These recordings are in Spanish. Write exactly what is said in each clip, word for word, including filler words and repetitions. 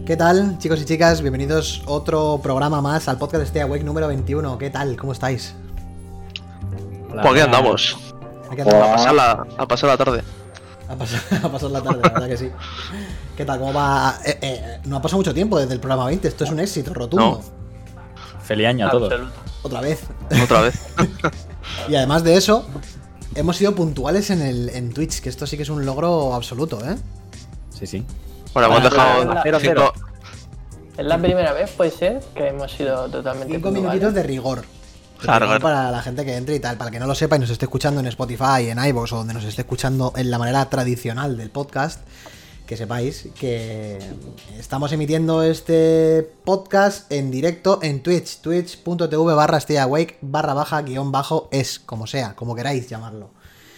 ¿Qué tal, chicos y chicas? Bienvenidos a otro programa más al podcast Stay Awake número veintiuno. ¿Qué tal? ¿Cómo estáis? Hola, pues aquí andamos. Aquí andamos. A pasar la, a pasar la tarde. A pasar, a pasar la tarde, la verdad que sí. ¿Qué tal? ¿Cómo va? Eh, eh, no ha pasado mucho tiempo desde el programa veinte. Esto es un éxito rotundo. No. Feliz año a todos. Otra vez. Otra vez. Y además de eso, hemos sido puntuales en, el, en Twitch, que esto sí que es un logro absoluto, ¿eh? Sí, sí. Bueno, hemos dejado la, cero, cero. Es la primera vez, puede ser, que hemos sido totalmente Cinco puntuales. minutitos de rigor. Claro, claro. Para la gente que entre y tal, para que no lo sepa y nos esté escuchando en Spotify, en iVoox o donde nos esté escuchando en la manera tradicional del podcast, que sepáis que estamos emitiendo este podcast en directo en Twitch, twitch.tv barra stayawake barra baja guión bajo es, como sea, como queráis llamarlo.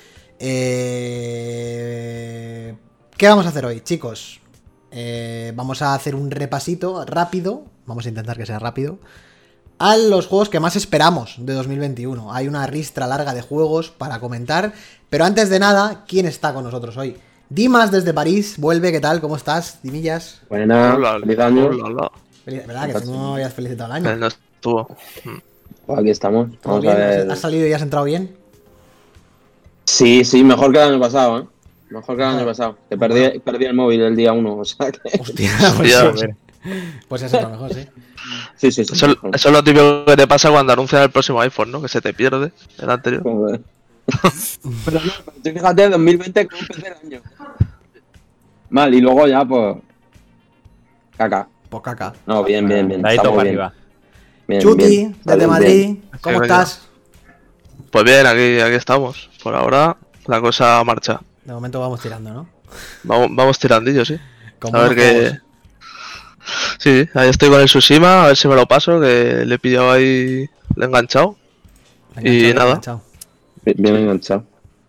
Eh... ¿Qué vamos a hacer hoy, chicos? Eh, vamos a hacer un repasito rápido, vamos a intentar que sea rápido, a los juegos que más esperamos de dos mil veintiuno. Hay una ristra larga de juegos para comentar, pero antes de nada, ¿quién está con nosotros hoy? Dimas desde París, vuelve, ¿qué tal? ¿Cómo estás, Dimillas? Buenas, feliz año. Feliz, ¿verdad? Que si no habías felicitado el año. No estuvo. Pues aquí estamos. ¿Todo Vamos a bien? ver. ¿Has salido y has entrado bien? Sí, sí, mejor que el año pasado, ¿eh? Mejor que el Ah. año pasado. Que perdí, perdí el móvil el día uno, o sea que... Hostia, pues, Hostia. sí. Pues eso es lo mejor, sí. Sí, sí, sí. Eso, mejor. eso es lo típico que te pasa cuando anuncian el próximo iPhone, ¿no? Que se te pierde el anterior. Joder. Pero no, pero tú fíjate, dos mil veinte como empecé el año. Mal, y luego ya, pues... Caca. Pues caca. No, bien, bien, bien. Dadito estamos para bien. arriba. Bien, Chuti, bien. desde Bien, Madrid, bien. ¿cómo Sí, estás? Pues bien, aquí, aquí estamos. Por ahora la cosa marcha. De momento vamos tirando, ¿no? Vamos, vamos tirandillo, sí. Como A ver unos qué. juegos. Sí, ahí estoy con el Tsushima, a ver si me lo paso, que le he pillado ahí, le he enganchado. Enganchado, Y nada. enganchado. Bien, bien enganchado.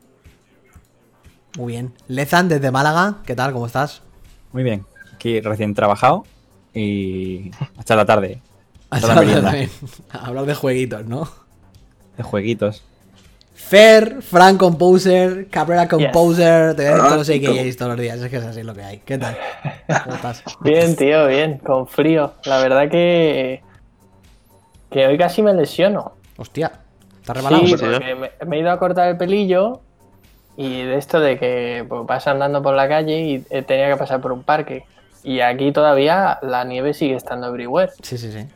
Muy bien. Lezan desde Málaga, ¿qué tal? ¿Cómo estás? Muy bien. Aquí recién trabajado y hasta la tarde. Hasta la También. merienda. A hablar de jueguitos, ¿no? De jueguitos. Fer, Frank Composer, Cabrera Composer, te voy a decir todos los A K As todos los días, es que es así lo que hay. ¿Qué tal? ¿Cómo estás? Bien, tío, bien, con frío. La verdad que... Que hoy casi me lesiono. Hostia, ¿estás rebalado? Sí, tío. porque me, me he ido a cortar el pelillo y de esto de que pues, vas andando por la calle y eh, tenía que pasar por un parque. Y aquí todavía la nieve sigue estando everywhere. Sí, sí, sí.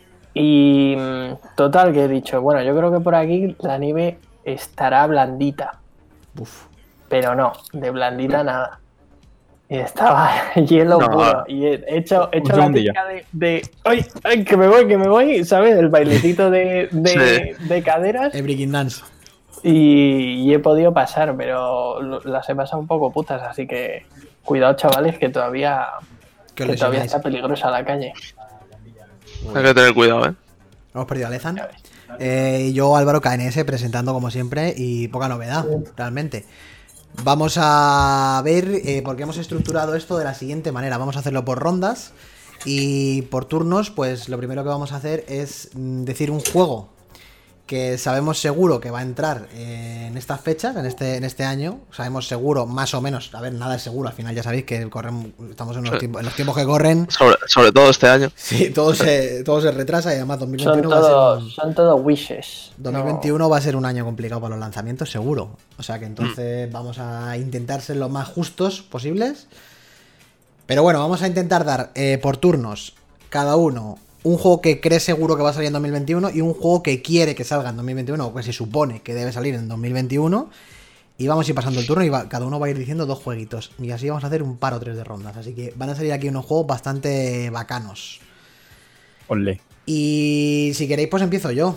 Y mm, total, que he dicho, bueno, yo creo que por aquí la nieve estará blandita. Uf. Pero no, de blandita nada. Y estaba hielo No. puro. Y he hecho, he Un hecho la segundillo. típica de, de ¡ay, ay, que me voy, que me voy! ¿Sabes? El bailecito de, de, Sí. de caderas. Eh, Breaking Dance. Y, y he podido pasar, pero lo- las he pasado un poco putas. Así que cuidado, chavales, que todavía, Que os que todavía lesionáis. está peligrosa la calle. Hay que tener cuidado, ¿eh? Hemos perdido a Lezan. Ya ves. Eh, y yo, Álvaro K N S, presentando como siempre y poca novedad, realmente. Vamos a ver eh, por qué hemos estructurado esto de la siguiente manera. Vamos a hacerlo por rondas y por turnos. Pues lo primero que vamos a hacer es mm, decir un juego que sabemos seguro que va a entrar eh, en estas fechas, en este, en este año. Sabemos seguro, más o menos. A ver, nada es seguro. Al final ya sabéis que corren, estamos en, unos Sí. tiempos, en los tiempos que corren. Sobre, sobre todo este año. Sí, todo se, todo se retrasa y además Son 2021 va a ser un- todos, son todos wishes. dos mil veintiuno va a ser un año complicado para los lanzamientos, seguro. O sea que entonces vamos a intentar ser lo más justos posibles. Pero bueno, vamos a intentar dar eh, por turnos cada uno un juego que cree seguro que va a salir en dos mil veintiuno y un juego que quiere que salga en dos mil veintiuno o que se supone que debe salir en dos mil veintiuno. Y vamos a ir pasando el turno y va- cada uno va a ir diciendo dos jueguitos. Y así vamos a hacer un par o tres de rondas. Así que van a salir aquí unos juegos bastante bacanos. Olé. Y si queréis, pues empiezo yo.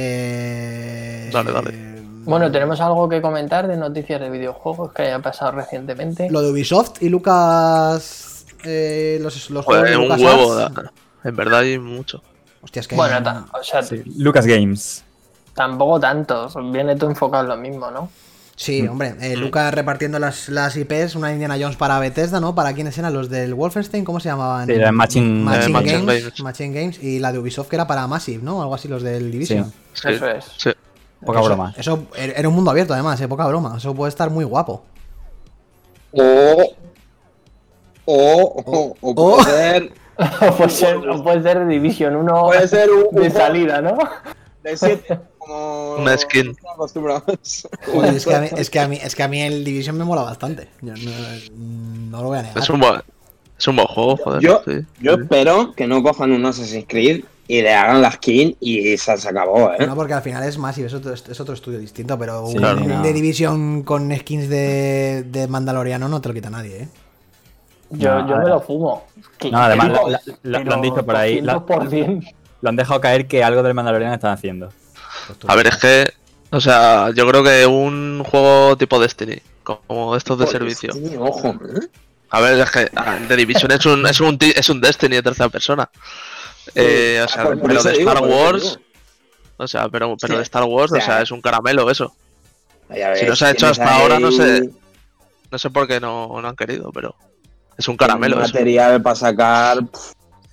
Eh... Dale, dale. Bueno, ¿tenemos algo que comentar de noticias de videojuegos que haya pasado recientemente? Lo de Ubisoft y Lucas. Eh, los los Joder, juegos de un Lucas huevo. Arts. da- En verdad hay mucho. Hostia, es que. Bueno, ta- o sea, Sí. Lucas Games. tampoco tanto. Viene todo enfocado en lo mismo, ¿no? Sí, hombre. eh, Lucas repartiendo las, las I Ps, una Indiana Jones para Bethesda, ¿no? ¿Para quiénes eran? Los del Wolfenstein, ¿cómo se llamaban? Sí, era Machine- Machine, eh, Machine Games, Games. Machine Games. Y la de Ubisoft que era para Massive, ¿no? Algo así, los del Division. Sí. Sí, Eso es. sí. Poca Eso- broma. Eso era un mundo abierto, además, eh, poca broma. Eso puede estar muy guapo. O. O. O, o O. puede ser. O puede ser, o puede ser Division uno Puede ser un, de un salida, ¿no? de siete, como Una skin. estamos acostumbrados. Joder, es que a mí, es que a mí, es que a mí el Division me mola bastante. Yo no, no lo voy a negar. Es un buen, es un buen juego, joder. Yo, sí, yo sí. espero que no cojan un Assassin's Creed y le hagan la skin y se, se acabó, ¿eh? No, porque al final es Massive, es otro, es otro estudio distinto, pero Sí, un claro. no. de Division con skins de, de Mandaloriano no te lo quita nadie, ¿eh? Yo, No, yo a me ver. lo fumo. Que- No, además, que la- digo, la- la- lo pero han dicho por ahí, la- doscientos por ciento. Lo han dejado caer que algo del Mandalorian están haciendo. Pues tú A ver, lo es que, o sea, yo creo que un juego tipo Destiny, como estos de servicio. Sí, ojo, ¿eh? A ver, es que ah, The Division es un, es un, ti- es un Destiny de tercera persona. Eh, o sea, por- por pero eso de digo, Star por eso Wars, digo. o sea, pero, pero Sí, de Star Wars, o o sea, sea, es un caramelo eso. Ya ves, Si no se ha hecho tienes hasta ahora, no ahí sé, no sé por qué no, no han querido, pero es un caramelo eso. material para sacar. pff,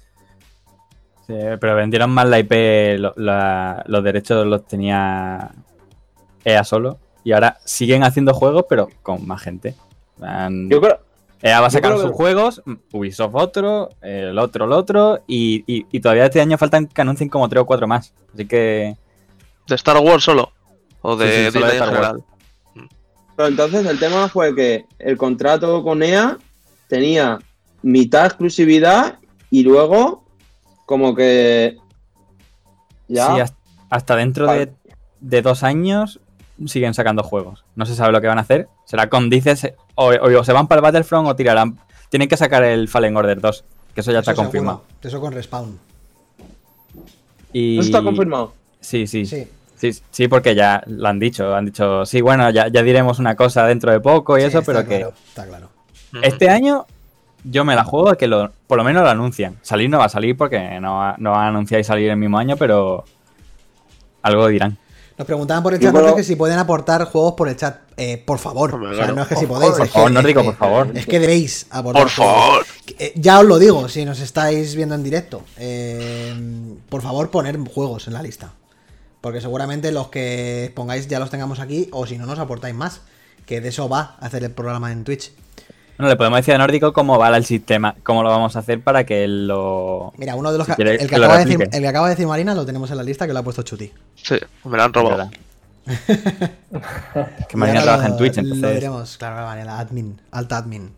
Sí, pero vendieron mal la I P, lo- la- los derechos los tenía E A solo. Y ahora siguen haciendo juegos, pero con más gente. Han- Yo creo. E A va a yo sacar creo sus que- juegos, Ubisoft otro, el otro el otro, y, y- y todavía este año faltan que anuncien como tres o cuatro más. Así que ¿De Star Wars solo? ¿O de Sí, sí, solo de Disney en Star Wars. general? Pero entonces el tema fue que el contrato con E A tenía mitad exclusividad y luego como que ya sí, hasta, hasta dentro de, de dos años siguen sacando juegos. No se sabe lo que van a hacer. Será con dices o, o se van para el Battlefront o tirarán. Tienen que sacar el Fallen Order dos, que eso ya está Eso seguro. confirmado. Eso con Respawn. Y... no está confirmado. Sí, sí, Sí. sí. Sí, porque ya lo han dicho. Han dicho, sí, bueno, ya, ya diremos una cosa dentro de poco y Sí, eso, está pero que claro, está claro. este año yo me la juego de que lo, por lo menos lo anuncian. Salir no va a salir porque no, va- no van a anunciar y salir el mismo año, pero algo dirán. Nos preguntaban por el Yo chat creo- antes que si pueden aportar juegos por el chat. Eh, por favor. Hombre, O sea, claro. no es que si Por podéis. favor, es por favor, que- no es digo que- por favor. Es que debéis aportar. Por juegos. favor. Eh, Ya os lo digo, si nos estáis viendo en directo. eh, por favor, poner juegos en la lista. Porque seguramente los que pongáis ya los tengamos aquí. O si no, nos aportáis más. Que de eso va a hacer el programa en Twitch. Bueno, le podemos decir a Nórdico cómo va el sistema, cómo lo vamos a hacer para que él lo... Mira, uno de los Si que, quiere el, que que lo acaba de decir, replique. el que acaba de decir Marina lo tenemos en la lista que lo ha puesto Chuti. Sí, me lo han robado. ¿verdad? que Y Marina ahora trabaja en lo- Twitch, Lo entonces... diremos, claro, Marina, admin, alta admin.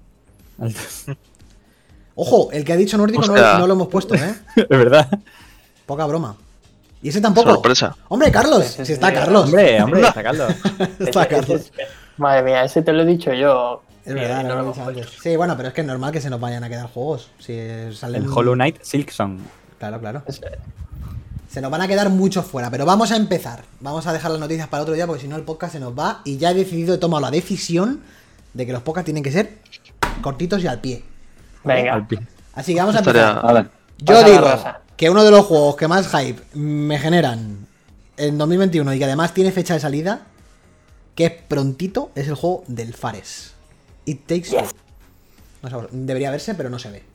Ojo, el que ha dicho Nórdico no, Hostia. no lo hemos puesto, ¿eh? Es verdad. Poca broma. Y ese tampoco. Sorpresa. Hombre, Carlos, Sí, sí, si está sí. Carlos. Hombre, hombre, está Carlos. Está Ese- Carlos. ese- Madre mía, ese te lo he dicho yo. Es Y verdad, no no lo lo he hemos dicho puesto. antes. Sí, bueno, pero es que es normal que se nos vayan a quedar juegos. Si salen... El Hollow Knight Silksong. Claro, claro. Es- Se nos van a quedar muchos fuera, pero vamos a empezar. Vamos a dejar las noticias para otro día porque si no el podcast se nos va y ya he decidido, he tomado la decisión de que los podcasts tienen que ser cortitos y al pie. Venga. Al pie. Así que vamos a Estaría- empezar. A ver. Yo Pasa la digo raza. que uno de los juegos que más hype me generan en dos mil veintiuno y que además tiene fecha de salida, que es prontito, es el juego del Fares. It Takes Two. No sé, debería verse, pero no se ve.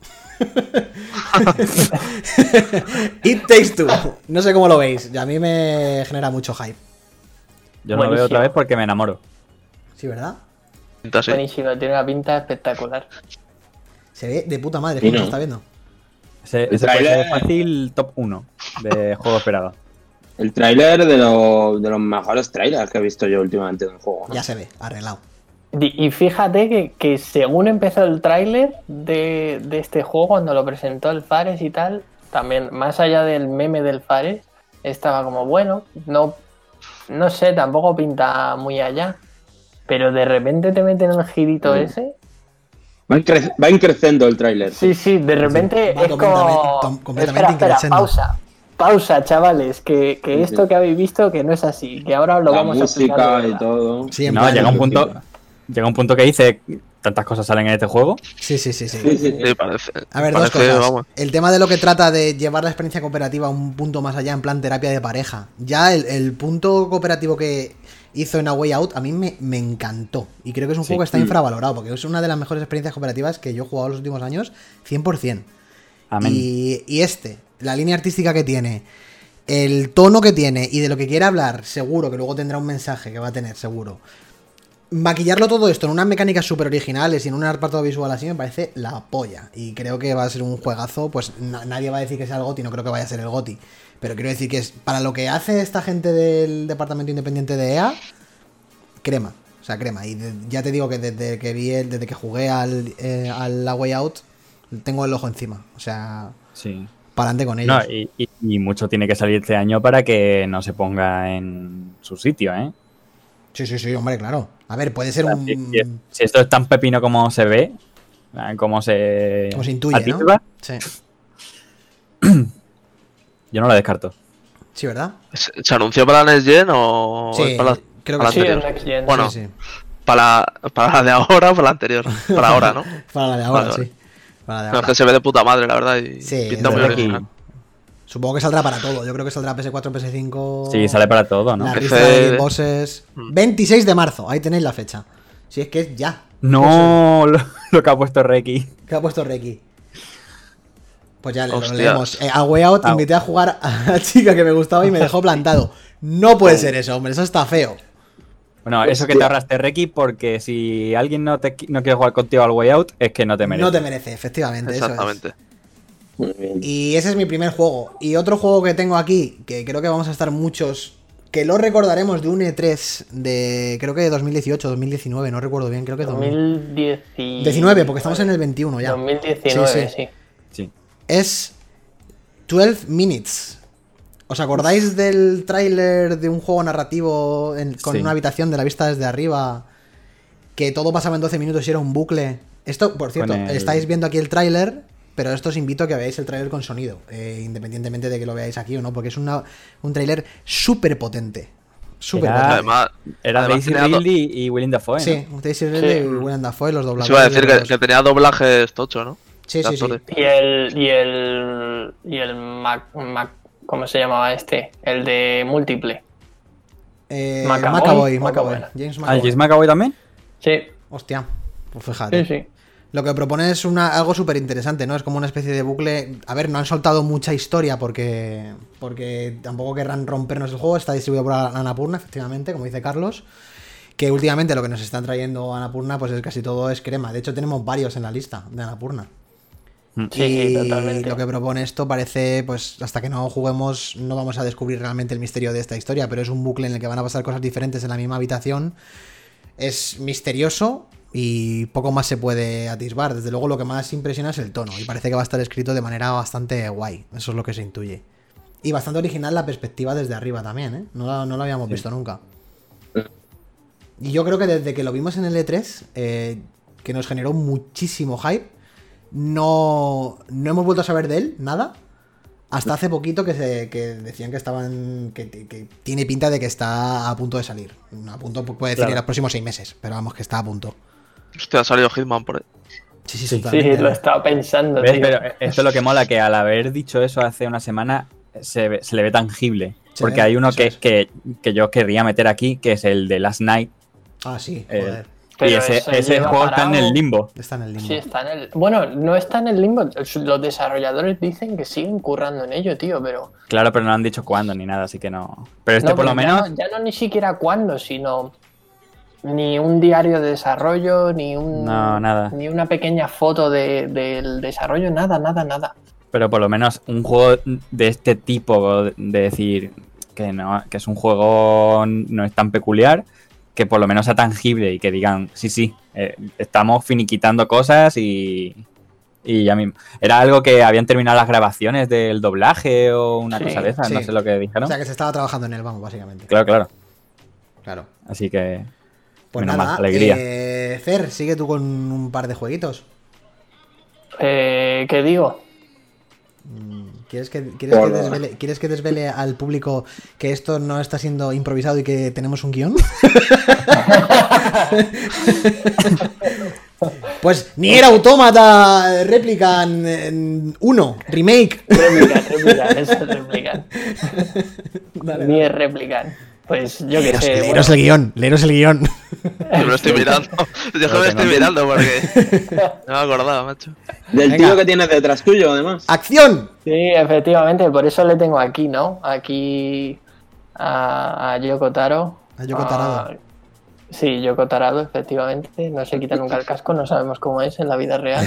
It Takes Two. No sé cómo lo veis. Y a mí me genera mucho hype. Yo no lo veo Buenísimo. otra vez porque me enamoro. ¿Sí, verdad? Pinta así. Buenísimo, tiene una pinta espectacular. Se ve de puta madre. Sí, ¿Cómo se ¿no? está viendo? Ese, El ese puede tráiler- ser fácil top uno de juego esperado. El tráiler de, lo- de los mejores trailers que he visto yo últimamente en un juego. ¿no? Ya se ve, arreglado. Y y fíjate que, que según empezó el tráiler de, de este juego, cuando lo presentó el Fares y tal, también, más allá del meme del Fares, estaba como, bueno, no, no sé, tampoco pinta muy allá. Pero de repente te meten el girito Mm. ese. Va, incre- va increciendo el tráiler. Sí, sí, de repente va es completamente- como... tom- completamente espera, espera, increciendo. pausa. Pausa, chavales, que, que Sí, esto sí. que habéis visto que no es así, que ahora os lo La vamos a explicar. de música y verdad. todo. Sí, en No, plan- llega un punto. Llega un punto que dice tantas cosas salen en este juego. Sí, sí, sí, sí. Sí, sí, sí. Sí, parece. A ver, dos parece, cosas. vamos. El tema de lo que trata de llevar la experiencia cooperativa a un punto más allá, en plan terapia de pareja. Ya el, el punto cooperativo que hizo en A Way Out a mí me, me encantó. Y creo que es un Sí. juego que está Mm. infravalorado, porque es una de las mejores experiencias cooperativas que yo he jugado en los últimos años, cien por ciento. Amén. Y, y este, la línea artística que tiene, el tono que tiene y de lo que quiere hablar, seguro que luego tendrá un mensaje que va a tener, seguro. maquillarlo todo esto en unas mecánicas súper originales y en un apartado visual así me parece la polla. Y creo que va a ser un juegazo, pues na- nadie va a decir que sea el GOTY, no creo que vaya a ser el GOTY. Pero quiero decir que es para lo que hace esta gente del departamento independiente de E A, crema. O sea, crema. Y de- ya te digo que desde que vi, el- desde que jugué al, eh, al La Way Out, tengo el ojo encima. O sea, Sí. para adelante con ellos. No, y, y- y mucho tiene que salir este año para que no se ponga en su sitio, ¿eh? Sí, sí, sí, hombre, claro. A ver, puede ser O sea, un... si, si- si esto es tan pepino como se ve, como se, Como se intuye, ¿no? atisba, Sí. yo no lo descarto. Sí, ¿verdad? ¿Se, se anunció para la Next Gen o Sí, es para la, creo para que la Sí, sí. el anterior? Next Gen. Bueno, Sí, sí. Para, para la de ahora o para la anterior. Para ahora, ¿no? Para la de ahora, Vale, vale. sí. Para la de No, es ahora. que se ve de puta madre, la verdad. Y Sí, pinta es muy verdad que- original. Supongo que saldrá para todo. Yo creo que saldrá P S cuatro, P S cinco. Sí, sale para todo, ¿no? La F- lista de Game Bosses. Mm. veintiséis de marzo. Ahí tenéis la fecha. Si es que es ya. No, lo, lo que ha puesto Reiki. ¿Qué ha puesto Reiki? Pues ya le- lo Hostias. leemos. Eh, a Way Out Ah. invité a jugar a la chica que me gustaba y me dejó plantado. No puede ser eso, hombre. Eso está feo. Bueno, eso que te ahorraste Reiki, porque si alguien no, te, qui- no quiere jugar contigo al Way Out, es que no te merece. No te merece, efectivamente. Eso es. Exactamente. Muy bien. Y ese es mi primer juego. Y otro juego que tengo aquí, que creo que vamos a estar muchos, que lo recordaremos de un E tres de, creo que de dos mil dieciocho, dos mil diecinueve, no recuerdo bien, creo que dos mil diecinueve, porque estamos en el veintiuno ya. dos mil diecinueve, Sí, sí. Sí. Es doce Minutes. ¿Os acordáis del tráiler de un juego narrativo en- con Sí. una habitación de la vista desde arriba? Que todo pasaba en doce minutos y era un bucle. Esto, por cierto, Con el- estáis viendo aquí el tráiler, pero esto os invito a que veáis el tráiler con sonido, eh, independientemente de que lo veáis aquí o no, porque es una, un tráiler súper potente. Súper Era- potente. Además, Era además Daisy tenía do- Ridley y Willem Dafoe, ¿no? Sí, Daisy Ridley Sí. y Willem Dafoe, los dobladores. se iba a decir de que, los- que tenía doblajes tocho, ¿no? Sí, de sí, sí. actores. Y el. Y el. Y el Mac, Mac- ¿cómo se llamaba este? El de múltiple. Eh, McAvoy, McAvoy, o McAvoy, cómo era. James ¿Ah, McAvoy. James McAvoy también? Sí, Hostia, pues fíjate. sí, sí. Lo que propone es una, algo súper interesante, ¿no? Es como una especie de bucle. A ver, no han soltado mucha historia porque porque tampoco querrán rompernos el juego. Está distribuido por Annapurna, efectivamente, como dice Carlos. Que últimamente lo que nos están trayendo Annapurna, pues es casi todo es crema. De hecho, tenemos varios en la lista de Annapurna. Mm. Sí, y sí, totalmente. lo que propone esto parece, pues hasta que no juguemos, no vamos a descubrir realmente el misterio de esta historia. Pero es un bucle en el que van a pasar cosas diferentes en la misma habitación. Es misterioso. Y poco más se puede atisbar. Desde luego lo que más impresiona es el tono. Y parece que va a estar escrito de manera bastante guay. Eso es lo que se intuye. Y bastante original la perspectiva desde arriba también, ¿eh? No, la- no lo habíamos Sí. visto nunca. Y yo creo que desde que lo vimos en el E tres, eh, que nos generó muchísimo hype, no, no hemos vuelto a saber de él, nada. Hasta hace poquito que, se, que decían que estaban. Que, que tiene pinta de que está a punto de salir. A punto puede decir Claro. en los próximos seis meses, pero vamos, que está a punto. Hostia, ha salido Hitman por ahí. Sí, sí, Sí, Sí, totalmente. lo estaba pensando, ¿Ves? tío. Pero esto es lo que mola, que al haber dicho eso hace una semana se, ve- se le ve tangible. Se Porque ve, hay uno eso que, es. que, que yo querría meter aquí, que es el de Last Night. Ah, sí, Eh, joder. Pero y ese, eso ese lleva juego está en parado. el limbo. Está en el limbo. Sí, está en el. Bueno, no está en el limbo. Los desarrolladores dicen que siguen currando en ello, tío, pero. Claro, pero no han dicho cuándo ni nada, así que no. Pero este No, por lo pero ya menos. no- Ya no, ni siquiera cuándo, sino. Ni un diario de desarrollo, ni un. No, nada. Ni una pequeña foto de- del desarrollo, nada, nada, nada. Pero por lo menos un juego de este tipo, de decir que no, que es un juego no es tan peculiar, que por lo menos sea tangible y que digan, sí, sí, eh, estamos finiquitando cosas y, y ya mismo. Era algo que habían terminado las grabaciones del doblaje o una Sí, cosa de esas, no sí. sé lo que dijeron. O sea que se estaba trabajando en él, vamos, básicamente. Claro, claro. Claro. Así que, Pues menos nada, mal, alegría. eh, Fer, sigue tú con un par de jueguitos. Eh, ¿Qué digo? Mm, ¿Quieres que, quieres, que Hola. desvele, ¿Quieres que desvele al público que esto no está siendo improvisado y que tenemos un guión? Pues Nier Automata Replicant uno, remake. Replican, replican, eso es replican. Dale, Ni es replican. Pues yo qué Leeros, sé. leeros bueno. el guión, leeros el guión. Yo me lo estoy mirando. Yo que me estoy mirando porque. No me acordaba, macho. Del Venga. tío que tienes detrás tuyo, además. ¡Acción! Sí, efectivamente, por eso le tengo aquí, ¿no? Aquí a, a Yoko Taro. A Yoko Taro. Ah, Sí, Yoko Tarado, efectivamente. No se quita nunca el casco, no sabemos cómo es en la vida real.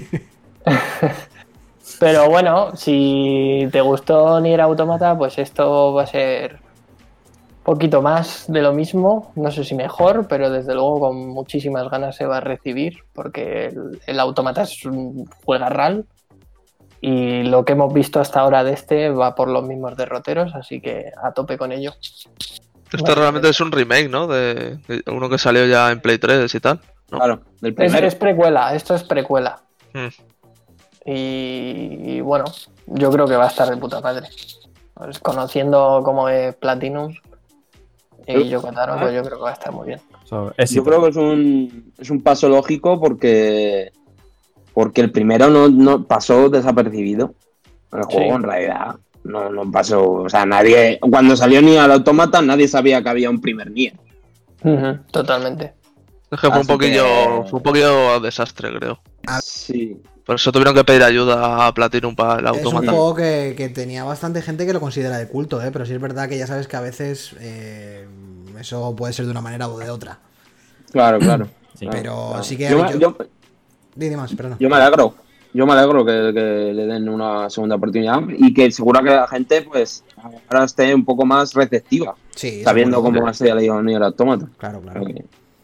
Pero bueno, si te gustó Nier Automata, pues esto va a ser un poquito más de lo mismo. No sé si mejor, pero desde luego con muchísimas ganas se va a recibir, porque el, el Automata es un juegarral. Y lo que hemos visto hasta ahora de este va por los mismos derroteros, así que a tope con ello. Esto Bueno, realmente es un remake, ¿no? De, de uno que salió ya en Play tres y tal. ¿no? Claro, del Es, primero. es precuela, esto es precuela. Mm. Y, y bueno, yo creo que va a estar de puta madre. Pues conociendo cómo es Platinum y Yoko Taro, pues yo creo que va a estar muy bien. So, Yo éxito. creo que es un, es un paso lógico porque, porque el primero no, no pasó desapercibido. El Sí. juego en realidad no, no pasó. O sea, nadie. Cuando salió Nier al Automata, nadie sabía que había un primer Nier. Ujú, totalmente. Es que fue un Así poquillo, que- fue un poquillo desastre, creo. Sí. Por eso tuvieron que pedir ayuda a Platinum para el Es un Automata. juego que, que tenía bastante gente que lo considera de culto, ¿eh? Pero sí es verdad que ya sabes que a veces eh, eso puede ser de una manera o de otra. Claro, claro. Sí. Pero Claro. sí que... Yo, me- yo- yo- Dime más, perdona. yo me alegro. Yo me alegro que, que le den una segunda oportunidad y que seguro que la gente, pues, ahora esté un poco más receptiva, Sí, sabiendo seguro. cómo se ha leído Nier Automata. Claro, claro. Ok.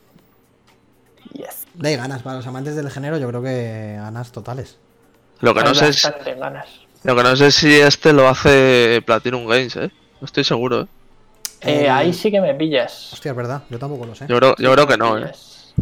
Yes. De ganas, para los amantes del género, yo creo que ganas totales. Lo que no Hay sé es, bastante ganas. lo que no sé es si este lo hace Platinum Games, ¿eh? No estoy seguro, ¿eh? Eh, El- Ahí sí que me pillas. Hostia, es verdad, yo tampoco lo sé. Yo creo, yo Sí creo me que no, ¿eh? pillas.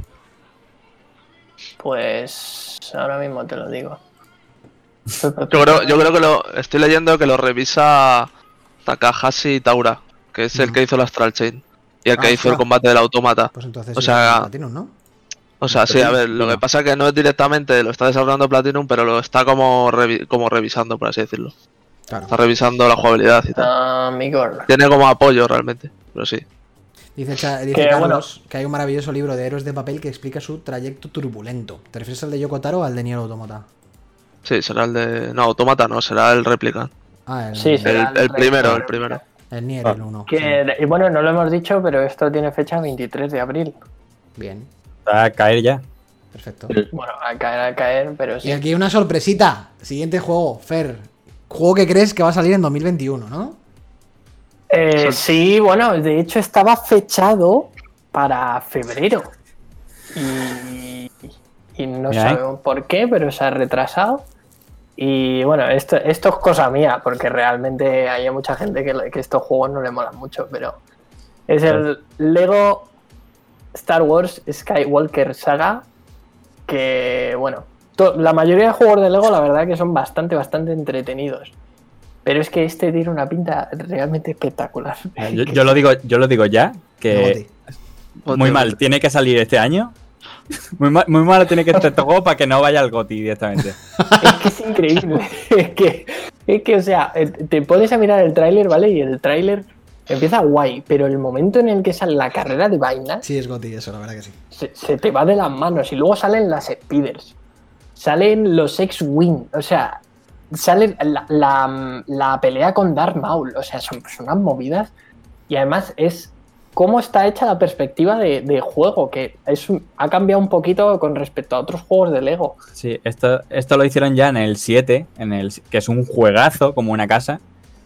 Pues ahora mismo te lo digo. Yo creo, yo creo que lo estoy leyendo que lo revisa Takahashi Taura, que es el Mm. que hizo el Astral Chain y el que Ah, hizo el ostras. combate del Automata. Pues entonces O sí, sea, Platinum, ¿no? O sea, sí, a ver, lo que pasa es que no es directamente, lo está desarrollando Platinum, pero lo está como, revi- como revisando, por así decirlo. Claro. Está revisando la jugabilidad y tal. Amigo. Tiene como apoyo realmente, pero sí. Dice, Cha- dice Que, Carlos que hay un maravilloso libro de héroes de papel que explica su trayecto turbulento. ¿Te refieres al de Yoko Taro o al de Nier Automata? Sí, será el de... No, Automata no, será el Replicant. Ah, el, Sí, sí. El, Será el el primero, Replicant. el primero. el Nier, Ah. el uno. Que, y bueno, no lo hemos dicho, pero esto tiene fecha veintitrés de abril. Bien, Va a caer ya. perfecto. Bueno, a caer, a caer, pero Y sí. aquí una sorpresita. Siguiente juego, Fer. Juego que crees que va a salir en dos mil veintiuno, ¿no? Eh, sí, bueno, de hecho estaba fechado para febrero. Y, y no Mira, ¿eh? sabemos por qué, pero se ha retrasado. Y bueno, esto, esto es cosa mía, porque realmente hay mucha gente que, le- que estos juegos no le molan mucho, pero es el Lego Star Wars Skywalker Saga, que bueno, to- la mayoría de juegos de Lego la verdad que son bastante, bastante entretenidos. Pero es que este tiene una pinta realmente espectacular. Yo, yo lo digo, yo lo digo ya, que Goti. muy mal, tiene que salir este año. Muy, mal, muy malo tiene que estar este juego para que no vaya al GOTY directamente. Es que es increíble. Es que, es que, o sea, eh, te pones a mirar el tráiler, ¿vale? Y el tráiler empieza guay, pero el momento en el que sale la carrera de vainas Sí, es Goti eso, la verdad que sí. se, se te va de las manos. Y luego salen las Speeders, salen los X-Wing, o sea, sale la, la, la pelea con Darth Maul, o sea, son, son unas movidas. Y además es cómo está hecha la perspectiva de, de juego, que es, un- ha cambiado un poquito con respecto a otros juegos de Lego. Sí, esto, esto lo hicieron ya en el siete, en el, que es un juegazo como una casa.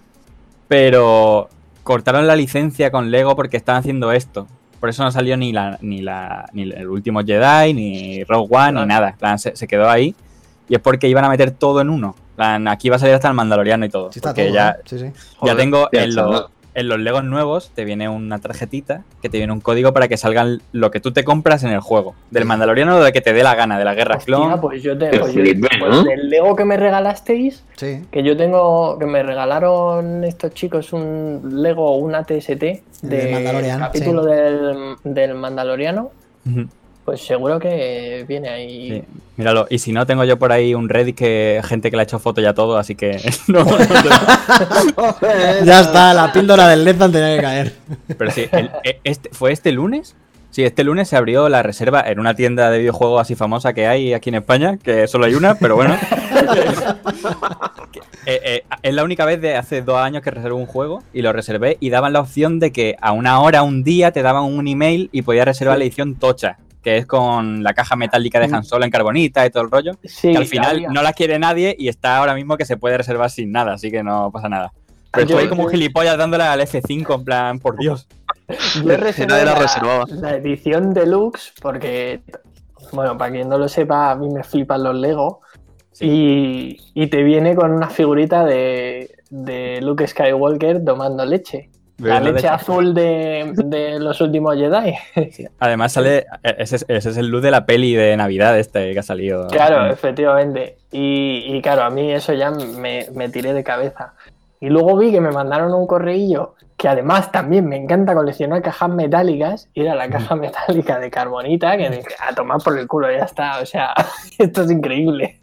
Pero cortaron la licencia con Lego porque estaban haciendo esto. Por eso no salió ni la ni la ni el último Jedi, ni Rogue One, ni Claro. nada. En plan, se, se quedó ahí. Y es porque iban a meter todo en uno. En plan, aquí va a salir hasta el Mandaloriano y todo. Sí, está porque todo, ya, ¿eh? Sí, sí. ya Joder, tengo ya en, está, los, ¿no? en los Legos nuevos, te viene una tarjetita que te viene un código para que salgan lo que tú te compras en el juego. Del Sí. Mandaloriano o de que te dé la gana, de la guerra Hostia, clon. pues yo te, Qué pues yo- flipe, pues ¿no? del Lego que me regalasteis, Sí. que yo tengo, que me regalaron estos chicos un Lego, un A T S T El del del Mandalorian, capítulo sí. del, del Mandaloriano, Ujú. pues seguro que viene ahí. Sí, míralo. Y si no, tengo yo por ahí un Reddit que gente que le ha hecho foto ya todo, así que no, no te- Ya está, la píldora del Lethan tenía que caer. Pero sí, el- e- este, ¿fue este lunes? Sí, este lunes se abrió la reserva en una tienda de videojuegos así famosa que hay aquí en España, que solo hay una, pero bueno. Eh, eh, es la única vez de hace dos años que reservé un juego y lo reservé y daban la opción de que a una hora, un día, te daban un email y podías reservar Sí. la edición tocha, que es con la caja metálica de Han Solo en carbonita y todo el rollo. Sí, Que al final había. no la quiere nadie y está ahora mismo que se puede reservar sin nada, así que no pasa nada. Pero Yo- estoy como un yo- gilipollas dándole al F cinco, en plan, por Dios. Yo he reservado nadie la la, reservaba. la edición deluxe porque, bueno, para quien no lo sepa, a mí me flipan los Lego. Y, y te viene con una figurita de, de Luke Skywalker tomando leche. La Bebiendo leche leche. azul de, de los últimos Jedi. Además sale, ese es, ese es el luz de la peli de Navidad este que ha salido. Claro, efectivamente. Y, y claro, a mí eso ya me, me tiré de cabeza. Y luego vi que me mandaron un correillo que además también me encanta coleccionar cajas metálicas. Y era la caja metálica de carbonita que dije, a tomar por el culo, ya está. O sea, esto es increíble.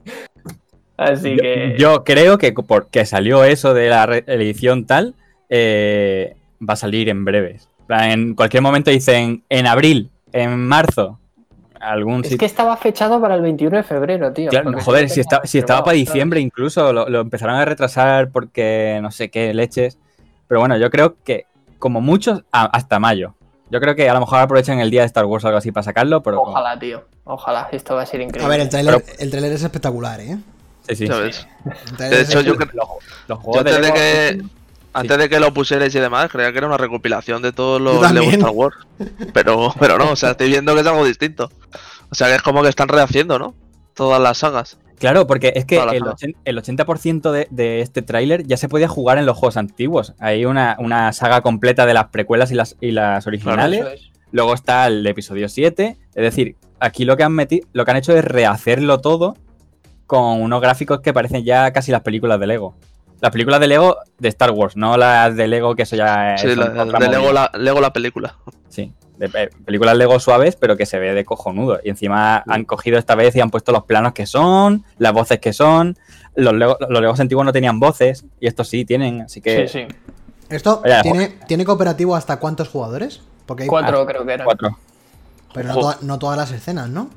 Así Yo, que... yo creo que porque salió eso de la re- edición tal, eh, va a salir en breves. En plan, En cualquier momento dicen en abril, en marzo, algún Es sitio. que estaba fechado para el veintiuno de febrero, tío. Claro, porque joder, sí si, lo tenía está- si estaba para reservado, diciembre incluso, lo, lo empezaron a retrasar porque no sé qué leches. Pero bueno, yo creo que como muchos, a- hasta mayo. Yo creo que a lo mejor aprovechan el día de Star Wars o algo así para sacarlo, pero... ¿sabes? Ojalá, tío. Ojalá, esto va a ser increíble. A ver, el trailer, el trailer es espectacular, ¿eh? Sí, sí. ¿Sabes? El tráiler De es hecho, yo espectacular. creo. Los, los Yo juegos antes de Lego- que, antes de que lo pusierais y demás, creía que era una recopilación de todos Yo los también. Lego Star Wars. Pero, pero no, o sea, estoy viendo que es algo distinto. O sea, que es como que están rehaciendo, ¿no? Todas las sagas. Claro, porque es que Todas las el, sagas. ochen- el ochenta por ciento de, de este tráiler ya se podía jugar en los juegos antiguos. Hay una, una saga completa de las precuelas y las, y las originales. Eso es. Luego está el episodio siete. Es decir, aquí lo que han metido, lo que han hecho es rehacerlo todo con unos gráficos que parecen ya casi las películas de Lego. Las películas de Lego de Star Wars, no las de Lego, que eso ya es Sí, la, otra de Lego movida. la, Lego la película. Sí, de pe- películas Lego suaves, pero que se ve de cojonudo. Y encima han cogido esta vez y han puesto los planos que son, las voces que son. Los Lego, los Legos antiguos no tenían voces, y estos sí tienen, así que... Sí, sí. ¿Esto Vaya, tiene, tiene cooperativo hasta cuántos jugadores? Porque hay, Cuatro creo que eran. Cuatro. pero no, Ojo. toda- no todas las escenas, ¿no?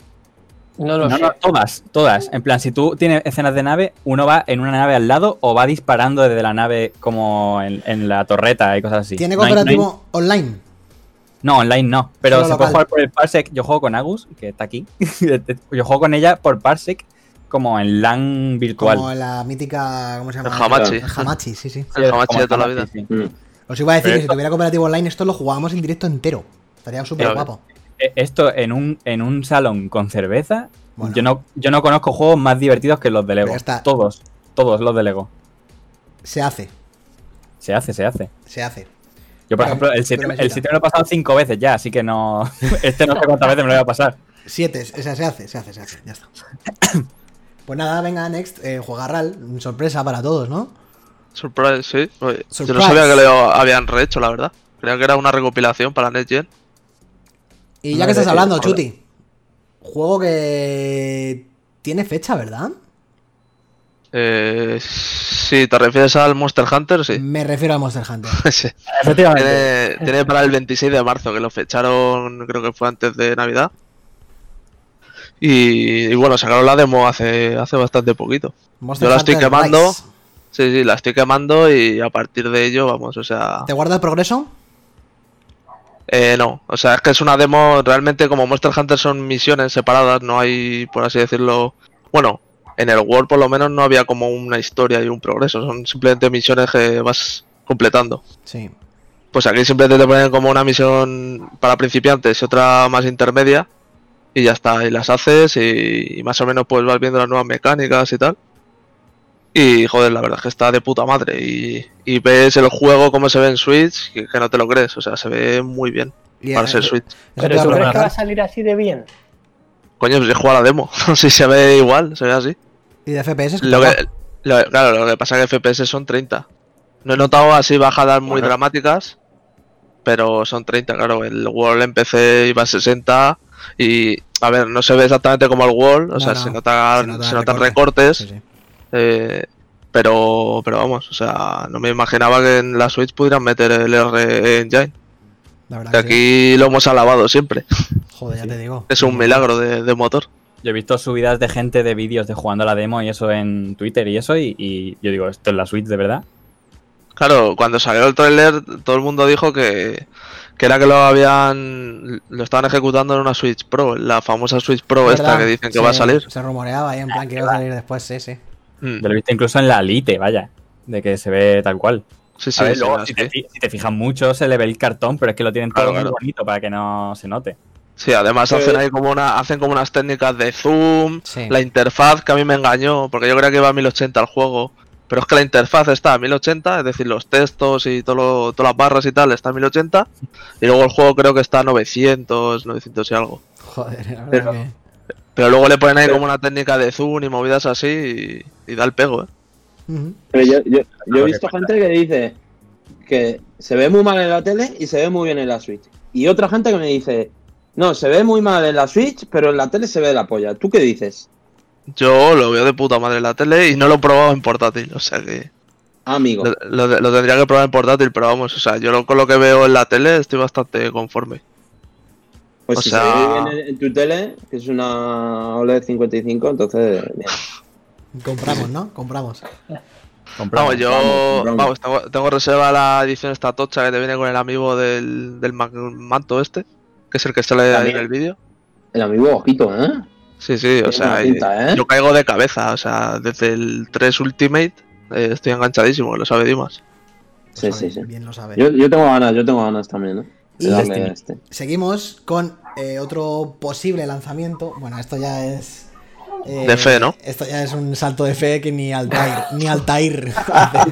No lo No, sé. no, todas, todas. En plan, si tú tienes escenas de nave, uno va en una nave al lado o va disparando desde la nave como en, en la torreta y cosas así. ¿Tiene No hay- no hay- cooperativo online? No, online no. Pero Solo se local. puede jugar por el Parsec. Yo juego con Agus, que está aquí. Yo juego con ella por Parsec como en LAN virtual. Como la mítica. ¿Cómo se llama? El Hamachi. El Hamachi, sí, sí. El Hamachi como de toda la Hamachi, vida. sí. Mm. Os iba a decir Pero que si esto- tuviera cooperativo online, esto lo jugábamos en directo entero. Estaría súper Ya ves. guapo. Eh, Esto en un, en un salón con cerveza. Bueno. Yo, no, yo no conozco juegos más divertidos que los de Lego. Pero está- Todos, todos los de Lego. Se hace, Se hace, se hace. se hace. Yo, por Pero- ejemplo, el siete pero el mesita. siete me lo he pasado cinco veces ya, así que no. Este no sé cuántas veces me lo voy a pasar. Siete, o sea, se hace, se hace, se hace. Ya está. Pues nada, venga, next. Eh, juega RAL. Sorpresa para todos, ¿no? Surprise, sí. Oye, Yo Surprise. no sabía que lo habían rehecho, la verdad. Creía que era una recopilación para Next Gen. Y ya No, que estás eh, hablando, joder. Chuti. Juego que tiene fecha, ¿verdad? Eh, si te refieres al Monster Hunter, sí. Me refiero a Monster Hunter. Sí. Efectivamente. Tiene, tiene para el veintiséis de marzo, que lo fecharon, creo que fue antes de Navidad. Y, y bueno, sacaron la demo hace, hace bastante poquito. Monster Yo la estoy Hunter quemando. Rise. Sí, sí, la estoy quemando y a partir de ello, vamos, o sea... ¿Te guarda el progreso? Eh, no, o sea, es que es una demo, realmente como Monster Hunter son misiones separadas, no hay, por así decirlo... Bueno, en el World por lo menos no había como una historia y un progreso, son simplemente misiones que vas completando. Sí. Pues aquí simplemente te ponen como una misión para principiantes y otra más intermedia y ya está, y las haces y, y más o menos pues vas viendo las nuevas mecánicas y tal. Y joder, la verdad es que está de puta madre y, y ves el juego como se ve en Switch, que, que no te lo crees, o sea, se ve muy bien Y, para eh, ser Switch. eso Pero te iba a ¿tú crees que preguntar. va a salir así de bien? Coño, pues he jugado la demo, si se ve igual, se ve así. ¿Y de F P S? Lo que, lo- claro, lo que pasa es que F P S son treinta. No he notado así bajadas muy Bueno. dramáticas, pero son treinta, claro. El World en P C iba a sesenta y, a ver, no se ve exactamente como el World, o No, sea, no, se, nota, se nota se notan recorte. recortes, Sí, sí. eh, pero, pero vamos, o sea, no me imaginaba que en la Switch pudieran meter el R Engine, La verdad que que sí. aquí lo hemos alabado siempre. Joder, ya te digo. Es un milagro de, de motor. Yo he visto subidas de gente de vídeos de jugando a la demo y eso en Twitter y eso, y, y yo digo, ¿esto es la Switch de verdad? Claro, cuando salió el tráiler todo el mundo dijo que, que era que lo habían lo estaban ejecutando en una Switch Pro, la famosa Switch Pro esta ¿Verdad? que dicen que Sí, va a salir. Se rumoreaba ahí en plan que iba a salir después, sí, sí. Mm. Yo lo he visto incluso en la Lite, vaya, de que se ve tal cual. Sí, sí, A ver, sí, luego, sí. si, te, fi- si te fijas mucho, se le ve el cartón, pero es que lo tienen todo Claro, muy claro. bonito para que no se note. Sí, además Sí. hacen ahí como una hacen como unas técnicas de zoom, Sí. la interfaz que a mí me engañó, porque yo creía que iba a mil ochenta el juego, pero es que la interfaz está a mil ochenta, es decir, los textos y todo lo- todas las barras y tal está a mil ochenta, y luego el juego creo que está a novecientos, novecientos y algo. Joder, la verdad Pero- que... Pero luego le ponen ahí Pero- como una técnica de zoom y movidas así y, y da el pego, ¿eh? Ujú. Pero yo, yo, yo Lo he que visto cuenta. gente que dice que se ve muy mal en la tele y se ve muy bien en la Switch. Y otra gente que me dice, no, se ve muy mal en la Switch, pero en la tele se ve la polla. ¿Tú qué dices, Yo lo veo de puta madre en la tele y no lo he probado en portátil, o sea que amigo? lo, lo- lo tendría que probar en portátil, pero vamos, o sea, yo lo- con lo que veo en la tele estoy bastante conforme. Pues o si sea- se ve bien en, en tu tele, que es una OLED cincuenta y cinco, entonces bien. Compramos, ¿no? Compramos. Compramos. Vamos, yo Vamos, compramos. vamos, tengo, tengo reserva la edición esta tocha que te viene con el amiibo del, del ma- manto este, que es el que sale ahí También. en el vídeo. El amigo ojito, ¿eh? Sí, sí, o Tiene sea, buena y- pinta, ¿eh? yo caigo de cabeza, o sea, desde el tres Ultimate eh, estoy enganchadísimo, lo sabe Dimas. Sí, Lo sí, sabe, sí. Bien lo sabe. Yo, yo tengo ganas, yo tengo ganas también, ¿eh? Y De darle Destiny. a este. Seguimos con eh, otro posible lanzamiento. Bueno, esto ya es... eh, De fe, ¿no? Esto ya es un salto de fe que ni Altair, ni Altair hace.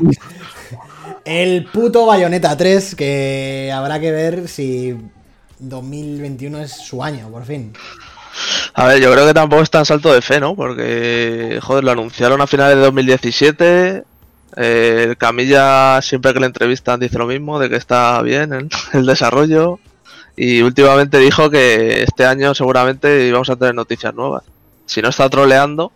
El puto Bayonetta tres, que habrá que ver si dos mil veintiuno es su año, por fin. A ver, yo creo que tampoco es tan salto de fe, ¿no? Porque, joder, lo anunciaron a finales de dos mil diecisiete. Eh, el Camilla, siempre que le entrevistan, dice lo mismo, de que está bien el, el desarrollo. Y últimamente dijo que este año seguramente íbamos a tener noticias nuevas. Si no está troleando,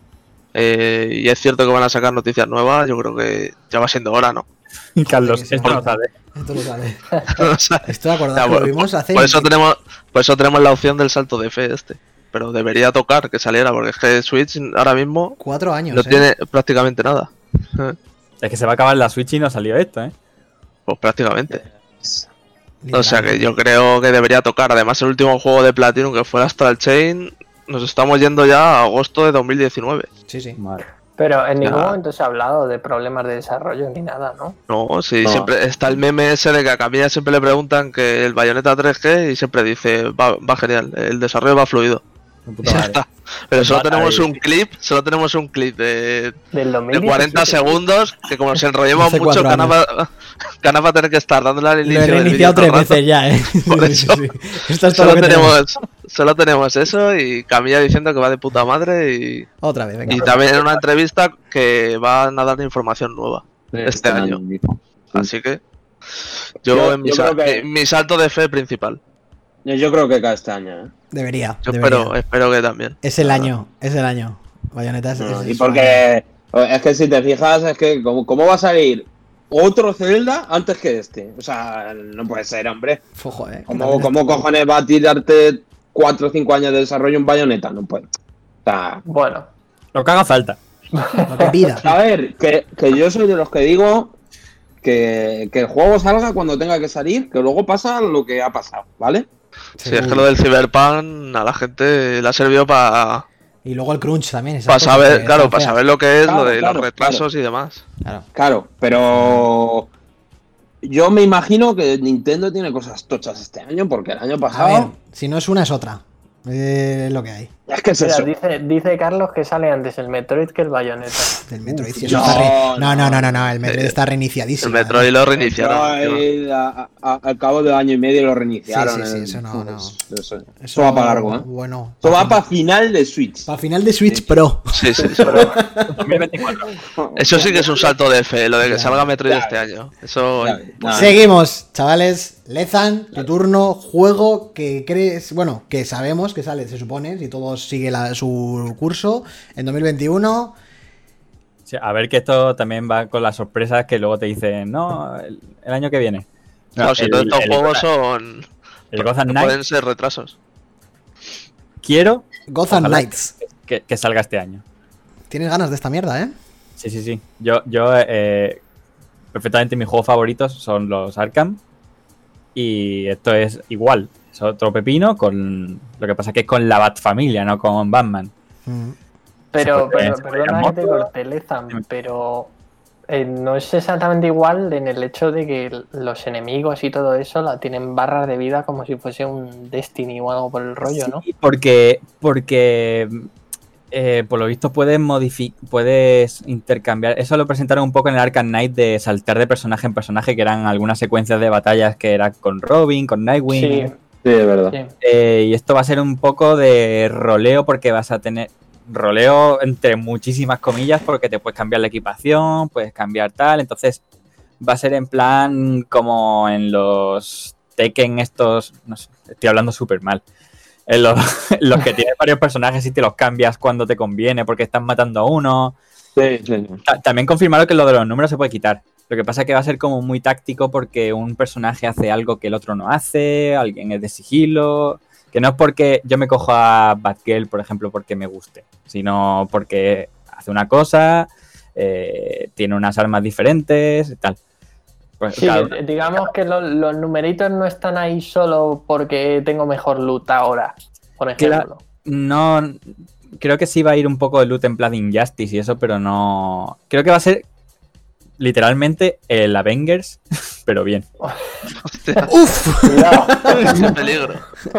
eh, y es cierto que van a sacar noticias nuevas, yo creo que ya va siendo hora, ¿no? Carlos, Joder, que esto sí. no sabe. Esto lo sabe. O sea, Estoy acordado ya, que lo por- vimos hace... por eso tenemos, por eso tenemos la opción del salto de fe este. Pero debería tocar que saliera, porque es que Switch ahora mismo Cuatro años, no ¿eh? tiene prácticamente nada. Eh, Es que se va a acabar la Switch y no salió esto, ¿eh? Pues prácticamente. O sea que Literalmente. yo creo que debería tocar. Además, el último juego de Platinum, que fue el Astral Chain, nos estamos yendo ya a agosto de dos mil diecinueve. Sí, sí. Madre. Pero en ningún Ya. momento se ha hablado de problemas de desarrollo ni nada, ¿no? No, sí, No. siempre está el meme ese de que a Camilla siempre le preguntan que el Bayonetta tres G y siempre dice, va, va genial, el desarrollo va fluido. De Y puta ya madre. está. Pero solo Vale, tenemos ahí. un clip, solo tenemos un clip de, Del dos mil de cuarenta diecisiete. segundos, que como se enrollemos Hace mucho, cuatro Cana va, Cana va a tener que estar dándole al Lo inicio he del reiniciado vídeo tres todo el rato. veces ya, ¿eh? Por Sí, eso. sí, sí. Esto es todo Solo lo que tenemos. tenemos, solo tenemos eso y Camilla diciendo que va de puta madre y, Otra vez, venga. y también en una entrevista que van a dar información nueva este año. Así que yo, Yo- en mi, yo sa- creo que- mi salto de fe principal. Yo, yo creo que cae este año, ¿eh? Debería. Yo debería. espero, espero que también. Es el año, es el año. Bayonetta es, No, es- y es su año. porque es que si te fijas, es que ¿cómo, cómo va a salir otro Zelda antes que este? O sea, no puede ser, hombre. Fojo, eh. ¿Cómo, cómo cojones va a tirarte cuatro o cinco años de desarrollo en Bayonetta? No puede. O sea, Bueno, Lo que haga falta. Lo que pida. a ver, que, que yo soy de los que digo que, que el juego salga cuando tenga que salir, que luego pasa lo que ha pasado, ¿vale? Si es que lo del Cyberpunk a la gente le ha servido para Y luego el crunch también. esas para cosas saber, que claro, son para feas. saber lo que es Claro, lo de claro, los retrasos y demás. Claro. Claro, pero yo me imagino que Nintendo tiene cosas tochas este año, porque el año A ver, pasado si no es una, es otra. Eh, Es lo que hay. es que es mira, eso. dice, dice Carlos que sale antes el Metroid que el Bayonetta. Del Metroid. Uf, si eso no, está re- no, no, no, no, no, el Metroid Eh, está El reiniciadísimo. Metroid lo reiniciaron. Metroid, a- a- al cabo de año y medio lo reiniciaron. Sí, sí, sí, el- eso no, no. Eso, eso Eso va para largo, ¿eh? Bueno. Eso va para final de Switch. Para final de Switch Pro. Sí, sí, seguro. dos mil veinticuatro. Eso sí que es un salto de fe, lo de que Ya, salga Metroid ya, este año. Eso Ya, nada. Seguimos, chavales. Lezan, tu turno. Juego que crees. Bueno, que sabemos que sale, se supone, si todo sigue la- su curso, en dos mil veintiuno. Sí, a ver que esto también va con las sorpresas que luego te dicen, no, el, el año que viene. Claro, si El- todos estos el- juegos son. El Gotham pueden Knight, ser retrasos. quiero Gotham Ojalá. Knights. que, que salga este año. Tienes ganas de esta mierda, ¿eh? Sí, sí, sí. Yo, yo eh, perfectamente mis juegos favoritos son los Arkham. Y esto es igual. Es otro pepino con... Lo que pasa es que es con la Batfamilia, no con Batman. Mm. Pero, Se puede- pero se puede perdona llamar que te moto. corte, Lezam, pero eh, no es exactamente igual en el hecho de que l- los enemigos y todo eso la tienen barras de vida como si fuese un Destiny o algo por el rollo, ¿no? Sí, porque, porque eh, por lo visto puedes modificar, puedes intercambiar. Eso lo presentaron un poco en el Arkham Knight de saltar de personaje en personaje, que eran algunas secuencias de batallas que era con Robin, con Nightwing. Sí, Sí, es verdad. sí. Eh, y esto va a ser un poco de roleo porque vas a tener roleo entre muchísimas comillas porque te puedes cambiar la equipación, puedes cambiar tal, entonces va a ser en plan como en los Tekken estos, no sé, estoy hablando súper mal, en los, en los que tienes varios personajes y te los cambias cuando te conviene porque están matando a uno. Sí, sí, sí. Ta- También confirmaron que lo de los números se puede quitar. Lo que pasa es que va a ser como muy táctico porque un personaje hace algo que el otro no hace, alguien es de sigilo. Que no es porque yo me cojo a Batgirl, por ejemplo, porque me guste, sino porque hace una cosa, eh, tiene unas armas diferentes y tal. Pues, Sí, claro, eh, digamos que lo- los numeritos no están ahí solo porque tengo mejor loot ahora, por ejemplo. no. Creo que sí va a ir un poco de loot en plan Injustice y eso, pero no. Creo que va a ser literalmente el Avengers, pero bien. Hostia, ¡Uf! Cuidado. qué peligro.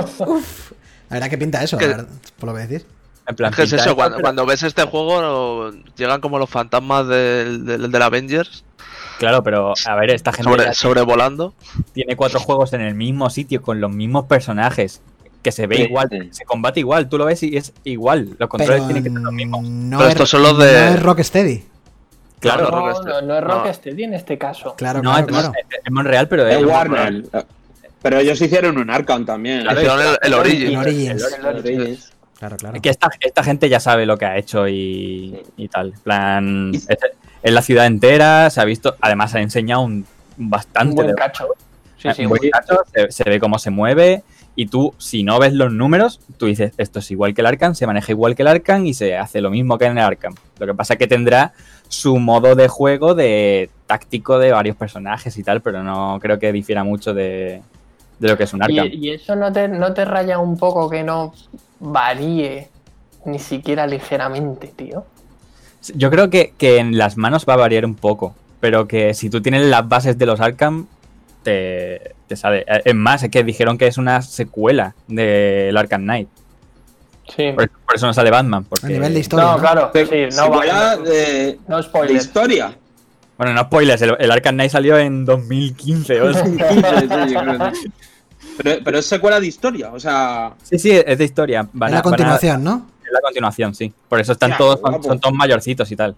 La verdad que pinta eso, Que- la verdad, por lo que decís. En plan, Es que es pinta eso, esto, cuando, pero- cuando ves este juego no- llegan como los fantasmas del, del, del Avengers Claro, pero a ver, esta gente sobre, ya sobrevolando. tiene cuatro juegos en el mismo sitio con los mismos personajes. Que se ve Sí, igual, sí. se combate igual, tú lo ves y es igual. Los controles Pero tienen que ser los mismos. no Pero es, estos son los de- no es Rocksteady. Claro, No, No, Rocksteady. no, no es No. Rocksteady en este caso. Claro, no, claro, es, claro. es- es Monreal, pero Es es Warner. Pero ellos hicieron un Arkham también. Claro, Hicieron el, el Origin. El Origins. El Origins. Claro, claro. Es que esta, esta gente ya sabe lo que ha hecho y, y tal. En plan, es, es la ciudad entera, se ha visto, además ha enseñado un bastante Un buen de- cacho. Sí, sí, un un buen buen cacho. cacho, se, se ve cómo se mueve y tú, si no ves los números, tú dices, esto es igual que el Arkham, se maneja igual que el Arkham y se hace lo mismo que en el Arkham. Lo que pasa es que tendrá su modo de juego de táctico de varios personajes y tal, pero no creo que difiera mucho de, de lo que es un Arkham. Y, y eso no te, no te raya un poco que no varíe ni siquiera ligeramente, tío. Yo creo que, que en las manos va a variar un poco, pero que si tú tienes las bases de los Arkham, te, te sale. Es más, es que dijeron que es una secuela del Arkham Knight. Sí. Por, por eso no sale Batman. Porque, A nivel de historia. No, ¿no? claro, sí, no Secuela va. de, No de spoilers. historia. Bueno, no spoilers, el, el Arkham Knight salió en dos mil quince. O sea. Sí, sí, yo creo que sí. Pero, pero es secuela de historia, o sea. Sí, sí, es de historia. Van Es a- la continuación, ¿no? van a- es la continuación, sí. Por eso están Ya, todos, son, guapo. son todos mayorcitos y tal.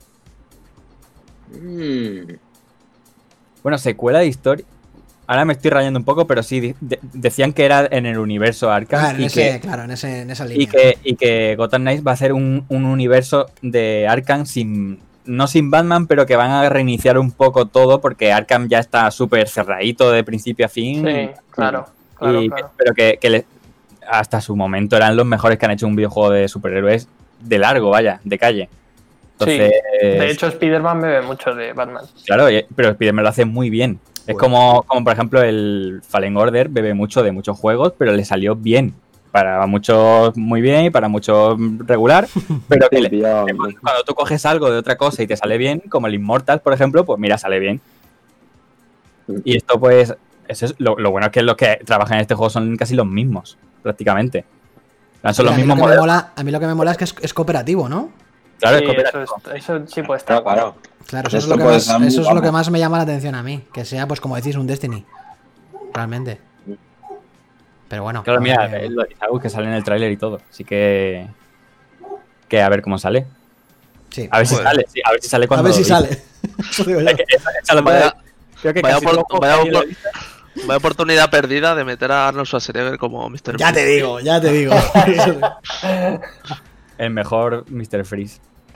mm, Bueno, secuela de historia. Ahora me estoy rayando un poco, pero sí, de- de- decían que era en el universo Arkham. Claro, en, y ese, que, claro en, ese, en esa y línea. que, y que Gotham Knights va a ser un, un universo de Arkham sin. No sin Batman, pero que van a reiniciar un poco todo porque Arkham ya está súper cerradito de principio a fin. Sí, claro, claro, y- claro. Pero que, que le- hasta su momento eran los mejores que han hecho un videojuego de superhéroes de largo, vaya, de calle. Entonces, De hecho, Spider-Man bebe mucho de Batman. claro, y- pero Spider-Man lo hace muy bien. Es Bueno. como, como, por ejemplo, el Fallen Order bebe mucho de muchos juegos, pero le salió bien. Para muchos muy bien y para muchos regular. Pero que sí, le- pillado, cuando, cuando tú coges algo de otra cosa y te sale bien, como el Immortal, por ejemplo, pues mira, sale bien. Y esto, pues, eso es lo, lo bueno es que los que trabajan en este juego son casi los mismos, prácticamente. Son los Mira, a, mí mismos lo que me modelos. mola, a mí lo que me mola es que es, es cooperativo, ¿no? Claro, Sí, es eso, cooperativo. es- eso sí puede estar. Claro, claro. Claro, eso, es Esto lo, que puede más, ser muy eso es lo guapo. que más me llama la atención a mí. Que sea, pues como decís, un Destiny. Realmente. Pero bueno. Claro, mira, eh, es lo que algo que sale en el tráiler y todo. Así que. Que a ver cómo sale. sí. A ver si Joder. sale, sí, a ver si sale A cuando ver si lo dice. sale. Eso digo yo. Es que esa- esa lo Vaya- puede- creo que vaya casi por- todo juego vaya que alguien por- lo dice. Vaya oportunidad perdida de meter a Arnold Schwarzenegger como mister Ya te digo, ya te digo. El mejor mister Freeze.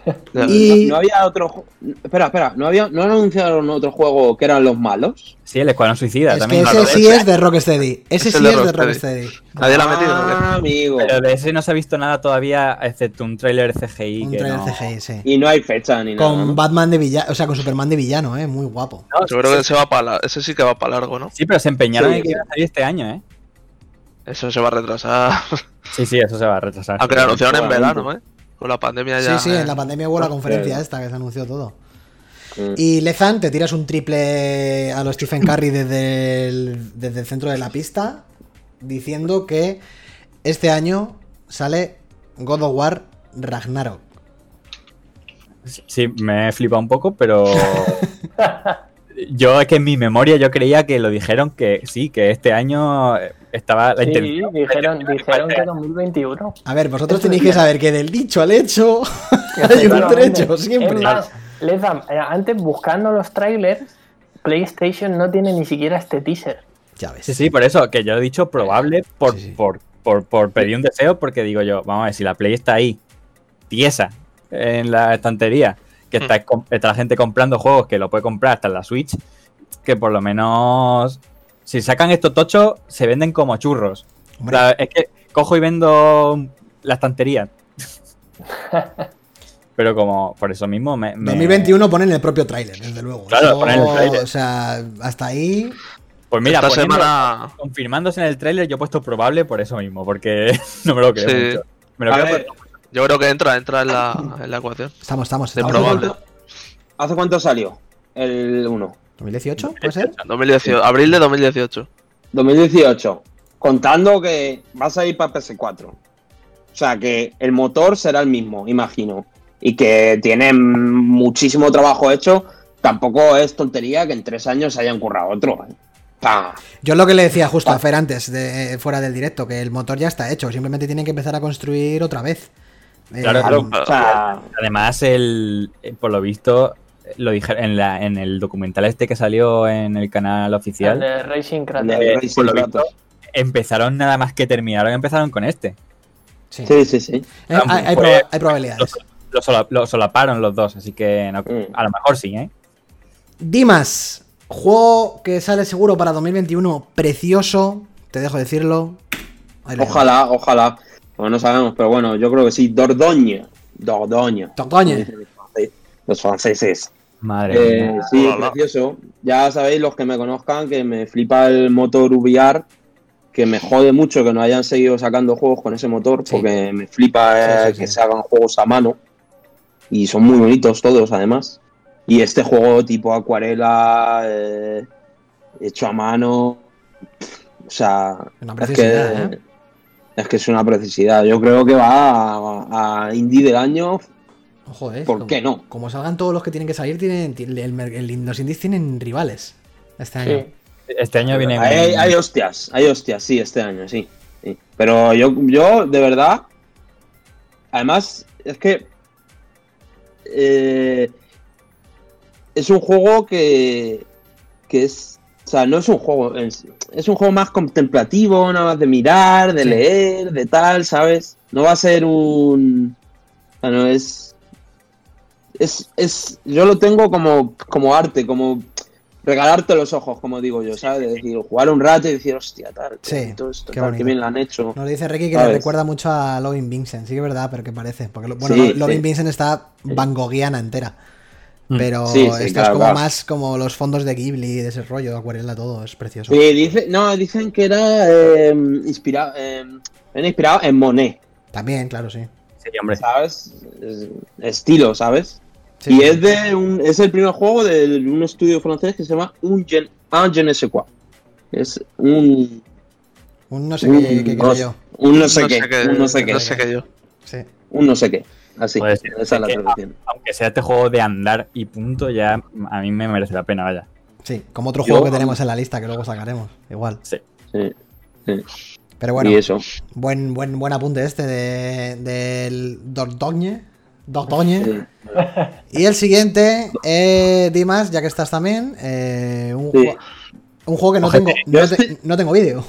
Y- No, no había otro. ju- Espera, espera. ¿No había, no anunciaron otro juego que eran los malos? Sí, el Escuadrón Suicida Es que también. ese claro, sí ese- es de Rocksteady. Ese es sí el de es de Rocksteady. Rocksteady. Nadie la ha metido. ¿o qué? Ah, amigo. Pero de ese no se ha visto nada todavía, excepto un tráiler C G I. Un que trailer no... C G I, sí. Y no hay fecha ni nada. Con ¿no? Batman de villano, o sea, con Superman de villano, eh, muy guapo. No, Yo creo sí, que se va para ese sí que va para largo, ¿no? sí, pero se empeñaron Sí. en que iba a salir este año, ¿eh? Eso se va a retrasar. Sí, sí, eso se va a retrasar. Aunque lo anunciaron en Seguramente. verano, ¿eh? Con la pandemia Sí, ya. sí, eh, en la pandemia hubo la Ah, conferencia claro. esta que se anunció todo. Mm. Y Lezan, te tiras un triple a lo Stephen Curry desde el, desde el centro de la pista, diciendo que este año sale God of War Ragnarok. Sí, me he flipado un poco, pero... Yo es que en mi memoria yo creía que lo dijeron que sí, que este año estaba la Sí, intención. dijeron, la intención dijeron era que este dos mil veintiuno. A ver, vosotros Eso tenéis es que saber que del dicho al hecho hay un Efectivamente. trecho siempre. Es más, Lezam, eh, antes buscando los trailers, PlayStation no tiene ni siquiera este teaser. Ya ves. Sí, sí, por eso, que yo he dicho probable por, Sí, sí. por, por, por pedir un deseo, porque digo yo, vamos a ver, si la Play está ahí, tiesa, en la estantería, que está, com- está la gente comprando juegos que lo puede comprar hasta en la Switch, que por lo menos, si sacan estos tochos, se venden como churros. Hombre, O sea, es que cojo y vendo la estantería. Pero como, por eso mismo me... me- dos mil veintiuno ponen el propio tráiler, desde luego. Claro, Eso, ponen el tráiler. O sea, hasta ahí. Pues mira, Esta poniendo- semana. confirmándose en el tráiler, yo he puesto probable por eso mismo, porque no me lo creo Sí. mucho. Me lo A creo ver, por- Yo creo que entra, entra en la, en la ecuación. Estamos, estamos. De estamos probable. en ¿Hace cuánto salió el uno? ¿dos mil dieciocho? ¿Puede ser? dos mil dieciocho, abril de dos mil dieciocho. dos mil dieciocho. Contando que vas a ir para P S cuatro. O sea que el motor será el mismo, imagino. Y que tienen muchísimo trabajo hecho. Tampoco es tontería que en tres años se hayan currado otro. ¿eh? O sea, Yo lo que le decía justo a Fer antes, de, fuera del directo, que el motor ya está hecho, simplemente tienen que empezar a construir otra vez. Eh, Claro, claro. o sea, Además, el, eh, por lo visto, lo dije en, la, en el documental este que salió en el canal El oficial, de Racing Kratos. de Eh, Racing por lo Kratos. visto, empezaron nada más que terminaron, empezaron con este. sí. Sí, sí, sí. Eh, hay, hay Pues, proba- hay probabilidades. Lo, sola- lo solaparon los dos, así que no- Mm. a lo mejor sí, ¿eh? Dimas, juego que sale seguro para dos mil veintiuno, precioso, te dejo decirlo. Ahí lo dejo. Ojalá, ojalá. Bueno, no sabemos, pero bueno, yo creo que sí. Dordogne. Dordogne. Dordogne. Los franceses. Madre Eh, mía. sí, Hola. precioso. Ya sabéis, los que me conozcan, que me flipa el motor V R, que me jode mucho que no hayan seguido sacando juegos con ese motor, Sí. porque me flipa eh, Sí, sí, que sí. se hagan juegos a mano. Y son muy bonitos todos, además. Y este juego tipo acuarela, eh, hecho a mano, o sea, Una es preciosidad, que, ¿eh? es que es una precisidad. Yo creo que va a, a Indie del año. Ojo, eh. ¿Por como- qué no? Como salgan todos los que tienen que salir, tienen, el, el- el- los indies tienen rivales este año. Sí. Este año viene... Hay, hay- hay hostias, hay hostias, sí, este año, sí. sí. Pero yo, yo, de verdad, además, es que eh, es un juego que, que es, o sea, no es un juego, es, es un juego más contemplativo, nada más de mirar, de Sí. leer, de tal, ¿sabes? No va a ser un, o sea, no es, es, es, yo lo tengo como, como arte, como regalarte los ojos, como digo yo, ¿sabes? De decir, jugar un rato y decir, hostia, tal, Sí, qué bonito esto, qué tal, bonito. qué bien lo han hecho. Nos dice Ricky que ¿Sabes? le recuerda mucho a Lovin Vincent, sí que es verdad, pero que parece. Porque lo- bueno, Sí, Lo- Lovin sí. Vincent está Van Goghiana entera. Mm. Pero Sí, sí, esto es claro, como claro. más como los fondos de Ghibli, de ese rollo, de acuarela, todo, es precioso. Sí, dice, no, dicen que era eh, inspirado, eh, era inspirado en Monet, También, claro, sí. Sí, hombre. ¿sabes? Es- estilo, ¿sabes? Sí, y sí. es de un, es el primer juego de un estudio francés que se llama Un Gen, un je ne sais quoi. Es un, Un no sé un, qué, qué no, creo yo. un no sé qué, un no sé qué, No sé qué yo. Sí. un no sé qué. Así, Puede ser, esa es la es que, traducción. Aunque sea este juego de andar y punto, ya a mí me merece la pena, vaya. Sí, como otro Yo- juego que tenemos en la lista que luego sacaremos, igual. Sí. Sí, sí. Pero bueno, Y eso. buen, buen, buen apunte este de, del Dordogne. Dordogne. Sí. Y el siguiente, eh, Dimas, ya que estás también, eh, un, Sí. juego, un juego que no Ojete. tengo, Yo no, te- estoy- no tengo vídeo.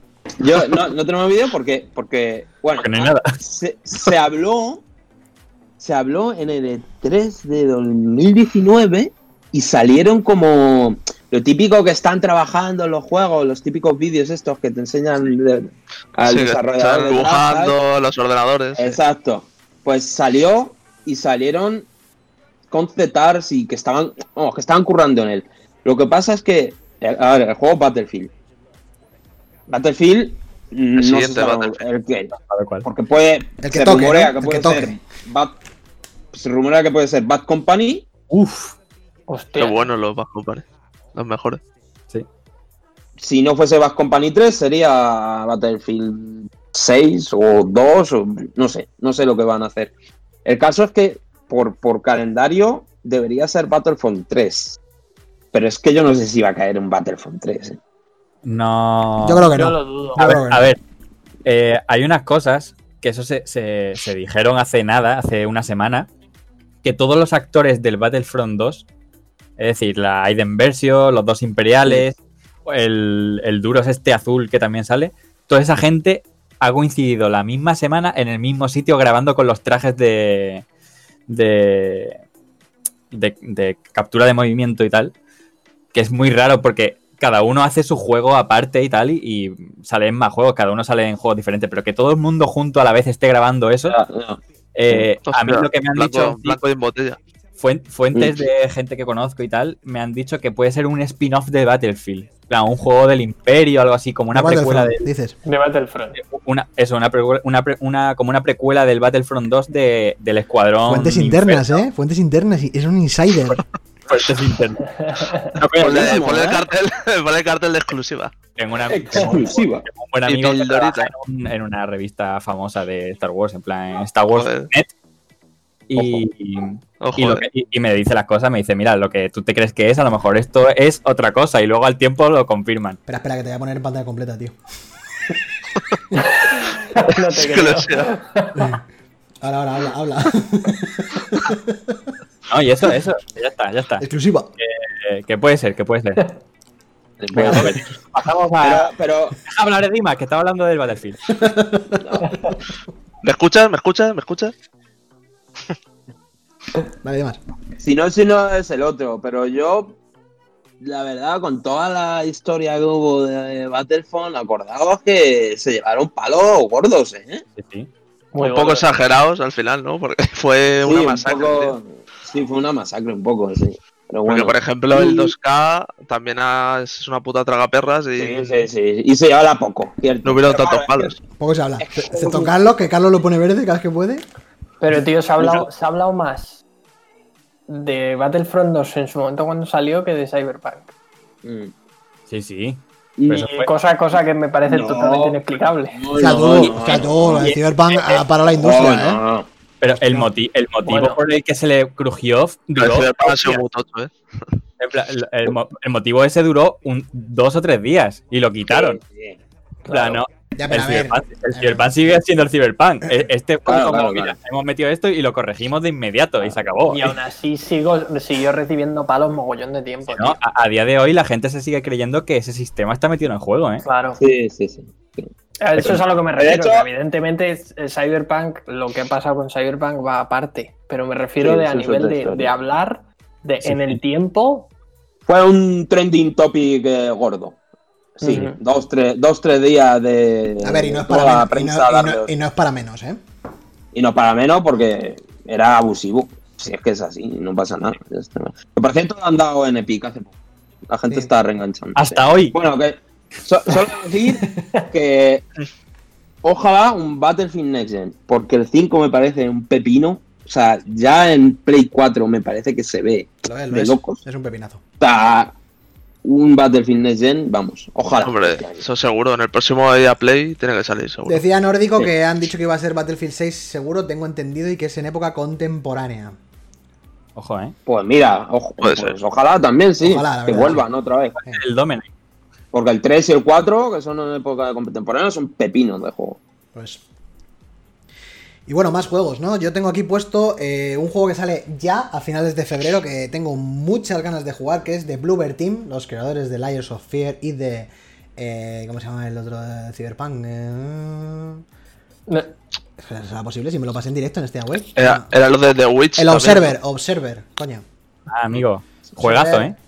Yo no, no tenemos vídeo porque, porque bueno, Porque no hay nada. se, se habló, se habló en el E tres de dos mil diecinueve y salieron como lo típico que están trabajando en los juegos, los típicos vídeos estos que te enseñan de, al Sí, que desarrollador. están dibujando los ordenadores. Exacto. Pues salió y salieron concept arts y que estaban, oh, que estaban currando en él. Lo que pasa es que, a ver, el juego Battlefield. Battlefield El no se siguiente sabe Battlefield. el que, A ver cuál. porque puede, El que se toque, rumorea ¿no? que El puede que toque. ser Bad, se rumorea que puede ser Bad Company. Uf. Hostia. Qué buenos los Bad Company. Los mejores. Sí. Si no fuese Bad Company tres, sería Battlefield seis o dos, o no sé, no sé lo que van a hacer. El caso es que por, por calendario debería ser Battlefront tres. Pero es que yo no sé si va a caer un Battlefront tres. ¿eh? No. Yo creo que Yo no. lo dudo. Yo A ver, creo que no. a ver, eh, hay unas cosas que eso se, se- se dijeron hace nada, hace una semana, que todos los actores del Battlefront dos, es decir, la Aiden Versio, los dos imperiales, el, el Duros este azul que también sale, toda esa gente ha coincidido la misma semana en el mismo sitio grabando con los trajes de, de, de, de captura de movimiento y tal, que es muy raro porque cada uno hace su juego aparte y tal, y, y sale en más juegos, cada uno sale en juegos diferentes, pero que todo el mundo junto a la vez esté grabando eso, Ya, ya. eh, a mí Hostia, lo que me han blanco, dicho Blanco y en botella. fuen- fuentes Mm. de gente que conozco y tal, me han dicho que puede ser un spin-off de Battlefield, claro, un juego del Imperio, algo así, como una Igual del precuela front, de... dices. De Battlefront. Una, eso, una, precuela- una, pre- una- como una precuela del Battlefront dos de, del escuadrón. Fuentes internas, Inferno. ¿eh? Fuentes internas. y Es un insider. Fuentes internas. No, pero Ponle, buenísimo, ponle el ¿eh? cartel, ponle el cartel de exclusiva. tengo, una, tengo un, Exclusiva. tengo un buen Y amigo que pildorita. trabaja en, un- en una revista famosa de Star Wars, en plan en Star Wars Joder. punto net. Y, Ojo, y, lo eh. que- y- y me dice las cosas, me dice, mira, lo que tú te crees que es, a lo mejor esto es otra cosa, y luego al tiempo lo confirman. Espera, espera, que te voy a poner en pantalla completa, tío. No te que creo. lo sea. Ahora, ahora, habla, habla. No, y eso, eso, ya está, ya está. Exclusiva. Eh, ¿Qué puede ser? ¿Qué puede ser? Venga, Pero, pues, pasamos a... pero Deja hablar de Dima, que estaba hablando del Battlefield. ¿Me escuchas? ¿Me escuchas? ¿Me escuchas? Dale, más. si no, si no es el otro. Pero yo, la verdad, con toda la historia que hubo de Battlefront, acordaos que se llevaron palos gordos, ¿eh? Sí, sí. Muy un poco gordo. exagerados al final, ¿no? Porque fue Sí, una un masacre. poco- tío. sí, fue una masacre un poco, sí. Pero Porque, bueno. por ejemplo, el Y- dos K también ha- es una puta tragaperras y Sí, sí, sí. Y se lleva poco, ¿cierto? no hubieron Pero tantos claro, es palos. Poco se habla. Excepto Carlos, que Carlos lo pone verde cada vez que puede. Pero tío, se ha hablado, se ha hablado más de Battlefront dos en su momento cuando salió que de Cyberpunk. que- Mm. Sí, sí. Y- Pero eso Y fue- cosa, cosa que me parece No. totalmente inexplicable. No, O sea, no, todo, no, o sea, no. todo lo de Cyberpunk ha parado la industria, No, ¿eh? no, no. Pero el, moti- el motivo Bueno. por el que se le crujió Pero duró. el Cyberpunk ha sido días. muy tocho, ¿eh? En plan, el, el mo- el motivo ese duró un, dos o tres días y lo quitaron. Sí, sí. En plan, no, Ya, pero el a ver. Cyberpunk, el Cyberpunk sigue siendo el Cyberpunk. E- Este fue Claro, como, claro, mira, claro. hemos metido esto y lo corregimos de inmediato y se acabó. Y aún así sigo, siguió recibiendo palos mogollón de tiempo. ¿No? tío. A, a día de hoy la gente se sigue creyendo que ese sistema está metido en el juego, ¿eh? Claro. Sí, sí, sí. A eso es a lo que me De refiero. hecho- que evidentemente es- el Cyberpunk, lo que ha pasado con Cyberpunk va aparte. Pero me refiero Sí, de a eso es nivel otra de, historia. de hablar de, Sí, en sí. el tiempo. Fue un trending topic eh, gordo. Sí, Ujú. dos, tres, dos, tres días de. A ver, y no es toda para la menos. Y no, prensa y no- darle- y no es para menos, ¿eh? Y no para menos porque era abusivo. Si es que es así, no pasa nada. Ya está. Que por cierto han dado en Epic hace poco. La gente Sí. está reenganchando. Hasta hoy. Bueno, que so- solo decir que ojalá un Battlefield Next Gen, porque el cinco me parece un pepino. O sea, ya en Play cuatro me parece que se ve Lo es, lo de es. locos. Es un pepinazo. O sea, un Battlefield Next Gen, vamos, ojalá. Hombre, Este año. eso seguro. En el próximo E A Play tiene que salir, seguro. Decía Nórdico Sí. que han dicho que iba a ser Battlefield seis seguro, tengo entendido, y que es en época contemporánea. Ojo, ¿eh? Pues mira, ojo, Puede pues ser. ojalá también, sí, Ojalá, la que verdad, vuelvan otra vez. El Domen. Porque el tres y el cuatro, que son en época contemporánea, son pepinos de juego. Pues. Y bueno, más juegos, ¿no? Yo tengo aquí puesto eh, un juego que sale ya a finales de febrero, que tengo muchas ganas de jugar, que es de Bluebird Team, los creadores de Layers of Fear y de... eh, ¿Cómo se llama el otro de Cyberpunk? Eh, No, ¿Será posible si me lo pasé en directo en Steam Web? Era, era lo de The Witch. El también, Observer, ¿no? Observer, coño. Ah, amigo. Juegazo, ¿eh?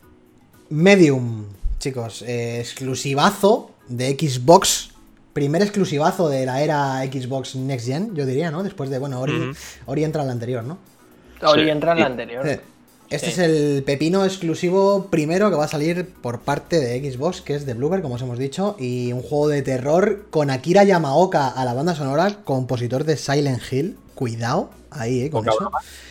Medium, chicos, eh, exclusivazo de Xbox. Primer exclusivazo de la era Xbox Next Gen, yo diría, ¿no? Después de, bueno, Ori, Ujú. Ori entra en la anterior, ¿no? Ori Sí. entra en la Y- anterior. Eh, Este Sí. es el pepino exclusivo primero que va a salir por parte de Xbox, que es de Bloober, como os hemos dicho, y un juego de terror con Akira Yamaoka a la banda sonora, compositor de Silent Hill. Cuidado, ahí, eh, con Poca eso.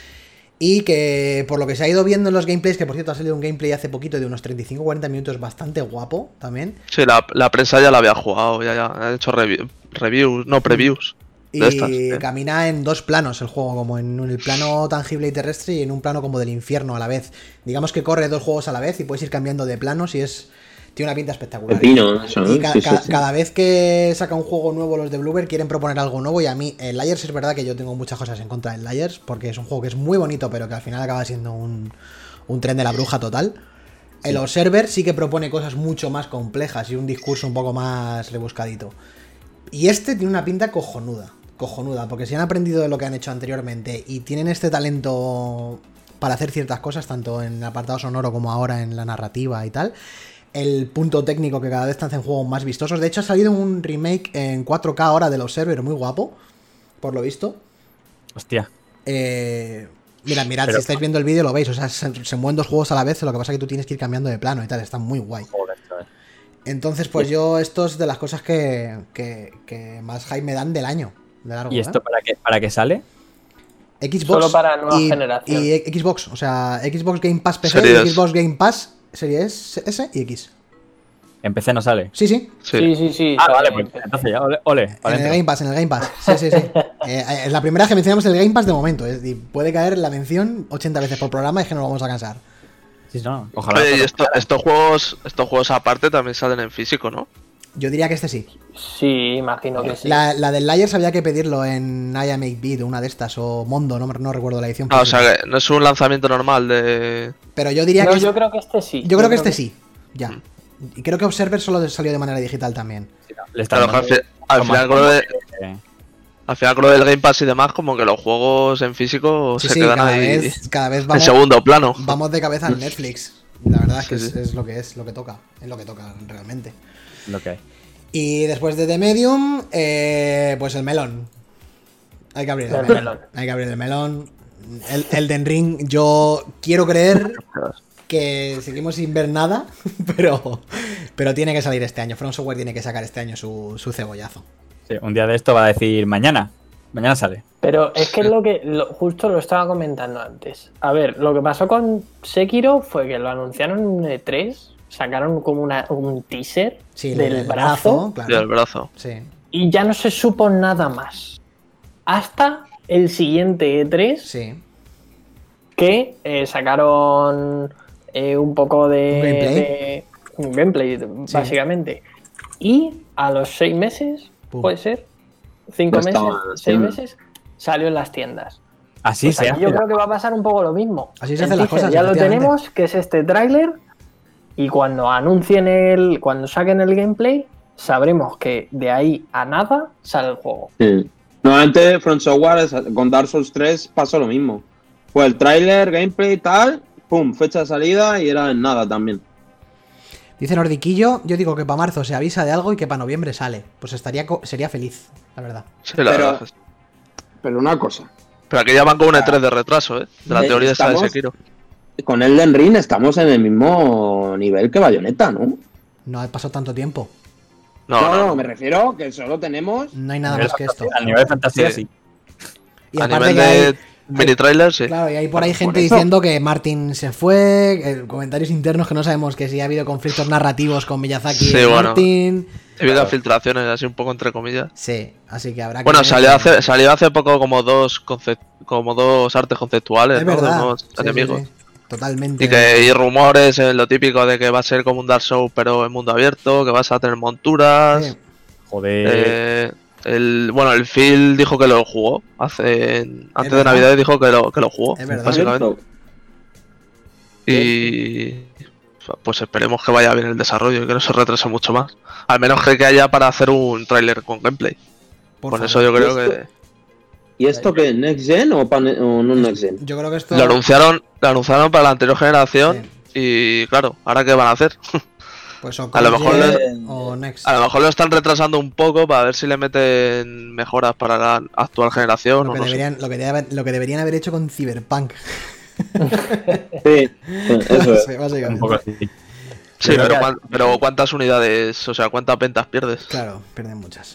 Y que por lo que se ha ido viendo en los gameplays, que por cierto ha salido un gameplay hace poquito de unos treinta y cinco cuarenta minutos bastante guapo también. Sí, la, la prensa ya la había jugado, ya, ya ha hecho revi- reviews, no previews. Y De estas, eh. camina en dos planos el juego, como en el plano tangible y terrestre y en un plano como del infierno a la vez. Digamos que corre dos juegos a la vez y puedes ir cambiando de planos y es tiene una pinta espectacular. Pepino, eso, ¿no? Y ca- Sí, sí, ca- sí. cada vez que saca un juego nuevo los de Bloober quieren proponer algo nuevo y a mí el Liars es verdad que yo tengo muchas cosas en contra del Liars porque es un juego que es muy bonito pero que al final acaba siendo un, un tren de la bruja total. El Observer sí que propone cosas mucho más complejas y un discurso un poco más rebuscadito. Y este tiene una pinta cojonuda, cojonuda, porque si han aprendido de lo que han hecho anteriormente y tienen este talento para hacer ciertas cosas, tanto en el apartado sonoro como ahora en la narrativa y tal, el punto técnico que cada vez te hacen juegos más vistosos. De hecho ha salido un remake en cuatro K ahora del Observer muy guapo, por lo visto. Hostia. Eh, mirad, mirad, Pero- si estáis viendo el vídeo lo veis, o sea, se, se mueven dos juegos a la vez, lo que pasa es que tú tienes que ir cambiando de plano y tal, está muy guay. Joder, chaval. Entonces, pues yo, esto es de las cosas que, que, que más hype me dan del año. De largo, ¿Y ¿eh? esto para qué, para qué sale? Xbox Solo para nueva y, generación. y Xbox, o sea, Xbox Game Pass P C Series. y Xbox Game Pass Series S y X. En P C no sale. Sí, sí, Sí. Sí, sí, sí. Ah, sale vale, en pues P C. entonces ya, ole, ole en para el adentro. Game Pass, en el Game Pass. Sí, sí, sí. Eh, es la primera vez que mencionamos el Game Pass de momento, ¿eh? Y puede caer la mención ochenta veces por programa y es que no lo vamos a cansar. Sí, no, ojalá. Oye, y ojalá. esto- estos juegos estos juegos aparte también salen en físico, ¿no? Yo diría que este sí. Sí, imagino que sí. La, la del Liars había que pedirlo en I Am eight bit o una de estas, o Mondo, no, no recuerdo la edición. Ah, o física. sea que no es un lanzamiento normal de... Pero yo diría No, que. es- yo creo que este sí. Yo creo que este sí, ya. Y creo que Observer solo salió de manera digital también. Sí, no, le están Claro, que al, dando fi- al como- final con lo de- eh, al final con lo del Game Pass y demás, como que los juegos en físico Sí, se sí, quedan cada ahí vez, cada vez en vamos, segundo plano. vamos de cabeza al Netflix. La verdad es que Sí, es, sí. es lo que es, lo que toca. Es lo que toca realmente. lo que hay. Y después de The Medium, eh, pues el melón. Hay que abrir el, El melón. melón. Hay que abrir el melón. El Elden Ring, yo quiero creer que seguimos sin ver nada, pero, pero tiene que salir este año. From Software tiene que sacar este año su, su cebollazo. Sí, un día de esto va a decir mañana. Mañana sale. Pero es que es lo que lo- justo lo estaba comentando antes. A ver, lo que pasó con Sekiro fue que lo anunciaron en un E tres, sacaron como una, un teaser Sí, del el brazo, Y el claro. brazo. Sí. y ya no se supo nada más. Hasta el siguiente E tres, Sí. que eh, sacaron eh, un poco de ¿Un gameplay? de- un gameplay, Sí. básicamente. Y a los seis meses, Pum. puede ser, cinco Ya meses, estaba, seis sí. meses, salió en las tiendas. Así Pues se aquí hace. yo creo que va a pasar un poco lo mismo. Así se El hacen las teaser cosas, ya lo efectivamente. tenemos, que es este tráiler, y cuando anuncien el, cuando saquen el gameplay, sabremos que de ahí a nada sale el juego. Sí. Normalmente From Software es- con Dark Souls tres pasó lo mismo. Fue el tráiler, gameplay y tal, pum, fecha de salida y era en nada también. Dice Nordiquillo, yo digo que para marzo se avisa de algo y que para noviembre sale. Pues estaría co- sería feliz, la verdad. Sí, la Pero- verdad. Pero una cosa, Pero aquí ya van con un E tres de retraso, ¿eh? De la Eh, teoría esa de estamos- Sekiro. con Elden Ring estamos en el mismo nivel que Bayonetta, ¿no? No ha pasado tanto tiempo. No, No, no, no, no. me refiero que solo tenemos. No hay nada Nivel más que esto. fantasía- Al nivel de fantasía, Sí. sí. Y A aparte nivel que de hay, mini trailer, sí. claro, y hay por ahí Por gente eso. diciendo que Martin se fue, eh, comentarios internos que no sabemos que si ha habido conflictos narrativos con Miyazaki Sí, y bueno. Martin. He habido filtraciones así un poco entre comillas. Sí, así que habrá que Bueno, ver salió que- hace, salió hace poco como dos concep- como dos artes conceptuales, Es ¿no? De verdad. nuevos Sí, sí, enemigos. sí. Totalmente. Y que hay rumores, eh, lo típico de que va a ser como un Dark Souls pero en mundo abierto, que vas a tener monturas. Sí. Joder. Eh, el, bueno, el Phil dijo que lo jugó hace antes de verdad. Navidad dijo que lo, que lo jugó, Es verdad. básicamente. Y pues esperemos que vaya bien el desarrollo y que no se retrase mucho más. Al menos que que haya para hacer un tráiler con gameplay. Por Por favor. eso yo creo ¿Y esto? que ¿Y esto qué? ¿Next Gen o, pan- o no Next Gen? Yo creo que esto. lo anunciaron, lo anunciaron para la anterior generación y claro, ¿ahora qué van a hacer? Pues o a lo mejor Cross-gen les- o Next. A lo mejor lo están retrasando un poco para ver si le meten mejoras para la actual generación Lo o que, no sé. deberían, lo, que debe- lo que deberían haber hecho con Cyberpunk. Sí, eso es. Sí, Un básicamente. poco así. Sí, Creo pero, que- cuán- pero ¿cuántas unidades, o sea, cuántas ventas pierdes? Claro, pierden muchas.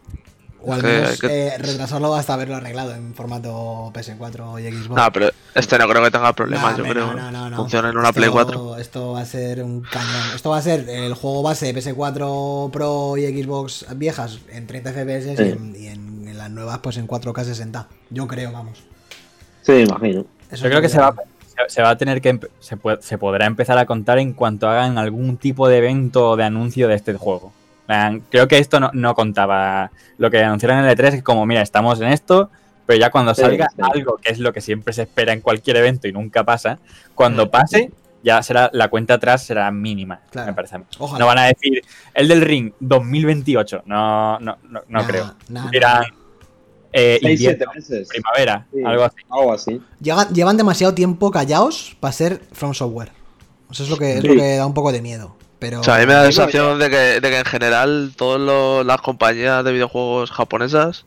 O al Que menos hay que- eh, retrasarlo hasta haberlo arreglado en formato P S cuatro y Xbox. No, pero este no creo que tenga problemas, No, yo hombre, creo. no, no, no. Funciona en una Esto- Play cuatro. Esto va a ser un cañón. Esto va a ser el juego base de P S cuatro Pro y Xbox viejas en treinta F P S Sí. y, en, y en- en las nuevas pues en cuatro K sesenta. Yo creo, vamos. Sí, imagino. Eso Yo creo que es se lo va, se- se va a tener que empe- se, puede- se podrá empezar a contar en cuanto hagan algún tipo de evento o de anuncio de este juego. En plan, creo que esto no, no contaba. Lo que anunciaron en el E tres es como, mira, estamos en esto, pero ya cuando Sí, salga sí. algo, que es lo que siempre se espera en cualquier evento y nunca pasa, cuando Mm. pase, ya será la cuenta atrás será mínima, Claro. me parece a mí. Ojalá. No van a decir el del Ring dos mil veintiocho, no, no, no, no Nah, creo. nah, Dirán eh, Seis, siete invierno, meses. primavera, Sí, algo así. Algo así. Llega- llevan demasiado tiempo callados para ser From Software. O sea, es lo que, es Sí. lo que da un poco de miedo. Pero O sea, a mí me da la Sí, porque- sensación de que, de que en general todas las compañías de videojuegos japonesas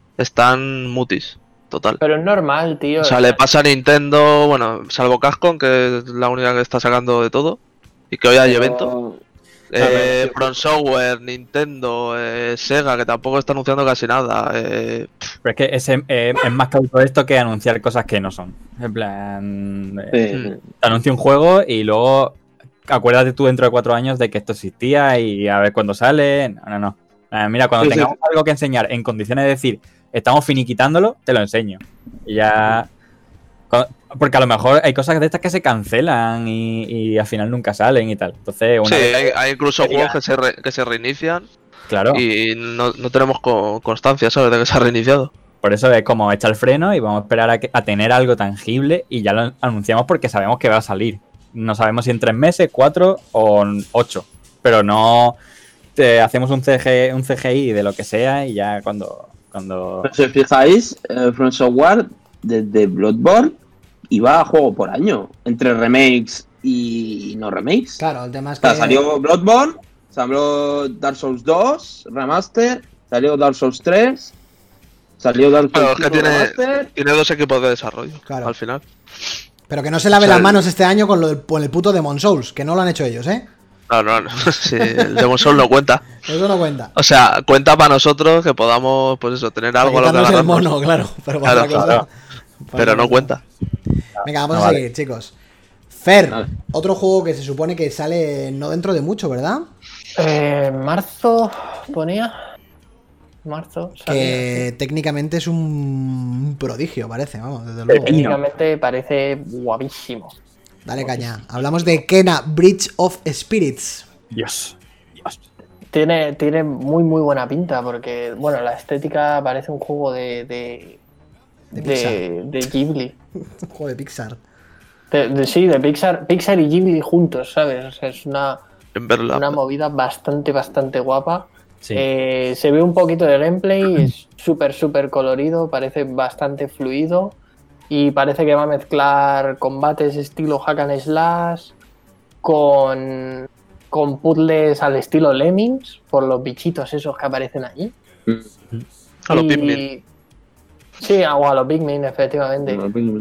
están mutis, total. Pero es normal, tío. O sea, le pasa a Nintendo, bueno, salvo Capcom, que es la única que está sacando de todo, y que hoy hay Pero- evento. A ver, Eh, sí. From Software, Nintendo, eh, Sega, que tampoco está anunciando casi nada. Eh, Pero es que ese, eh, es más cauto esto que anunciar cosas que no son. En plan, eh, Sí, Mm. sí. te anuncia un juego y luego acuérdate tú dentro de cuatro años de que esto existía y a ver cuándo sale. No, no, no. Eh, mira, cuando Sí, sí. tengamos algo que enseñar en condiciones de decir, estamos finiquitándolo, te lo enseño. Y ya. cu- Porque a lo mejor hay cosas de estas que se cancelan y, y al final nunca salen y tal. Entonces, una sí, vez- hay, hay incluso que diga- juegos que se, re- que se reinician claro. y no, no tenemos co- constancia, ¿sabes? De que se ha reiniciado. Por eso es como echar el freno y vamos a esperar a, que- a tener algo tangible y ya lo anunciamos porque sabemos que va a salir. No sabemos si en tres meses, cuatro o en ocho. Pero no te hacemos un, C G, un C G I de lo que sea y ya cuando... cuando... Pero si os fijáis, eh, From Software desde Bloodborne iba a juego por año, entre remakes y no remakes. claro, el tema es O que sea, salió Bloodborne, salió Dark Souls dos, Remaster, salió Dark Souls tres, salió Dark Claro, Souls es que cinco tiene, Remaster. tiene dos equipos de desarrollo Claro. al final. pero que no se lave o sea, las el- manos este año con, lo del, con el puto Demon Souls, que no lo han hecho ellos, ¿eh? No, no, no. Sí, el Demon Souls no cuenta. Eso no cuenta. O sea, cuenta para nosotros que podamos, pues eso, tener algo a lo que Quitarnos el agarrarnos. mono, claro. Pero, para Claro, otra cosa- claro. para Pero otra no cosa. cuenta. Venga, vamos No, a vale. seguir, chicos. Fer, Vale. otro juego que se supone que sale no dentro de mucho, ¿verdad? Eh, marzo ponía. Marzo. salía, Que sí. técnicamente es un prodigio, parece, vamos, desde luego. Pepino. Técnicamente parece guapísimo. Dale caña. Hablamos de Kena Bridge of Spirits. Dios. Dios. Tiene, tiene muy muy buena pinta porque, bueno, la estética parece un juego de. de. De de, de Ghibli. Un juego de Pixar. De- de- sí, de Pixar, Pixar y Ghibli juntos, ¿sabes? O sea, es una, En verla. una movida bastante, bastante guapa. Sí. Eh, se ve un poquito de gameplay, es súper, súper colorido, parece bastante fluido y parece que va a mezclar combates estilo hack and slash con, con puzzles al estilo Lemmings, por los bichitos esos que aparecen allí. A los Y- Pikmin. Sí, o a los Pikmin, efectivamente.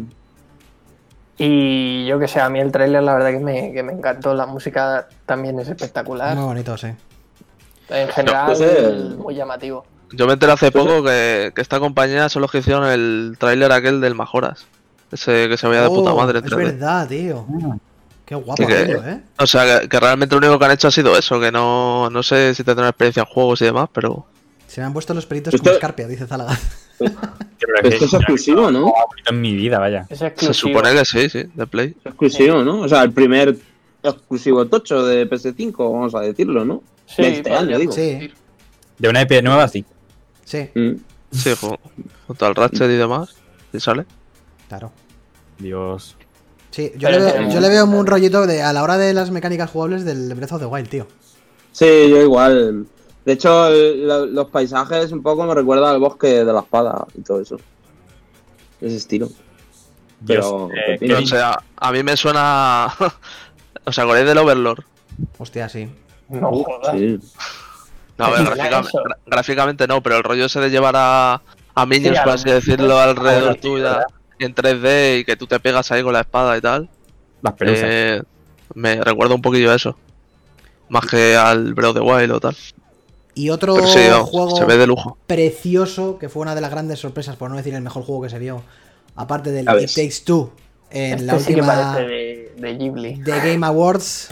Y yo que sé, a mí el tráiler la verdad que me, que me encantó, la música también es espectacular. Muy bonito, sí. En general, No, pues, eh, muy llamativo. Yo me enteré hace Pues, poco que, que esta compañía son los que hicieron el tráiler aquel del Majoras. Ese que se veía de puta Oh, madre en es tres D. verdad, tío. Qué guapo Que- aquello, ¿eh? O sea, que, que realmente lo único que han hecho ha sido eso, que no, no sé si tendrán experiencia en juegos y demás, pero... Se me han puesto los peritos Esto- como escarpia, dice Zalaga. Esto es exclusivo, ¿no? En mi vida, vaya. Es Se exclusivo. supone que sí, sí, de Play. Es exclusivo, ¿no? O sea, el primer exclusivo tocho de P S cinco, vamos a decirlo, ¿no? Sí, de este año, digo. Sí, De una I P nueva, sí. sí, Mm. Sí, ju- junto al Ratchet y demás. ¿Sí sale? claro. Dios. Sí, yo, Pero le veo, tenemos- yo le veo un rollito de, a la hora de las mecánicas jugables del Breath of the Wild, tío. Sí, yo igual. De hecho, el- lo- los paisajes un poco me recuerdan al bosque de la espada y todo eso. Ese estilo. Pero, Dios, eh, pepino. No sé, a, a mí me suena. ¿Os acordáis del Overlord? Hostia, sí. No jodas. Sí. No, a ver, Sí, gráficamente, eso. gra- gráficamente no, pero el rollo ese de llevar a, a minions, Sí, a por los así decirlo, minions, alrededor a los tuya minions, en tres D y que tú te pegas ahí con la espada y tal. Las pelusas. eh, me recuerda un poquillo a eso. Más que al Breath of the Wild o tal. Y otro Pero sí, vamos, juego se ve de lujo. precioso, que fue una de las grandes sorpresas, por no decir el mejor juego que se vio, aparte del A ver. It Takes Two, en Este la sí que última parece de, de Ghibli. The Game Awards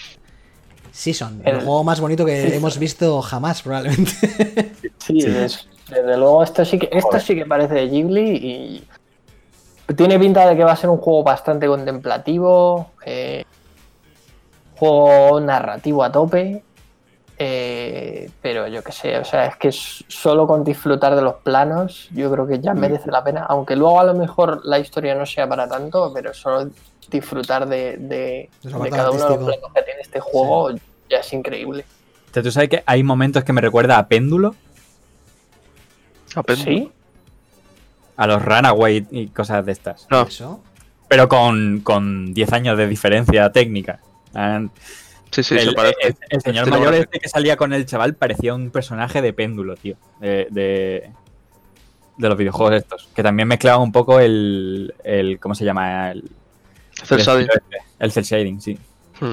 Season. El El- juego más bonito que Season. hemos visto jamás, probablemente. Sí, des- desde luego esto sí que esto sí que parece de Ghibli y tiene pinta de que va a ser un juego bastante contemplativo, eh, juego narrativo a tope, eh, pero yo qué sé, o sea, es que s- solo con disfrutar de los planos yo creo que ya merece la pena, aunque luego a lo mejor la historia no sea para tanto, pero solo disfrutar de, de- Del de apartado cada uno de los artístico. planos que tiene este juego ya es increíble. O sea, tú sabes que hay momentos que me recuerda a Péndulo, Apenas. ¿Sí? a los Runaway y cosas de estas. No. Eso. Pero con, con diez años de diferencia técnica. Ah, Sí, sí, el, se parece. el- el señor Estilo mayor gráfico. este que salía con el chaval parecía un personaje de Péndulo, tío. De, de, de los videojuegos estos. Que también mezclaban un poco el. el ¿Cómo se llama? El, Cel el shading. estilo este. El cel shading, sí. Hmm.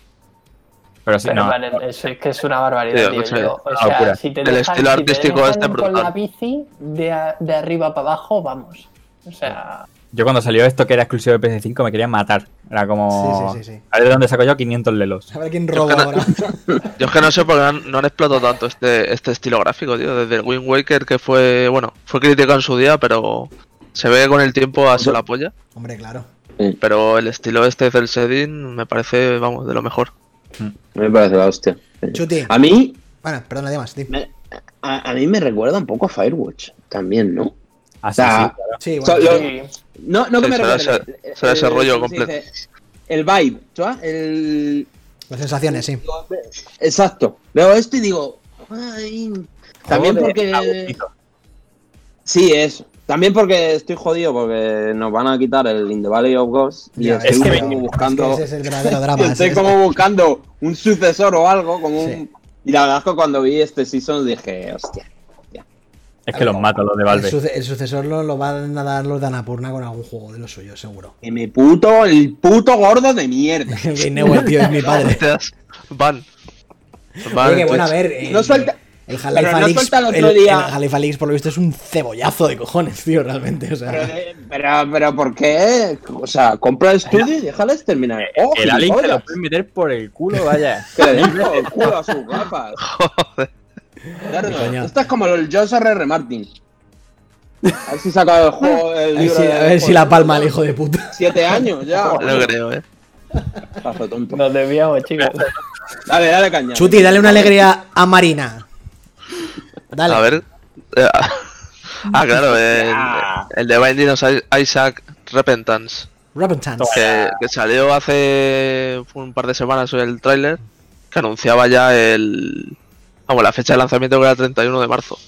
Pero sí, Pero, no. vale, eso es que es una barbaridad, Sí, tío. sí, Yo, o una sea, locura. si te El dejan, estilo si te artístico dejan este con brutal. la bici de, a- de arriba para abajo, vamos. O sea, Yo cuando salió esto que era exclusivo de P S cinco me querían matar. Era como. Sí, sí, sí, sí. A ver de dónde saco yo quinientos lelos. A ver quién roba Yo ahora. Yo es que no sé por qué no han, no han explotado tanto este, este estilo gráfico, tío. Desde el Wind Waker, que fue, bueno, fue criticado en su día, pero se ve que con el tiempo ha sido la polla. Hombre, claro. Pero el estilo este del shading me parece, vamos, de lo mejor. Me parece la hostia. Chuti. A mí, Bueno, perdón, además. Di. me- a, a mí me recuerda un poco a Firewatch también, ¿no? Así, O sea, sí, claro. Sí, So- bueno. lo- sí. No, no que Sí, me será recuerde. ese- será ese el- rollo ¿cómo se completo. dice? El vibe, ¿sabes? El... Las sensaciones, sí. Exacto. Veo esto y digo... Ay, también Joder, porque... agustito. Sí, eso. También porque estoy jodido porque nos van a quitar el In the Valley of Ghosts y Ya estoy ves, es que como me- buscando... Es que ese es el verdadero drama. estoy ese- como buscando un sucesor o algo, como Sí. un... Y la verdad es que cuando vi este season dije, hostia. Es que los mato, los de El, Valve. suce- el sucesor lo, lo van a dar los de Annapurna con algún juego de lo suyo, seguro. Que me puto, el puto gordo de mierda. El Game Newell, tío, es mi padre. Hostias, van. Van Oye, que en bueno, a Twitch. ver. El, No suelta- el pero Half-Life no Alyx, suelta el el, otro el día- Half-Life Alyx, por lo visto, es un cebollazo de cojones, tío, realmente. O sea, Pero, eh, pero, pero, ¿por qué? O sea, compra el estudio y déjales terminar. ¡Oh, El Alien se lo gilipollas! pueden meter por el culo, vaya. Que le den por el culo a sus gafas. Joder. Claro, coño. esto es como el George R R. Martin. A ver si saca el juego, el a ver libro si, de- a ver si la palma el hijo de puta. Siete años ya. No creo, eh. Paso tonto. Nos desviamos, chicos. Dale, dale caña. Chuti, dale una alegría a Marina. Dale. A ver. eh, Ah, claro, el, Ya. el de Binding of Isaac Repentance. Repentance. Que, que salió hace un par de semanas el tráiler que anunciaba ya el vamos, la fecha de lanzamiento que era el treinta y uno de marzo.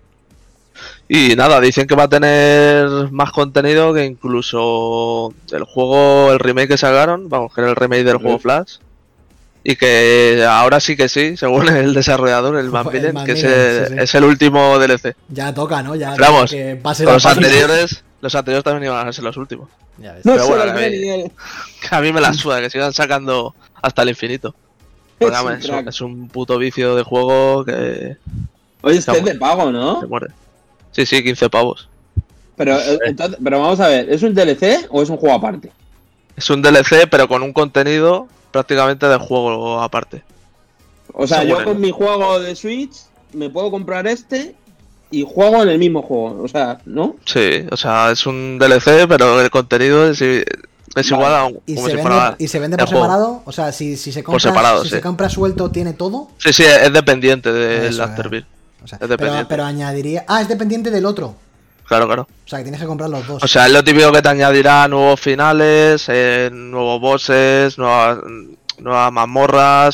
Y nada, dicen que va a tener más contenido que incluso el juego, el remake que sacaron, vamos, que era el remake del juego Flash. Y que ahora sí que sí, según el desarrollador, el El Macmillan, Macmillan, que es el, sí, sí. es el último D L C. Ya toca, ¿no? Ya Pero vamos, que pase Los la página. anteriores, los anteriores también iban a ser los últimos. Ya ves. No Pero se bueno, lo que- ve ni él. Que a mí me la suda, que sigan sacando hasta el infinito. Es Porque, un además, es, crack. un, es un puto vicio de juego que Oye, este es de pago, ¿no? se muere. Sí, sí, quince pavos. Pero, eh, entonces, pero vamos a ver, ¿es un D L C o es un juego aparte? Es un D L C, pero con un contenido prácticamente de juego aparte. O sea, Seguro. yo con mi juego de Switch me puedo comprar este y juego en el mismo juego. O sea, ¿no? Sí, o sea, es un D L C, pero el contenido es, es Vale. igual a un, ¿Y como se, si vende, fuera ¿Y se vende el por juego. separado? O sea, si, si se compra, separado, si sí. se compra suelto, ¿tiene todo? Sí, sí, es dependiente del Eso, Afterbirth. O sea, Es pero, dependiente. pero añadiría... Ah, es dependiente del otro. Claro, claro. O sea, que tienes que comprar los dos. O sea, es lo típico que te añadirá nuevos finales, eh, nuevos bosses, nuevas, nuevas mazmorras,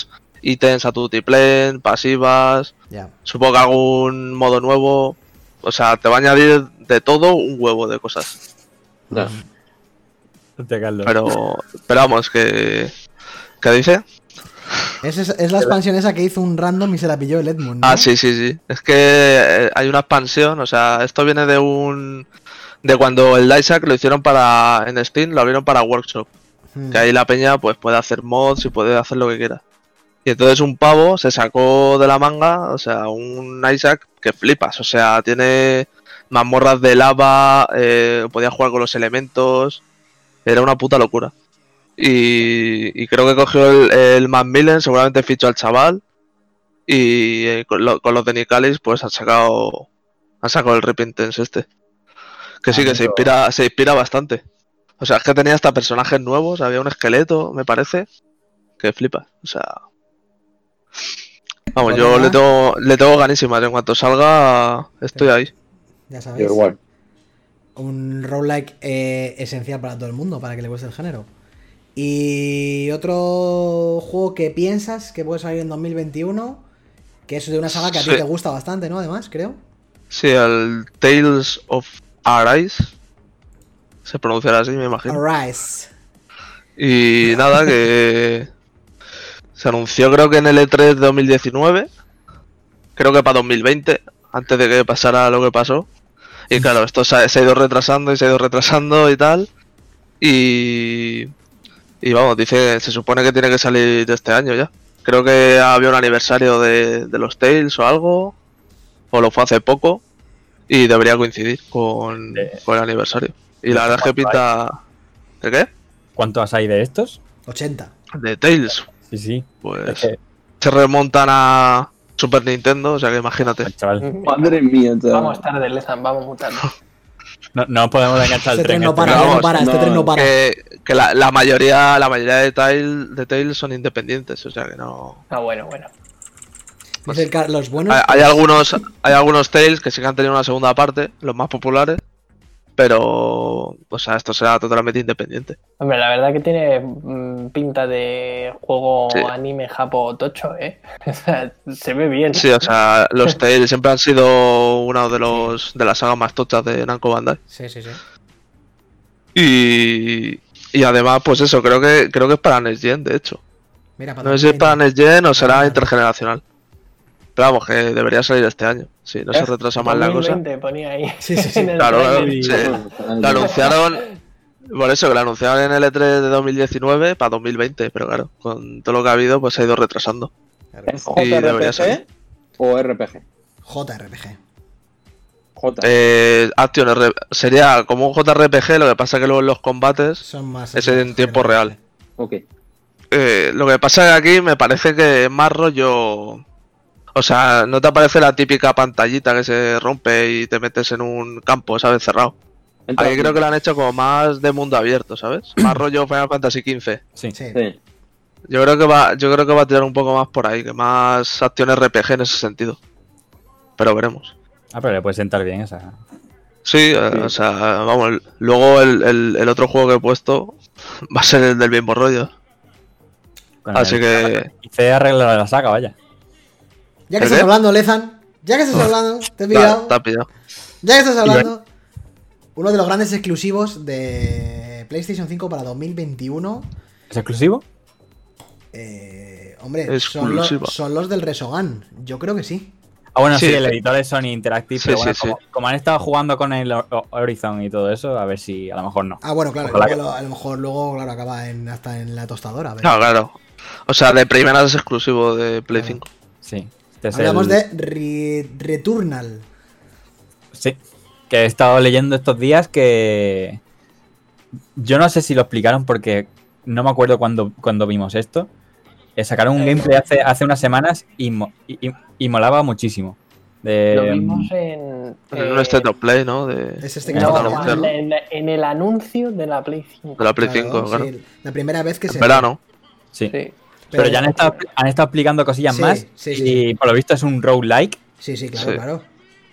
ítems a tutiplén, pasivas, Ya. supongo que algún modo nuevo. O sea, te va a añadir de todo un huevo de cosas. Ya. Hostia, Carlos. Pero, pero vamos, que... ¿Qué dice? Es, es, es la expansión esa que hizo un random y se la pilló el Edmund, ¿no? Ah, sí, sí, sí. Es que eh, hay una expansión, o sea, esto viene de un... De cuando el Isaac lo hicieron para... En Steam lo abrieron para Workshop. Hmm. Que ahí la peña pues puede hacer mods y puede hacer lo que quiera. Y entonces un pavo se sacó de la manga, o sea, un Isaac que flipas. O sea, tiene mazmorras de lava, eh, podía jugar con los elementos. Era una puta locura. Y, y creo que cogió el, el Macmillan, seguramente fichó al chaval. Y eh, con, lo- con los de Nicalis pues han sacado, han sacado el Repentance este. Que sí, que se inspira, se inspira bastante. O sea, es que tenía hasta personajes nuevos, había un esqueleto, me parece, que flipa. O sea, vamos, Pues yo nada. le tengo, le tengo ganísimas. En cuanto salga, estoy ahí. Ya Yo sabéis. igual. Un roguelike eh, esencial para todo el mundo, para que le guste el género. Y otro juego que piensas que puede salir en dos mil veintiuno, que es de una saga que a ti Sí. te gusta bastante, ¿no? Además, creo. Sí, el Tales of Arise. Se pronunciará así, me imagino. Arise. Y nada, que se anunció creo que en el E tres de dos mil diecinueve. Creo que para dos mil veinte, antes de que pasara lo que pasó. Y claro, esto se ha, se ha ido retrasando y se ha ido retrasando y tal. Y, y vamos, dice, se supone que tiene que salir este año ya. Creo que había un aniversario de, de los Tales o algo. O lo fue hace poco. Y debería coincidir con, De- con el aniversario. Y ¿de la verdad es que cuánto hay? pinta... ¿De qué? ¿Cuántos hay de estos? ochenta. De Tales. Sí, sí. Pues Es que, se remontan a Super Nintendo, o sea que imagínate. chaval, Madre mía, chaval. Vamos tarde, Lezan, vamos mutando. no, no podemos enganchar Este el tren tren. no este, para, pero este no vamos, para, este no, tren no para. Que, que la, la mayoría la mayoría de Tales de Tales son independientes, o sea que no. Ah, bueno, bueno. Dice el Car- los buenos. Hay, hay algunos hay algunos Tales que sí que han tenido una segunda parte, los más populares, pero o sea, esto será totalmente independiente. Hombre, la verdad que tiene mm, pinta de juego Sí. anime japo tocho, ¿eh? O sea, se ve bien. Sí, o sea, los Tales siempre han sido uno de los de las sagas más tochas de Namco Bandai. Sí, sí, sí. Y y además, pues eso, creo que creo que es para Next Gen, de hecho. Mira, para No sé si es para Next Gen o será Vale. intergeneracional. Pero vamos, que debería salir este año. Si no se retrasa más la cosa. dos mil veinte ponía ahí. Sí, sí, sí. en el Claro, claro. trailer. Sí. Lo anunciaron. Por eso, que lo anunciaron en el E tres de dos mil diecinueve para dos mil veinte. Pero claro, con todo lo que ha habido, pues se ha ido retrasando. ¿Es Y debería J R P salir. G o R P G? J R P G. J. Eh, Action R P G. Sería como un J R P G, lo que pasa que luego en los combates Son más. es en tiempo real. Ok. Eh, lo que pasa es que aquí me parece que es más rollo. O sea, no te aparece la típica pantallita que se rompe y te metes en un campo, ¿sabes? Cerrado. Entra- Aquí creo que lo han hecho como más de mundo abierto, ¿sabes? Más rollo Final Fantasy quince. Sí. Sí. Sí. Yo creo que va, yo creo que va a tirar un poco más por ahí, que más acción R P G en ese sentido. Pero veremos. Ah, pero le puede sentar bien esa. Sí, eh, Sí. o sea, vamos, luego el, el- el otro juego que he puesto va a ser el del mismo rollo. Con Así el- que Hice arreglar la saga, vaya. Ya que ¿El estás qué? hablando, Lezan. Ya que estás hablando, te he ta- pillado. te ha pillado. Ya que estás hablando. Uno de los grandes exclusivos de PlayStation cinco para dos mil veintiuno. ¿Es exclusivo? Eh, hombre, son los, Exclusiva. son los del Resogan. Yo creo que sí. Ah, bueno, sí, Sí. el editor es Sony Interactive, Sí, pero bueno, sí, como, como han estado jugando con el Ho- Ho- Horizon y todo eso, a ver si a lo mejor no. Ah, bueno, claro. Ojalá luego que- lo- a lo mejor luego, claro, acaba en, hasta en la tostadora. pero- Claro, claro. O sea, de primeras es exclusivo de Play Claro. cinco. Sí. Este es Hablamos el- de Re- Returnal. Sí. Que he estado leyendo estos días que. Yo no sé si lo explicaron porque no me acuerdo cuando, cuando vimos esto. Eh, sacaron un Eh, gameplay hace, hace unas semanas y, mo- y, y- y molaba muchísimo. De, Lo vimos en. En un eh, State of Play, ¿no? De, Es este que de no, está anunciarlo. en, en el anuncio de la Play cinco. De la Play Claro, cinco, claro. sí, la primera vez que se. En verano. Sí. Sí. Pero, ya han estado, han estado explicando cosillas Sí, más. sí, y sí. por lo visto es un roguelike. Sí, sí, claro, Sí. claro.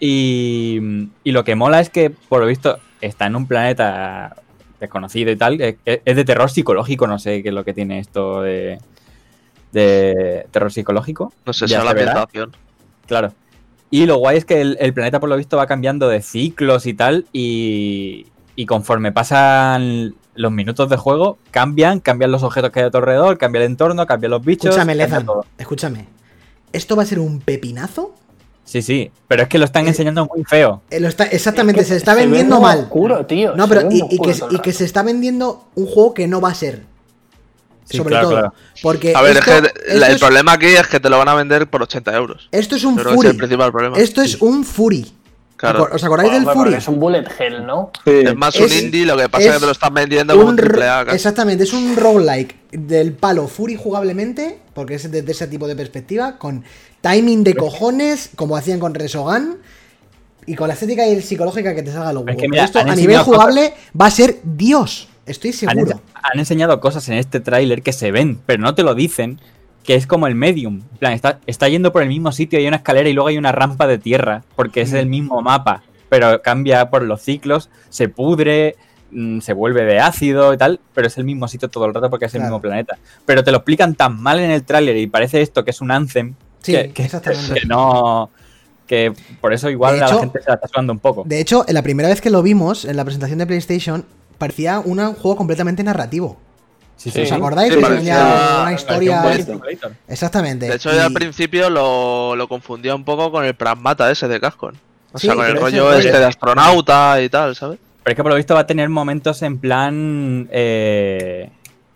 Y, y lo que mola es que, por lo visto, está en un planeta desconocido y tal. Es, es de terror psicológico, no sé qué es lo que tiene esto de. de terror psicológico. No sé, Ya será la se verá. ambientación. Claro. Y lo guay es que el, el planeta, por lo visto, va cambiando de ciclos y tal. Y, y conforme pasan los minutos de juego, cambian, cambian los objetos que hay a tu alrededor, cambia el entorno, cambian los bichos. Escúchame, cambia Lezan, todo. escúchame. ¿Esto va a ser un pepinazo? Sí, sí. Pero es que lo están Eh, enseñando muy feo. Eh, lo está, exactamente, Es que se está ve vendiendo muy mal. oscuro, tío. No, se pero ve y, muy y que, oscuro todo el y que rato. se está vendiendo un juego que no va a ser. Sí, sobre claro, todo. claro. Porque A ver, esto, es que esto la- el es, problema aquí es que te lo van a vender por ochenta euros. esto es un Pero ese es Fury. el principal problema. Esto es un Fury. Claro. ¿Os acordáis del Hombre, Fury? porque es un bullet hell, ¿no? Sí. Es más un es- indie, lo que pasa es, es que te lo están vendiendo como un ro- triple A. casi. Exactamente, es un roguelike del palo Fury jugablemente, porque es desde ese tipo de perspectiva, con timing de cojones, como hacían con Resogun, y con la estética y el psicológica que te salga lo Pero es huevos. que mira, Esto han a nivel enseñado jugable va a ser Dios, estoy Han, seguro. ense- han enseñado cosas en este tráiler que se ven, pero no te lo dicen, que es como el Medium. En plan, está, está yendo por el mismo sitio, hay una escalera y luego hay una rampa de tierra, porque es Mm. el mismo mapa, pero cambia por los ciclos, se pudre, mm, se vuelve de ácido y tal, pero es el mismo sitio todo el rato porque es el Claro. mismo planeta. Pero te lo explican tan mal en el tráiler y parece esto que es un Anthem, Sí, que, que- exactamente. que no... que por eso igual De a hecho- la gente se la está sudando un poco. De hecho, en la primera vez que lo vimos, en la presentación de PlayStation, parecía una- un juego completamente narrativo. Sí, Sí. ¿Os acordáis? Sí, Que parecía- tenía una historia... parecía un Exactamente. De hecho, y- yo al principio lo, lo confundía un poco con el Pragmata ese de Capcom. O Sí, sea, con el pero ese rollo rollo- este de astronauta y tal, ¿sabes? Pero es que por lo visto va a tener momentos en plan. Eh,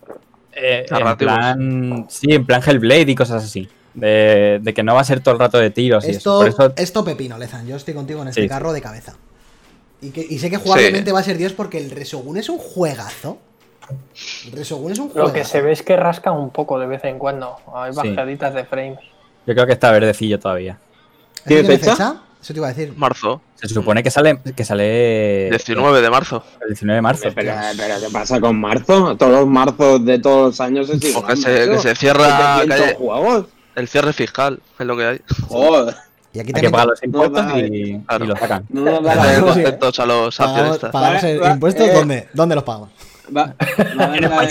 eh, en Narrativos. plan. Sí, en plan Hellblade y cosas así. De, de que no va a ser todo el rato de tiros y eso. Esto, Por eso. esto pepino, Lezan. Yo estoy contigo en este Sí. carro de cabeza. Y, que, y sé que jugablemente va a ser Dios porque el Resogun es un juegazo. El Resogun es un juegazo. Lo que se ve es que rasca un poco de vez en cuando. Hay Sí. bajaditas de frames. Yo creo que está verdecillo todavía. ¿Eso ¿Tiene tiene fecha? Eso te iba a decir. Marzo, Se supone que sale. Que sale. diecinueve de marzo. El diecinueve de marzo. Pero, pero ¿qué pasa con marzo? Todos los marzos de todos los años se siguen. Porque se, que se cierra setecientos que hay- juegos. el cierre fiscal, es lo que hay. Joder. Y aquí Hay que también pagar los impuestos vale. y, Claro. y lo sacan. No nos da Están la contentos a los pagamos, accionistas. pagamos Vale, el va, impuestos. eh. ¿Dónde? ¿Dónde los pagamos? Va, va a haber, va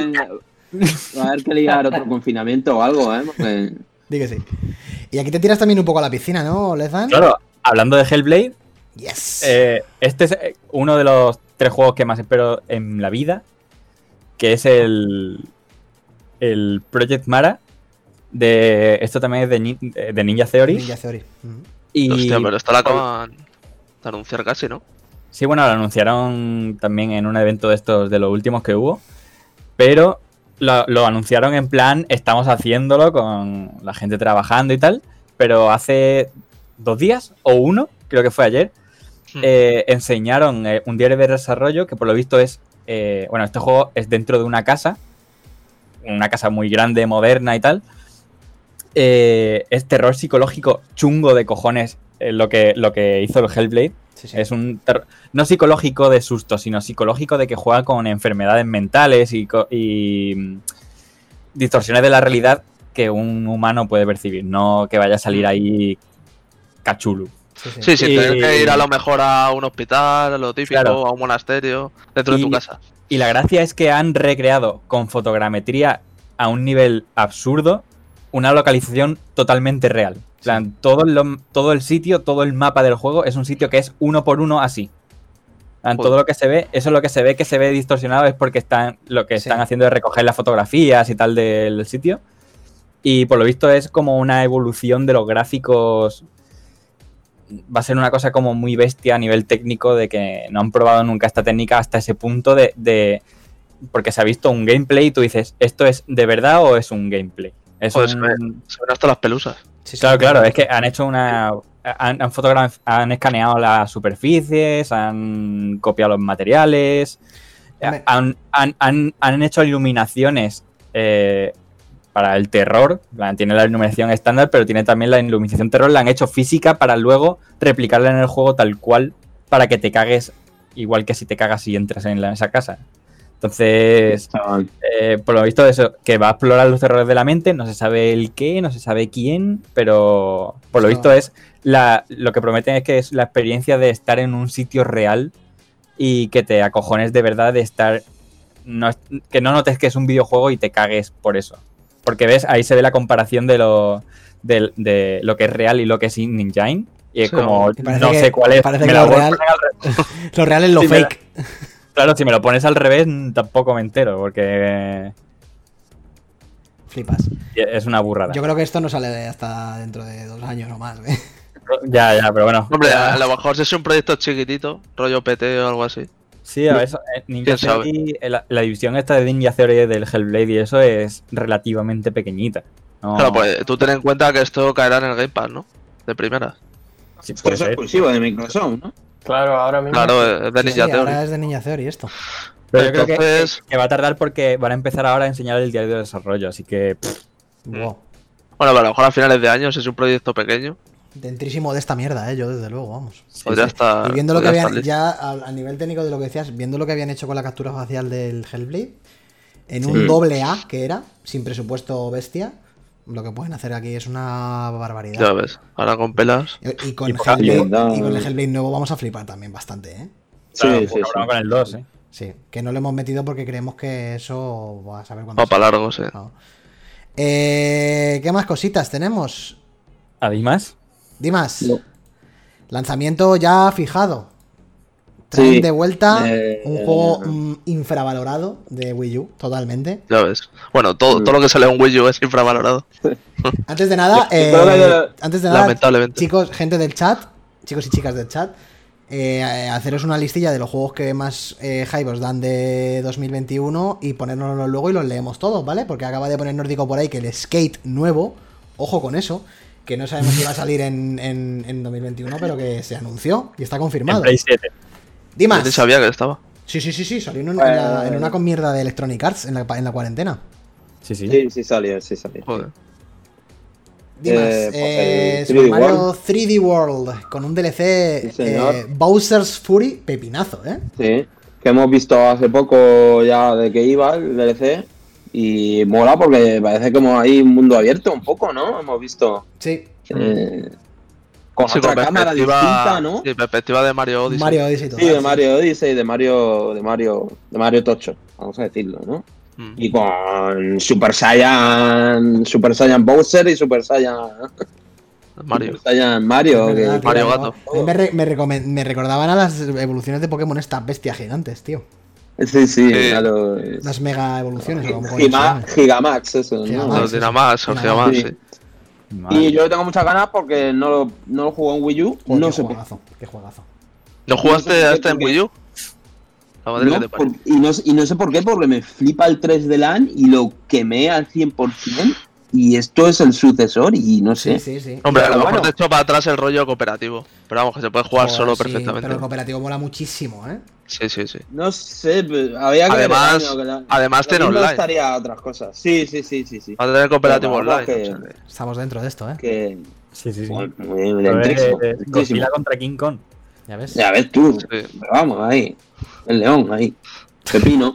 a haber que ligar otro confinamiento o algo, ¿eh? Porque- Di que sí. Y aquí te tiras también un poco a la piscina, ¿no, Lezan? Claro, hablando de Hellblade, Yes. eh, este es eh, uno de los tres juegos que más espero en la vida. Que es el. El Project Mara. De, esto también es de, Nin- de Ninja Theory. Ninja Theory. Ujú. Y, Hostia, pero esto lo acaban de anunciar casi, ¿no? Sí, bueno, lo anunciaron también en un evento de estos, de los últimos que hubo. Pero lo, lo anunciaron en plan, estamos haciéndolo con la gente trabajando y tal. Pero hace dos días o uno, creo que fue ayer, Hmm. eh, enseñaron eh, un diario de desarrollo que por lo visto es... eh, bueno, este juego es dentro de una casa. Una casa muy grande, moderna y tal. Eh, es terror psicológico chungo de cojones eh, lo, que, lo que hizo el Hellblade. Sí, sí. Es un terror, no psicológico de susto, sino psicológico de que juega con enfermedades mentales y, co- y mm, distorsiones de la realidad que un humano puede percibir, no que vaya a salir ahí cachulu. Sí, sí. Sí, sí, Y- tienes que ir a lo mejor a un hospital, a lo típico, Claro. a un monasterio, dentro de Y- tu casa. Y la gracia es que han recreado con fotogrametría a un nivel absurdo una localización totalmente real. En plan, todo, lo- todo el sitio, todo el mapa del juego es un sitio que es uno por uno así. En plan, Joder. todo lo que se ve, eso es lo que se ve que se ve distorsionado es porque están lo que Sí. están haciendo es recoger las fotografías y tal del, del sitio. Y por lo visto es como una evolución de los gráficos. Va a ser una cosa como muy bestia a nivel técnico de que no han probado nunca esta técnica hasta ese punto de, de- porque se ha visto un gameplay y tú dices, ¿esto es de verdad o es un gameplay? Es Joder, un- Se ven hasta las pelusas. Sí, sí. Claro, claro, es que han hecho una... Han, han, fotogra- han escaneado las superficies, han copiado los materiales, Hombre. han, han, han, han hecho iluminaciones eh, para el terror. En plan, tiene la iluminación estándar, pero tiene también la iluminación terror. La han hecho física para luego replicarla en el juego tal cual para que te cagues igual que si te cagas y entras en la- esa casa. Entonces, Chaval. eh, por lo visto, eso, que va a explorar los terrores de la mente, no se sabe el qué, no se sabe quién, pero por lo Eso- visto es la, lo que prometen es que es la experiencia de estar en un sitio real y que te acojones de verdad de estar, no, es- que no notes que es un videojuego y te cagues por eso. Porque ves, ahí se ve la comparación de lo, de, de lo que es real y lo que es in-engine. Y es Sí, como, Y parece no que- sé cuál es. parece me que la lo voy a real- poner al revés. Lo real es lo Sí, me la- fake. Claro, si me lo pones al revés, mm, tampoco me entero, porque Flipas. es una burrada. Yo creo que esto no sale hasta dentro de dos años o más. ¿eh? Ya, ya, pero bueno. Hombre, ya- a lo mejor si es un proyecto chiquitito, rollo P T o algo así. Sí, a ver, eso, eh, Ninja ¿Quién sabe? Theory, eh, la, la división esta de Ninja Theory del Hellblade y eso es relativamente pequeñita. No, Claro, pues tú ten en cuenta que esto caerá en el Game Pass, ¿no? De primeras. sí, Esto puede es ser. exclusivo de Microsoft, ¿no? Claro, ahora mismo. Claro, es de Sí, Ninja sí, Theory. ahora es de Ninja Theory esto. Pero yo creo que, Entonces- que- que va a tardar porque van a empezar ahora a enseñar el diario de desarrollo, así que pff, Wow. Bueno, pero a lo mejor a finales de año, si es un proyecto pequeño, Dentrísimo de esta mierda, eh, yo desde luego, vamos. pues ya está. Y viendo lo que pues ya habían, está listo. ya a, a nivel técnico de lo que decías, viendo lo que habían hecho con la captura facial del Hellblade, en un Sí. doble A que era, sin presupuesto bestia, lo que pueden hacer aquí es una barbaridad. Ya ves, ahora con pelas. Y, y con Y poca Hellblade, ayuda. y con el Hellblade nuevo vamos a flipar también bastante, ¿eh? claro, Sí, pues sí, cabrón sí. con el dos, ¿eh? Sí, que no lo hemos metido porque creemos que eso va a saber cuándo. Va para sale. largo, sí. No. Eh, ¿Qué más cositas tenemos? Además, Dimas, No. lanzamiento ya fijado. Traen Sí, de vuelta eh, un juego mm, infravalorado de Wii U, totalmente. Ya ves. Bueno, todo, Mm. todo lo que sale en Wii U es infravalorado. Antes de nada, Yo- yo eh, creo que- antes de nada, Lamentablemente. chicos, gente del chat, chicos y chicas del chat, eh, haceros una listilla de los juegos que más eh, hype os dan de dos mil veintiuno y ponérnoslos luego y los leemos todos, ¿vale? Porque acaba de poner Nórdico por ahí que el Skate nuevo, ojo con eso, que no sabemos si va a salir en, en, en dos mil veintiuno, pero que se anunció y está en confirmado. Play siete. Yo Dimas. ni sabía que estaba. Sí, sí, sí, sí, salió en, un- en la- Eh. en una con mierda de Electronic Arts en la, en la cuarentena. Sí, sí. Sí, sí salió, sí salió. Joder. Dimas, Eh, pues, eh, el Super tres D Mario World. tres D World con un D L C Sí, señor. eh, Bowser's Fury, pepinazo, ¿eh? Sí, que hemos visto hace poco ya de que iba el D L C y mola porque parece como hay un mundo abierto un poco, ¿no? Hemos visto Sí, eh, con Sí, otra con cámara perspectiva, distinta, ¿no? sí, perspectiva de Mario Odyssey. Mario Odyssey total, Sí, de Mario Odyssey, de Mario, de Mario, de Mario Tocho, vamos a decirlo, ¿no? Mm. Y con Super Saiyan, Super Saiyan Bowser y Super Saiyan Mario. Super Saiyan Mario, Es verdad, que- tío, Mario me- Gato. a mí me, re- me recomen- me recordaban a las evoluciones de Pokémon estas bestias gigantes, tío. sí, sí, Sí. claro. Las mega evoluciones, o como coño se Gima- llaman. Gigamax, eso, ¿no? Gigamax. Los Dynamax o Dynamax, Geomax, sí. sí. Madre. Y yo tengo muchas ganas porque no lo, no lo jugué en Wii U. Joder, no qué sé por juegazo, qué juegazo. ¿No jugaste a este en Wii U? La madre no, que te parió. por- y, no, y no sé por qué, porque me flipa el tres de LAN y lo quemé al cien por ciento. Y esto es el sucesor y no sé. Sí, sí, sí. Hombre, a lo Pero mejor bueno. te echo para atrás el rollo cooperativo. Pero vamos, que se puede jugar Joder, solo sí, perfectamente. Pero el cooperativo mola muchísimo, ¿eh? Sí, sí, sí. No sé, pero había que ver el Además- año, que la- además lo tiene mismo online. estaría otras cosas. Sí, sí, sí, sí, sí. Va a tener cooperativo Pero vamos, online. que- o sea que- Estamos dentro de esto, ¿eh? Que, Sí, sí, sí. muy, muy Pero es- dentrísimo, es dentrísimo. Godzilla contra King Kong. Ya ves. Ya ves tú, Sí. pero vamos, ahí. El león, ahí. Pepino,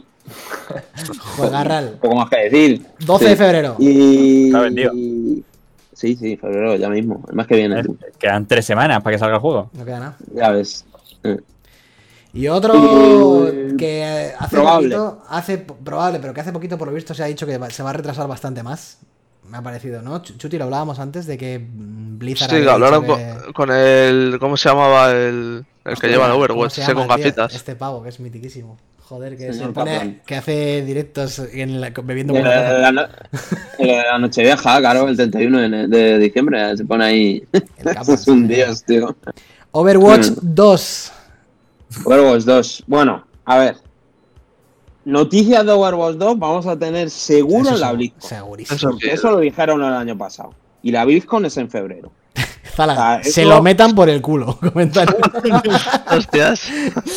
Juegarral. poco más que decir. doce Sí. de febrero. Y. Está vendido. Sí, sí, febrero, ya mismo. El más que viene, Eh, tú. Quedan tres semanas para que salga el juego. No queda nada. Ya ves. Eh. Y otro Y- que eh, hace probable. poquito, hace probable, pero que hace poquito por lo visto se ha dicho que va- se va a retrasar bastante más. Me ha parecido, ¿no? Ch- Chuti, lo hablábamos antes de que mm, Blizzard Sí, había que hablaron dicho con, que- con el. ¿Cómo se llamaba el. El que lleva el ¿Cómo Overwatch, se ese con llama, tío? gafitas? Este pavo, que es mitiquísimo. Joder, que Señor se pone, Kaplan. que hace directos en la- bebiendo Eh, Coca-Cola. la, no- eh, la Nochevieja, claro, el treinta y uno de, de diciembre. Se pone ahí. El Eso Kaplan, es un sí, dios, tío. Overwatch Mm. dos. Overwatch dos. Bueno, a ver. Noticias de Overwatch dos vamos a tener seguro Eso en la seguro, BlizzCon. Segurísimo. Eso Porque eso lo dijeron el año pasado. Y la BlizzCon es en febrero. Zala, o sea, se eso- lo metan por el culo. Comentario. Hostias.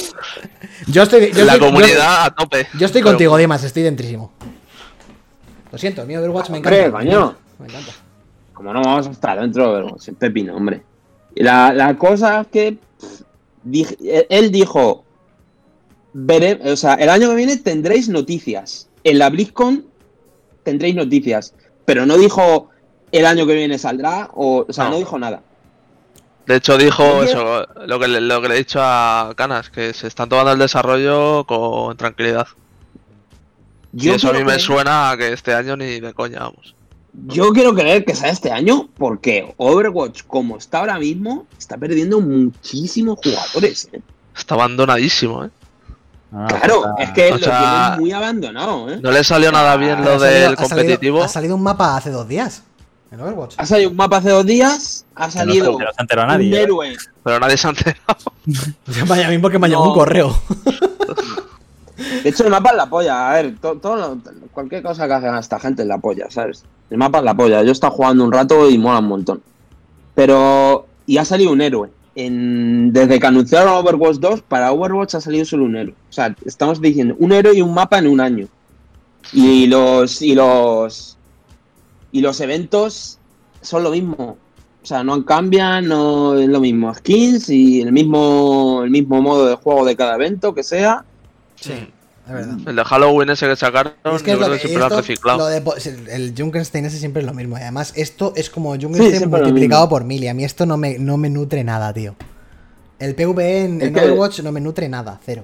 yo estoy, yo La estoy- yo- comunidad a tope. Yo estoy Pero- contigo, Dimas, estoy dentrísimo. Lo siento, mi Overwatch me Hombre, encanta. coño. Me encanta. Como no vamos a estar dentro de Overwatch, es pepino, hombre. Y la, la cosa es que pff, dij- él dijo, veré, o sea, el año que viene tendréis noticias. En la BlizzCon tendréis noticias. Pero no dijo el año que viene saldrá, o, o sea, no, No. dijo nada. De hecho, dijo Oye. eso, lo que, le, lo que le he dicho a Canas, que se están tomando el desarrollo con tranquilidad. Y Yo eso a mí quiero me creer- suena a que este año ni de coña, vamos. Yo quiero creer que sea este año porque Overwatch, como está ahora mismo, está perdiendo muchísimos jugadores. ¿eh? Está abandonadísimo, ¿eh? Ah, Claro, pues, es que o lo sea, tienen muy abandonado. ¿eh? No le salió nada bien Pero lo ha salido- del ha salido- competitivo. Ha salido un mapa hace dos días. En Overwatch. Ha salido un mapa hace dos días, ha que salido no, se- no se ha enterado un nadie. ¿eh? héroe. Pero nadie se ha enterado. Vaya, a mí porque me llegó No. un correo. De hecho, el mapa es la polla. A ver, to- todo lo- cualquier cosa que hagan esta gente es la polla, ¿sabes? El mapa es la polla. Yo he estado jugando un rato y mola un montón. Pero. Y ha salido un héroe. En, desde que anunciaron Overwatch dos, para Overwatch ha salido solo un héroe. O sea, estamos diciendo un héroe y un mapa en un año. Y los. Y los. Y los eventos son lo mismo. O sea, no cambian, no es lo mismo. Skins y el mismo, el mismo modo de juego de cada evento que sea. Sí, es verdad. El de Halloween ese que sacaron, Y es que yo es lo creo que- que siempre lo han esto, reciclado. lo de po- el, el Junkenstein ese siempre es lo mismo. Y además, esto es como Junkenstein siempre lo multiplicado mismo. por mil. Y a mí esto no me, no me nutre nada, tío. El PvE en, Es en que- Overwatch no me nutre nada, cero.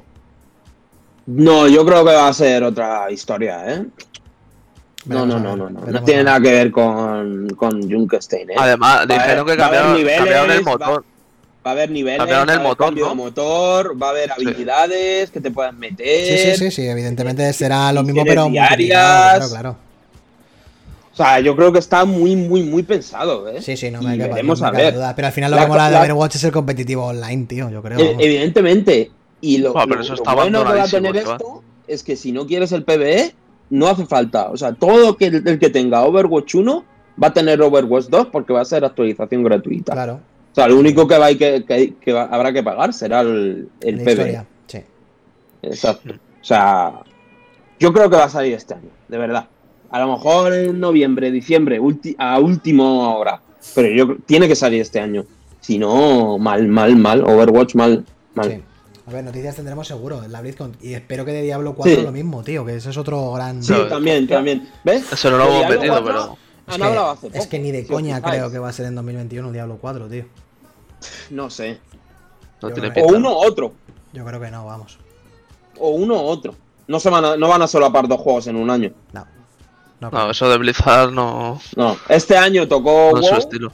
No, yo creo que va a ser otra historia, ¿eh? No, Veremos no, a no, ver, no, no. No veremos tiene a ver. nada que ver con, con Junkenstein, ¿eh? Además, Va a dijeron haber- que va a haber cambiaron, niveles, cambiaron el va- motor. Va a haber niveles, Cambiaron va a el haber motor, cambio ¿no? de motor, va a haber Sí. habilidades que te puedas Sí, meter. sí, sí, sí, evidentemente será lo mismo, misiones pero multiplicado, diarias. claro, claro. O sea, yo creo que está muy, muy, muy pensado, ¿eh? Sí, sí, no Y me queda veremos no me a cabe ver. duda. Pero al final lo La- que mola de la- Overwatch es el competitivo online, tío, yo creo. E- vamos. Evidentemente. Y lo, Buah, pero lo- eso lo está bueno que va a abandonadísimo, tener chaval. esto es que si no quieres el PvE, no hace falta. O sea, todo que el, el que tenga Overwatch uno va a tener Overwatch dos porque va a ser actualización gratuita. Claro, O sea, lo único que, va, que, que, que va- habrá que pagar será el, el la PvE. historia, sí. Exacto. O sea, yo creo que va a salir este año, de verdad. A lo mejor en noviembre, diciembre, ulti- a última hora. Pero yo creo- tiene que salir este año. Si no, mal, mal, mal. Overwatch mal, mal. Sí. A ver, noticias tendremos seguro en la BlizzCon. Y espero que de Diablo cuatro Sí. lo mismo, tío, que eso es otro gran... Sí, No, también, también. ¿Ves? Eso no lo De hemos Diablo metido, cuatro pero. Es Han que, hablado hace es poco, que ni de si os coña fijáis. creo que va a ser en dos mil veintiuno Diablo cuatro, tío. No sé. No Yo tiene creo O pinta. uno u otro. Yo creo que no, vamos. O uno u otro. No, se van a, no van a solapar dos juegos en un año. No. No, No, eso de Blizzard no, No. Este año tocó no es su WoW. estilo.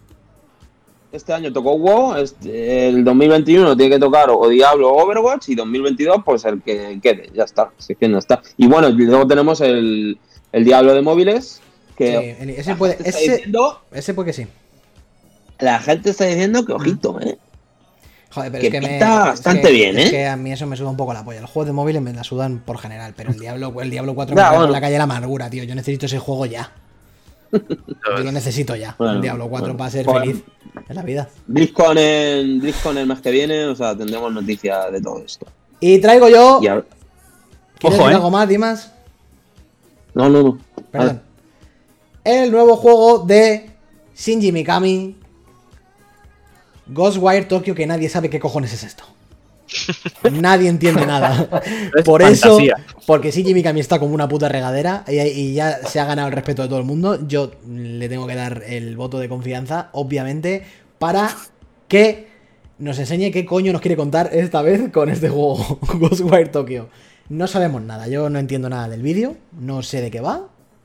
Este año tocó WoW, este- el dos mil veintiuno tiene que tocar o Diablo o Overwatch y dos mil veintidós pues el que quede, ya está, si es que no está. Y bueno, luego tenemos el, el Diablo de móviles, que Sí, el- ese la, puede- gente está ese- diciendo, Ese puede que sí. la gente está diciendo que ojito, ¿eh? Joder, pero Que es que me. pinta es bastante que- bien, Es ¿eh? que a mí eso me suda un poco la polla. Los juegos de móviles me la sudan por general, pero el Diablo, el Diablo cuatro Ya, me pone bueno. por la calle la amargura, tío. Yo necesito ese juego ya. Yo lo necesito ya. Bueno, el Diablo cuatro bueno. para ser Joder. feliz en la vida. BlizzCon, en, BlizzCon el mes que viene, o sea, tendremos noticias de todo esto. Y traigo yo. Y a- ¿Quieres Ojo, decir eh. algo más, Dimas? No, no, no. Perdón. El nuevo juego de Shinji Mikami, Ghostwire Tokyo, que nadie sabe qué cojones es esto. Nadie entiende nada. Es Por eso, fantasía. porque Shinji Mikami está como una puta regadera y, y ya se ha ganado el respeto de todo el mundo, yo le tengo que dar el voto de confianza, obviamente, para que nos enseñe qué coño nos quiere contar esta vez con este juego, Ghostwire Tokyo. No sabemos nada, yo no entiendo nada del vídeo, no sé de qué va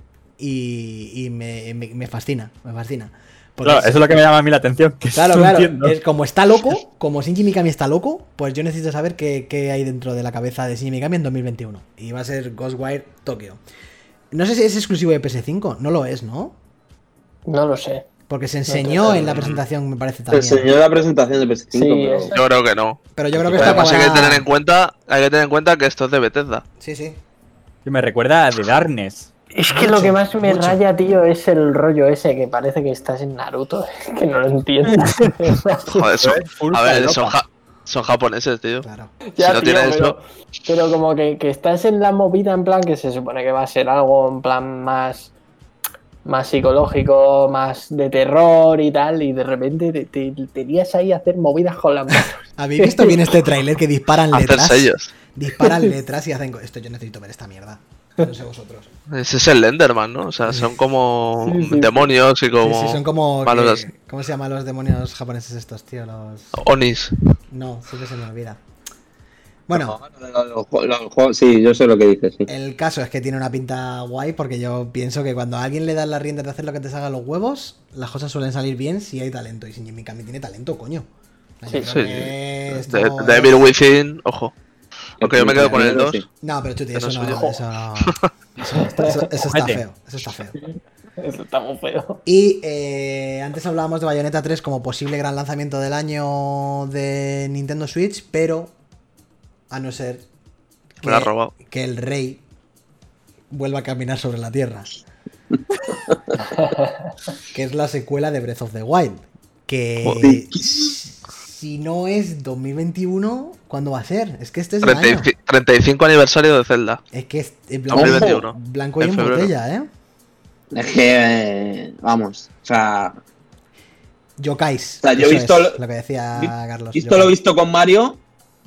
y, y me, me- me fascina, me fascina. Porque Claro, es- eso es lo que me llama a mí la atención. Que Claro, no claro. entiendo. Es como está loco, como Shinji Mikami está loco, pues yo necesito saber qué, qué hay dentro de la cabeza de Shinji Mikami en dos mil veintiuno. Y va a ser Ghostwire Tokyo. No sé si es exclusivo de P S cinco, no lo es, ¿no? No lo sé. Porque se enseñó en la presentación, me parece Te también. enseñó la presentación de P S cinco, Sí, pero... eso. Yo creo que no. Pero yo creo que esto Además hay que acabará- tener en cuenta, hay que tener en cuenta que esto es de Bethesda. Sí, sí. Que me recuerda a The Darkness. Es que Mucho, lo que más me mucho. raya, tío, es el rollo ese que parece que estás en Naruto. Es que no lo entiendo. Joder, son- Es full a ver, falopa. son, ja- son japoneses, tío. Claro. Ya, si no tío, tiene pero, eso, pero como que, que estás en la movida en plan que se supone que va a ser algo en plan más, más psicológico, más de terror y tal, y de repente te, te, te lías ahí a hacer movidas con las manos. ¿Habéis visto bien este tráiler que disparan hacer letras? sellos. Disparan letras y hacen... co- Esto yo necesito ver esta mierda. No sé vosotros. Ese es el Enderman, ¿no? O sea, son como Sí, sí. demonios y Sí, como sí, son como... malos que- ¿Cómo se llaman los demonios japoneses estos, tío? Los... onis. No, siempre se me olvida. Bueno, Los, los- los juegos- sí, yo sé lo que dices, sí. el caso es que tiene una pinta guay porque yo pienso que cuando a alguien le das las riendas de hacer lo que te salga los huevos, las cosas suelen salir bien si hay talento. Y si Mikami tiene talento, coño. Yo Sí, creo Sí, que sí. esto De, es- Devil Within, ojo. Aunque yo me quedo con el dos. Sí. No, pero Chuti, Que no eso no, suyo. eso no- eso, está- eso- eso está Ojete. feo. Eso está feo. Eso está muy feo. Y eh, antes hablábamos de Bayonetta tres como posible gran lanzamiento del año de Nintendo Switch, pero a no ser Me lo has robado. que el rey vuelva a caminar sobre la tierra. Que es la secuela de Breath of the Wild. Que Joder. si no es dos mil veintiuno, ¿cuándo va a ser? Es que este es el treinta y año. cinco treinta y cinco aniversario de Zelda. Es que es es dos blanco, mil y- veintiuno. blanco y En en febrero. botella, ¿eh? Es que, eh, vamos, o sea, Yokais. O sea, yo he eso visto es lo- lo que decía vi- Carlos. visto Yokais. lo visto con Mario, o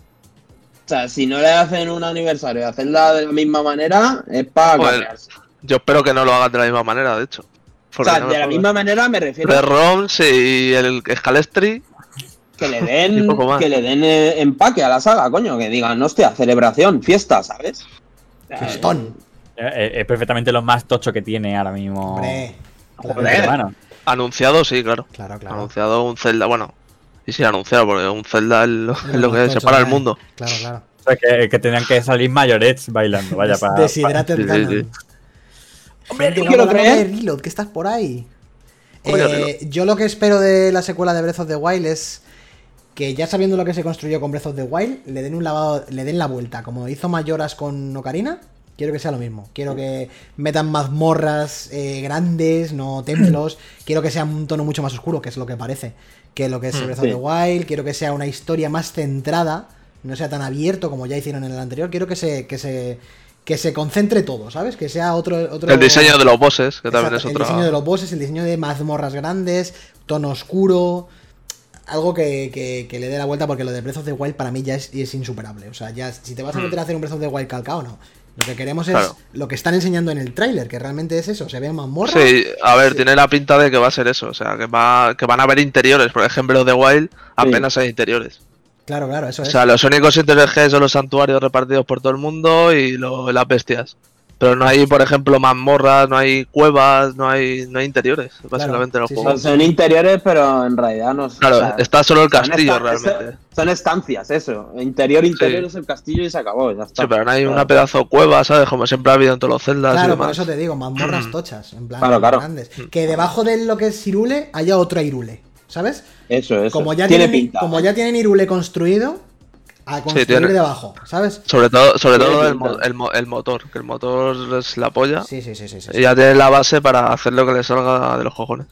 sea, si no le hacen un aniversario y hacerla de la misma manera, es para Joder. cambiarse. Yo espero que no lo hagan de la misma manera, de hecho. O Porque sea, no me de la jodas. misma manera me refiero Red ROMs y el Scalestri. que le Y den poco más. que le den eh, empaque a la saga, coño, que digan, hostia, celebración, fiesta, ¿sabes? O sea, Fiestón. Eh, Es perfectamente lo más tocho que tiene ahora mismo. Hombre. Claro, Joder. Hermano. Anunciado, sí, claro. claro, claro. Anunciado un Zelda, bueno. Sí, sí, anunciado, porque un Zelda es lo, es lo que Más tocho separa el hay. mundo. Claro, claro. O sea, que, que tenían que salir mayorets bailando. Vaya, Des- para. Deshydrated sí, sí, Canon. sí. Hombre, Vente, yo vamos quiero a hablar creer. de Reload, que estás por ahí. Coño, Eh, yo lo que espero de la secuela de Breath of the Wild es que ya sabiendo lo que se construyó con Breath of the Wild, le den un lavado, le den la vuelta, como hizo Mayoras con Ocarina. Quiero que sea lo mismo. Quiero que metan mazmorras eh, grandes, no templos. Quiero que sea un tono mucho más oscuro, que es lo que parece, que lo que es Mm, Breath sí. of the Wild. Quiero que sea una historia más centrada, no sea tan abierto como ya hicieron en el anterior. Quiero que se que se que se concentre todo, ¿sabes? Que sea otro otro El diseño de los bosses, que también Exacto, es el otra. diseño de los bosses, el diseño de mazmorras grandes, tono oscuro, algo que, que- que le dé la vuelta, porque lo de Breath of the Wild para mí ya es, es insuperable. O sea, ya si te vas a meter a hacer un Breath of the Wild calcado, no. Lo que queremos es Claro. lo que están enseñando en el tráiler, que realmente es eso, se ve mazmorras. Sí, a ver, Sí. tiene la pinta de que va a ser eso. O sea, que, va, que van a haber interiores. Por ejemplo, de Wild apenas hay interiores. Claro, claro, eso O es. sea, los únicos interiores que hay son los santuarios repartidos por todo el mundo y lo- las bestias. Pero no hay, por ejemplo, mazmorras, no hay cuevas, no hay, no hay interiores, básicamente, en los sí, juegos. Son, son interiores, pero en realidad no. Claro, o sea, está solo el son castillo esta- realmente. Son estancias, eso. Interior, interior Sí. es el castillo y se acabó. Ya está. Sí, pero no hay Claro. una pedazo de cueva, ¿sabes? Como siempre ha habido en todos los celdas y Claro, por demás. eso te digo, mazmorras tochas, en plan Claro, claro. grandes. Que debajo de lo que es Irule haya otro Irule, ¿sabes? Eso, eso. Como ya Tiene tienen, pinta. como ya tienen Irule construido, a construir tiene. debajo, ¿sabes? Sobre todo, sobre Tiene todo el, pinta. mo- el, mo- el motor, que el motor es la polla. Sí, sí, sí, sí, sí, Y ya tiene la base para hacer lo que le salga de los cojones.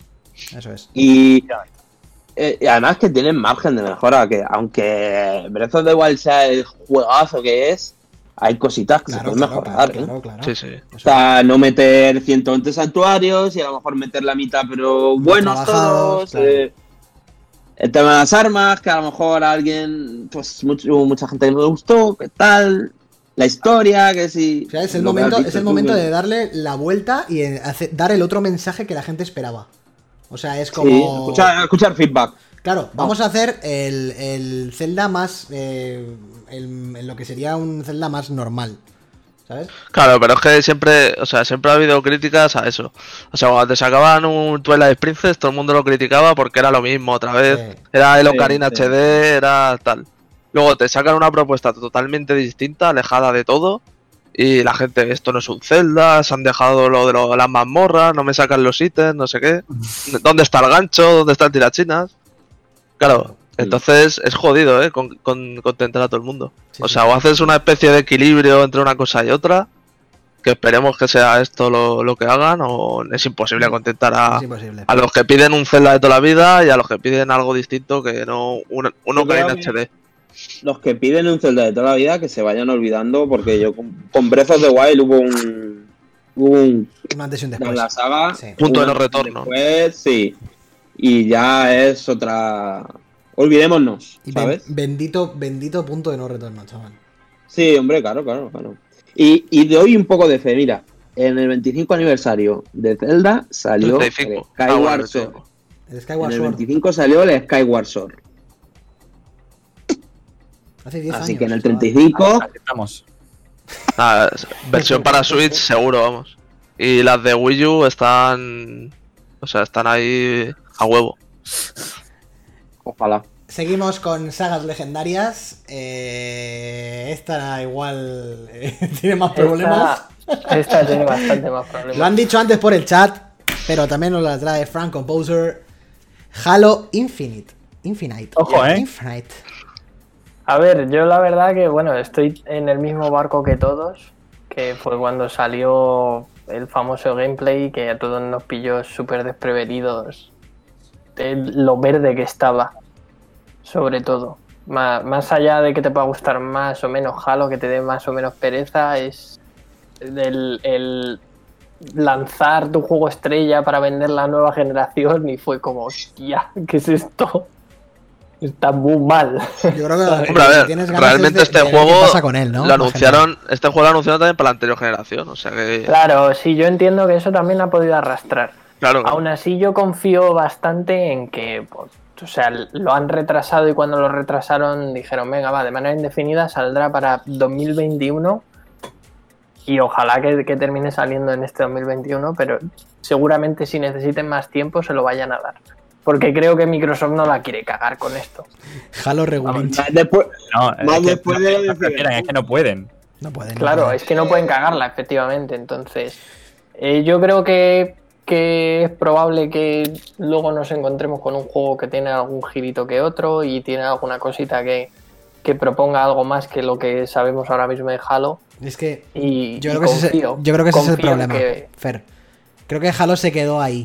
eso es. Y, eh, y además que tienen margen de mejora, que aunque Breath of the Wild sea el juegazo que es, hay cositas que se Claro, pueden claro, mejorar. claro, ¿eh? claro, claro. Sí, sí. Eso O sea, no meter ciento veinte santuarios y a lo mejor meter la mitad, pero buenos trabajados, todos. claro. eh, el tema de las armas, que a lo mejor a alguien, pues mucho, mucha gente no le gustó, ¿qué tal? La historia, que sí. O sea, es el lo que momento, has es dicho el tú, momento que- de darle la vuelta y en- hacer- dar el otro mensaje que la gente esperaba. O sea, es Sí, como. escuchar, escuchar feedback. Claro, vamos a hacer el, el Zelda más. eh, el- en lo que sería un Zelda más normal. ¿Sabes? Claro, pero es que siempre, o sea, siempre ha habido críticas a eso. O sea, cuando te sacaban un Twilight Princess, todo el mundo lo criticaba porque era lo mismo otra vez. Sí. Era el Sí, Ocarina sí. H D, era tal. Luego te sacan una propuesta totalmente distinta, alejada de todo. Y la gente, esto no es un Zelda, se han dejado lo de lo- las mazmorras, no me sacan los ítems, no sé qué. ¿Dónde está el gancho? ¿Dónde están tirachinas? Claro, entonces es jodido, ¿eh? Con, con- contentar a todo el mundo. Sí, o sí. sea, o haces una especie de equilibrio entre una cosa y otra, que esperemos que sea esto lo, lo que hagan, o es imposible contentar a, Es imposible. a los que piden un Zelda de toda la vida y a los que piden algo distinto que no un, un Yo Ocarina creo que- H D. Los que piden un Zelda de toda la vida, que se vayan olvidando, porque yo con, con Breath of the Wild hubo un. Hubo un. Un antes y un En después. la saga. Sí. Punto de un no retorno. Después, sí. Y ya es otra. Olvidémonos, Y ben- ¿sabes? bendito, bendito punto de no retorno, chaval. Sí, hombre, claro, claro, claro. Y, y doy un poco de fe, mira. En el veinticinco aniversario de Zelda salió treinta y el cinco. Ah, bueno, Skyward Sword. veinticinco. El En Skyward el Sword. veinticinco salió el Skyward Sword. Hace diez Así años. que en el treinta y cinco, Aquí estamos. Ah, es- versión para Switch seguro, vamos. Y las de Wii U están... O sea, están ahí a huevo. ojalá. Seguimos con sagas legendarias. Eh, esta igual eh, tiene más problemas. Esta, esta tiene bastante más problemas. Lo han dicho antes por el chat, pero también nos la trae Frank Composer. Halo Infinite. Infinite. Ojo, ¿eh? Infinite. A ver, yo la verdad que, bueno, estoy en el mismo barco que todos, que fue cuando salió el famoso gameplay que a todos nos pilló súper desprevenidos de lo verde que estaba, sobre todo. Má- Más allá de que te pueda gustar más o menos Halo, que te dé más o menos pereza, es el, el lanzar tu juego estrella para vender la nueva generación y fue como, hostia, ¿qué es esto? Está muy mal. Yo creo que Hombre, a ver, tienes ganas realmente de- este de ver juego qué pasa con él, ¿no? lo Más anunciaron, este juego lo anunciaron también para la anterior generación, o sea que... Claro, sí, yo entiendo que eso también ha podido arrastrar. Claro, Aún así, yo confío bastante en que, pues, o sea, lo han retrasado y cuando lo retrasaron dijeron, venga, va, de manera indefinida saldrá para dos mil veintiuno y ojalá que, que termine saliendo en este dos mil veintiuno, pero seguramente si necesiten más tiempo se lo vayan a dar. Porque creo que Microsoft no la quiere cagar con esto. Halo Regulinch. Más después, No, Más es que después no, de no decir- prefieren, es que no pueden. No pueden. no Claro, pueden. es que no pueden cagarla, efectivamente. Entonces, eh, yo creo que, que es probable que luego nos encontremos con un juego que tiene algún girito que otro y tiene alguna cosita que, que proponga algo más que lo que sabemos ahora mismo de Halo. Es que Y yo y creo que, ese, confío, yo creo que ese es el confío en problema, que- Fer. Creo que Halo se quedó ahí.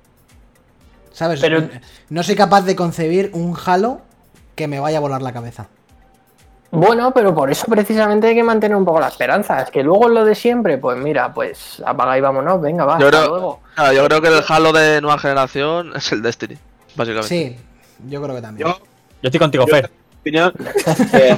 ¿Sabes? Pero- No soy capaz de concebir un Halo que me vaya a volar la cabeza. Bueno, pero por eso precisamente hay que mantener un poco la esperanza. Es que luego es lo de siempre, pues mira, pues apaga y vámonos, venga, va, Yo hasta creo- luego. claro, yo creo que el Halo de nueva generación es el Destiny, básicamente. Sí, yo creo que también. yo, Yo estoy contigo, yo- Fer. opinión que,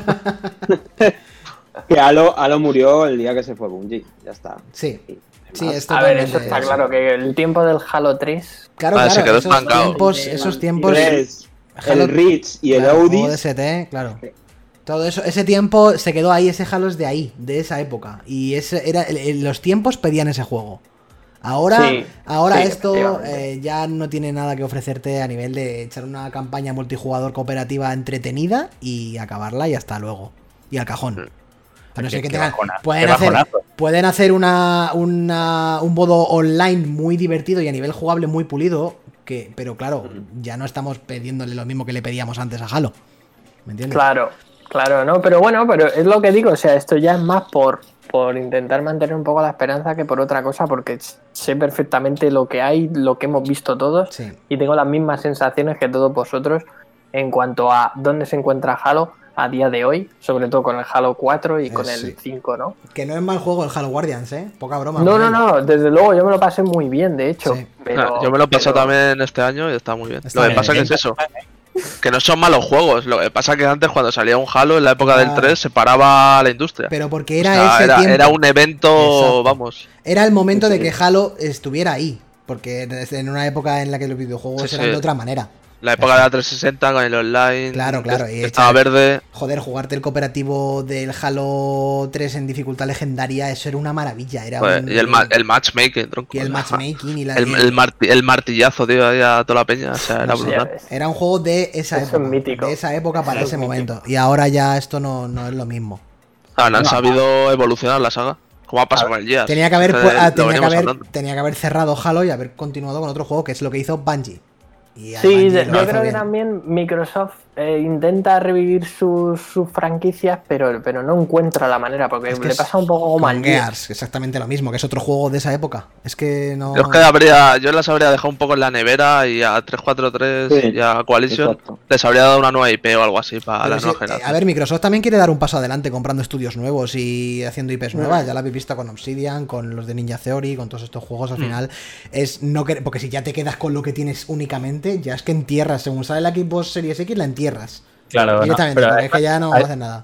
que Halo, Halo murió el día que se fue Bungie. Ya está. Sí, sí, Además, es A ver, totalmente eso está eso. claro, que el tiempo del Halo tres... Claro, Ah, claro, se quedó esos estancado. tiempos, esos tiempos. tres, Halo- el Reach y el claro, juego de Audis. S T, claro. Todo eso, ese tiempo se quedó ahí, ese Halo es de ahí, de esa época. Y ese era el- el- los tiempos pedían ese juego. Ahora, Sí, ahora sí, esto efectivamente. eh, ya no tiene nada que ofrecerte a nivel de echar una campaña multijugador cooperativa entretenida y acabarla y hasta luego. Y al cajón. A no Qué- ser que qué tengan- bajona- pueden, qué hacer, bajonazo. pueden hacer una, una- un modo online muy divertido y a nivel jugable muy pulido. Que, pero claro, ya no estamos pidiéndole lo mismo que le pedíamos antes a Halo. ¿Me entiendes? Claro, claro, no, pero bueno, pero es lo que digo, o sea, esto ya es más por, por intentar mantener un poco la esperanza que por otra cosa, porque sé perfectamente lo que hay, lo que hemos visto todos, Sí. y tengo las mismas sensaciones que todos vosotros en cuanto a dónde se encuentra Halo a día de hoy, sobre todo con el Halo cuatro y con Eh, el sí. cinco, ¿no? Que no es mal juego el Halo Guardians, ¿eh? Poca broma. No, con no, él. no, desde luego yo me lo pasé muy bien, de hecho. Sí. Pero, Ah, yo me lo pasé pero- también este año y está muy bien. Está lo que bien. pasa que es eso. Que no son malos juegos. Lo que pasa que antes cuando salía un Halo en la época del Claro. tres se paraba la industria. Pero porque O era sea, ese era, tiempo. era un evento, Exacto. vamos. Era el momento de Sí. que Halo estuviera ahí. Porque desde- en una época en la que los videojuegos Sí, eran sí. de otra manera. La época de la trescientos sesenta con el online. Claro, claro, que y estaba echar- verde. Joder, jugarte el cooperativo del Halo tres en dificultad legendaria, eso era una maravilla. Era Joder, un- y el, ma- el matchmaking, tronco. y el matchmaking y la. El, y- el marti- el martillazo, tío, ahí a toda la peña. O sea, era No sé. brutal. Ya ves. Era un juego de esa Eso es época. mítico. De esa época para Eso ese es momento. Y ahora ya esto no, no es lo mismo. Ah, no han No. sabido evolucionar la saga. Como ha pasado con el Gears. Tenía que haber, Que pu- ah, lo tenía que venimos haber, hablando. tenía que haber cerrado Halo y haber continuado con otro juego, que es lo que hizo Bungie. Y a Sí, Bungie de- lo yo hizo creo que bien. también Microsoft eh, intenta revivir sus, sus franquicias, pero, pero no encuentra la manera, porque Es que le es pasa un poco como Con al Gears. Gears, exactamente lo mismo, que es otro juego de esa época. Es que no. Yo es que habría, yo las habría dejado un poco en la nevera y a tres cuatro tres Sí, y a Coalition exacto. les habría dado una nueva I P o algo así para Pero la sí, nueva eh, generación. a ver, Microsoft también quiere dar un paso adelante comprando estudios nuevos y haciendo I Mm. Ps nuevas. Ya lo habéis visto con Obsidian, con los de Ninja Theory, con todos estos juegos. Al Mm. final es no querer- porque si ya te quedas con lo que tienes únicamente, ya es que entierras. Según sale la Xbox Series X, la entierras. Claro, no, Directamente, pero porque es que ya no hay- hacen nada.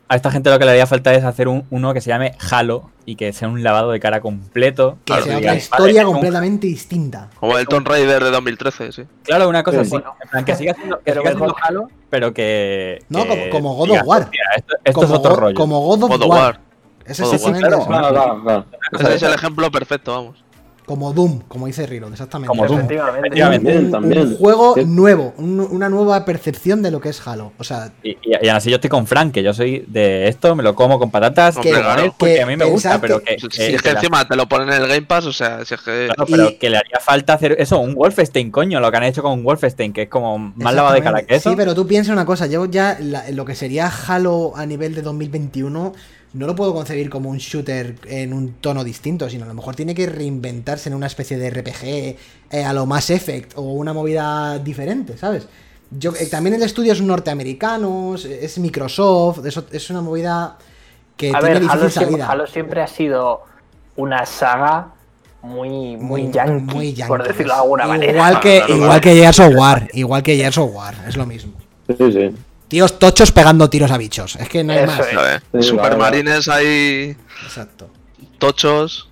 a esta gente lo que le haría falta es hacer un, uno que se llame Halo y que sea un lavado de cara completo. Que Claro, sea digan, otra historia "Vale, es un- completamente distinta. Como el Tomb Raider de dos mil trece, sí. Claro, una cosa Sí. así. En plan, que siga siendo, que Pero siga mejor- siendo Halo, pero que. No, que como- como God of digas, War. "Hostia, Esto, esto como, es otro God- rollo. como God of God of War. War. Es God of War. exactamente Sí, sí, eso. claro. Claro, claro, claro. Ese es el ejemplo perfecto, vamos. Como Doom, como dice Reload, exactamente. Como Doom. Efectivamente. Efectivamente. Un, un- También, un también. juego Sí. nuevo, un- una nueva percepción de lo que es Halo. O sea, Y, y, y aún así yo estoy con Frank, que yo soy de esto, me lo como con patatas, Hombre, que, claro. porque Que a mí me pensad gusta, pero que- que, Si que- es que que la- encima te lo ponen en el Game Pass, o sea, si es que. claro, pero Y- que le haría falta hacer eso, un Wolfenstein, coño, lo que han hecho con Wolfenstein, que es como más lavado de cara que eso. Sí, pero tú piensa una cosa, yo ya la- lo que sería Halo a nivel de dos mil veintiuno no lo puedo concebir como un shooter en un tono distinto, sino a lo mejor tiene que reinventarse en una especie de R P G eh, a lo Mass Effect o una movida diferente, ¿sabes? Yo, eh, también el estudio es norteamericano, es- es Microsoft, eso, es una movida que A tiene ver, difícil Halo siempre, salida. Halo siempre ha sido una saga muy, muy, yankee, muy por yankee. decirlo de alguna manera. Igual que, Claro, igual claro. que Gears of War, igual que Gears of War, es lo mismo. Sí, sí. Tíos tochos pegando tiros a bichos, es que no hay Eso más. es. ¿sabes? Sí, Supermarines ahí. Exacto. Tochos.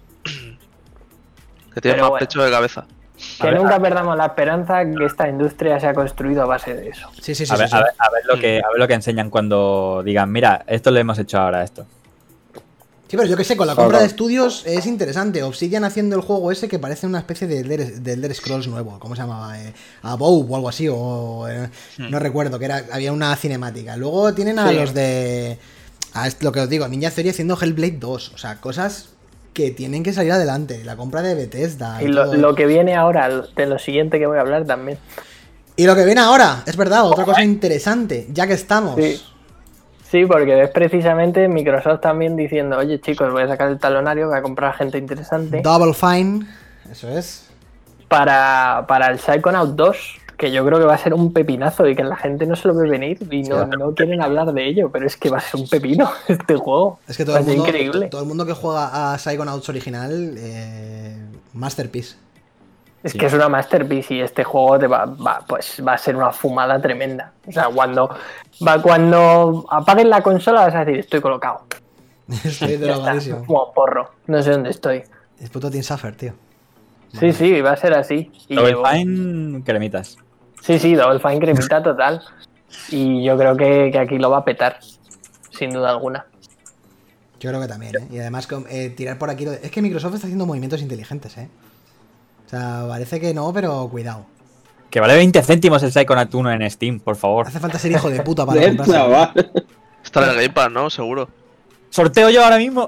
Que tienen Pero más bueno. pecho de cabeza. Que A ver, nunca a- perdamos la esperanza que esta industria se ha construido a base de eso. Sí, sí, sí. a, sí, ver, sí. a, ver, a ver lo que, a ver lo que enseñan cuando digan, mira, esto le hemos hecho ahora a esto. Sí, pero yo que sé, con la Claro. compra de estudios es interesante. Obsidian haciendo el juego ese que parece una especie de Elder, de Elder Scrolls nuevo. ¿Cómo se llamaba? Eh, Above o algo así. O, eh, no recuerdo, que era había una cinemática. Luego tienen a Sí. los de... A est- lo que os digo, Ninja Theory haciendo Hellblade dos. O sea, cosas que tienen que salir adelante. La compra de Bethesda. Y Y, lo, todo. lo que viene ahora, de lo siguiente que voy a hablar también. Y lo que viene ahora, es verdad, otra cosa interesante. Ya que estamos... Sí. Sí, porque ves precisamente Microsoft también diciendo, oye chicos, voy a sacar el talonario, voy a comprar gente interesante Double Fine. Eso es. para, para el Psychonaut dos, que yo creo que va a ser un pepinazo y que la gente no se lo ve venir y no, no quieren hablar de ello, pero es que va a ser un pepino este juego. Es que todo Va el a ser mundo, increíble. todo el mundo que juega a Psychonauts original, eh, Masterpiece. Es Sí. que es una masterpiece y este juego te va, va, pues va a ser una fumada tremenda. O sea, cuando, va, cuando apagues la consola vas a decir, estoy colocado. Estoy Ya está, drogadísimo. como porro. No sé dónde estoy. Es puto Team Suffer, tío. Sí, sí, va a ser así. Y Double llevo- Fine, cremitas. Sí, sí, Double Fine cremita total. Y yo creo que, que aquí lo va a petar, sin duda alguna. Yo creo que también, ¿eh? Y además con- eh, tirar por aquí... lo de- Es que Microsoft está haciendo movimientos inteligentes, ¿eh? O sea, parece que no, pero cuidado. Que vale veinte céntimos el Psychonaut uno en Steam, por favor. Hace falta ser hijo de puta para Eh, comprarse. chaval. Está en el Game Pass, ¿no? Seguro. Sorteo yo ahora mismo.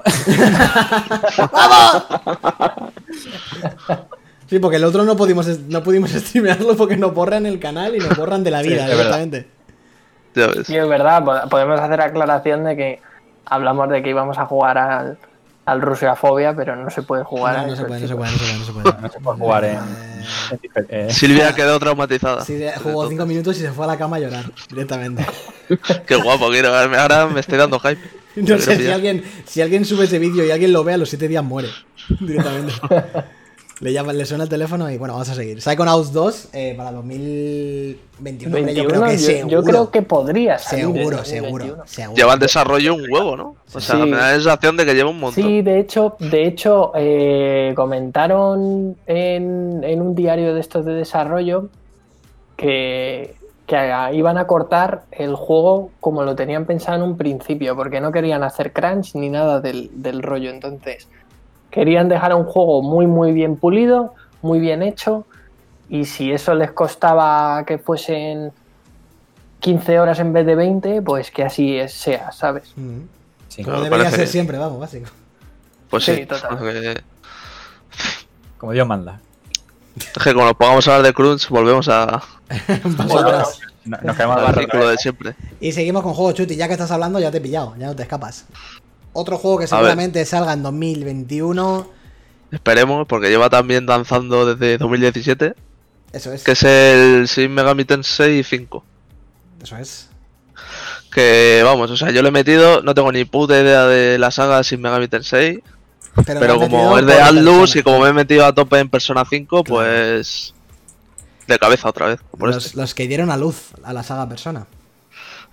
Sí, porque el otro no pudimos, no pudimos streamearlo porque nos borran el canal y nos borran de la Sí, vida es verdad. directamente. Ya ves. Sí, es verdad, po- podemos hacer aclaración de que hablamos de que íbamos a jugar al, al Rusiafobia, pero no se puede jugar No, a no eso, se puede, no se chicos. puede, no se puede, no se puede. No se puede jugar en. Eh, eh, Silvia quedó traumatizada. Sí, jugó cinco minutos y se fue a la cama a llorar directamente. Qué guapo, quiero verme. Ahora me estoy dando hype. No sé, si pillar. alguien, si alguien sube ese vídeo y alguien lo ve, a los siete días muere. Directamente. Le llama, le suena el teléfono y bueno, vamos a seguir. Psychonauts dos eh, para dos mil veintiuno. hombre, yo creo veintiuno, que yo, seguro. yo creo que podría salir. Seguro, en seguro, 2021. seguro. Lleva en desarrollo un huevo, ¿no? O sea, Sí. me da la sensación de que lleva un montón. Sí, de hecho, de hecho eh, comentaron en, en un diario de estos de desarrollo que, que iban a cortar el juego como lo tenían pensado en un principio, porque no querían hacer crunch ni nada del, del rollo. Entonces, querían dejar un juego muy, muy bien pulido, muy bien hecho, y si eso les costaba que fuesen quince horas en vez de veinte, pues que así es- sea, ¿sabes? Mm. sí. Como Me debería parece ser bien. siempre, vamos, básico. Pues sí. Sí, total. Porque- Como Dios manda. Es que como nos pongamos a hablar de Crunch, volvemos a- Un paso Bueno, atrás. No- Nos quedamos al barro. círculo de siempre. Y seguimos con juegos chuti. Ya que estás hablando, ya te he pillado, ya no te escapas. Otro juego que seguramente salga en dos mil veintiuno. Esperemos, porque lleva también danzando desde dos mil diecisiete, Eso es. que es el Shin Megami Tensei cinco. Eso es. Que vamos, o sea, yo lo he metido, no tengo ni puta idea de la saga Shin Megami Tensei, Pero, pero lo has como metido es de por la Atlus persona. y como me he metido a tope en Persona cinco, Claro. pues de cabeza otra vez. Por los, este. los que dieron a luz a la saga Persona.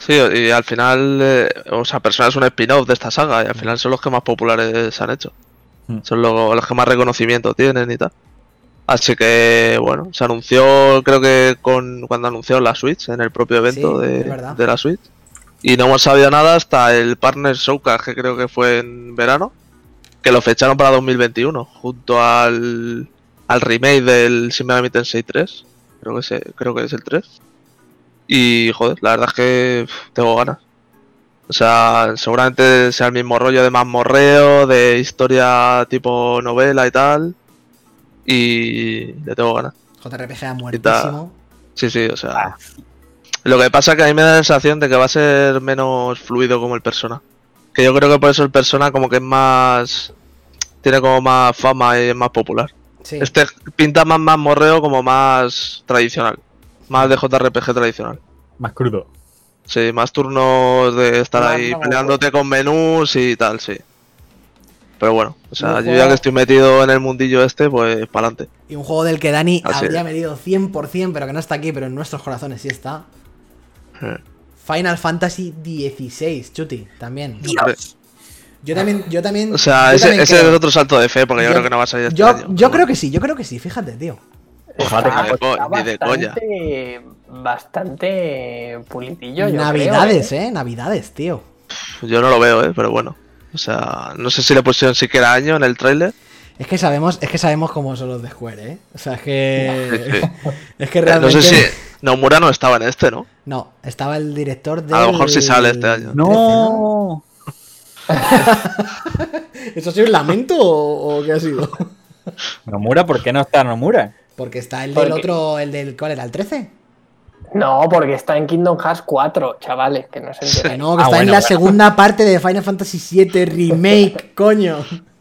Sí, y al final, eh, o sea, Persona es un spin-off de esta saga y al final son los que más populares se han hecho. Mm. Son los, los que más reconocimiento tienen y tal. Así que, bueno, se anunció, creo que con cuando anunció la Switch, en el propio evento Sí, de, es verdad. de la Switch. Y no hemos sabido nada hasta el Partner Showcase, que creo que fue en verano, que lo fecharon para dos mil veintiuno, junto al, al remake del Shin Megami Tensei tres. Creo que, se, creo que es el tres. Y, joder, la verdad es que pff, tengo ganas. O sea, seguramente sea el mismo rollo de mazmorreo, de historia tipo novela y tal. Y le tengo ganas. J R P G a muertísimo. Sí, sí, o sea. Lo que pasa es que a mí me da la sensación de que va a ser menos fluido como el Persona. Que yo creo que por eso el Persona como que es más... Tiene como más fama y es más popular. Sí. Este pinta más mazmorreo como más tradicional. Más de J R P G tradicional. Más crudo. Sí, más turnos de estar Más ahí no, peleándote con menús y tal, sí. Pero bueno, o sea, Un yo juego- ya que estoy metido en el mundillo este, pues para adelante. Y un juego del que Dani Así habría es. medido cien por ciento, pero que no está aquí, pero en nuestros corazones sí está. Eh. Final Fantasy dieciséis, Chuti, también. Hombre, Yo también, yo también. o sea, yo ese, también ese creo. es otro salto de fe, porque yo, Yo- creo que no va a salir este Yo, año. yo creo que sí, yo creo que sí, fíjate, tío. Ojalá Está, Ni de co- está ni de coña. bastante, bastante pulidillo, yo Navidades, creo, ¿eh? eh, Navidades, tío. Yo no lo veo, eh, pero bueno. O sea, no sé si le pusieron siquiera año en el tráiler. Es que sabemos, es que sabemos cómo son los de Square, eh. O sea, es que. Sí, sí. Es que Eh, No realmente. sé si Nomura no estaba en este, ¿no? No, estaba el director de. A lo mejor sí sale este año. ¡No! ¿Eso ha sido un lamento o, o qué ha sido? Nomura, ¿por qué no está Nomura? Porque está el del Porque- otro, el del. ¿Cuál era? ¿El trece? No, porque está en Kingdom Hearts cuatro, chavales, que no se Que entiende. no, que Ah, está en bueno, la bueno. segunda parte de Final Fantasy siete Remake, coño.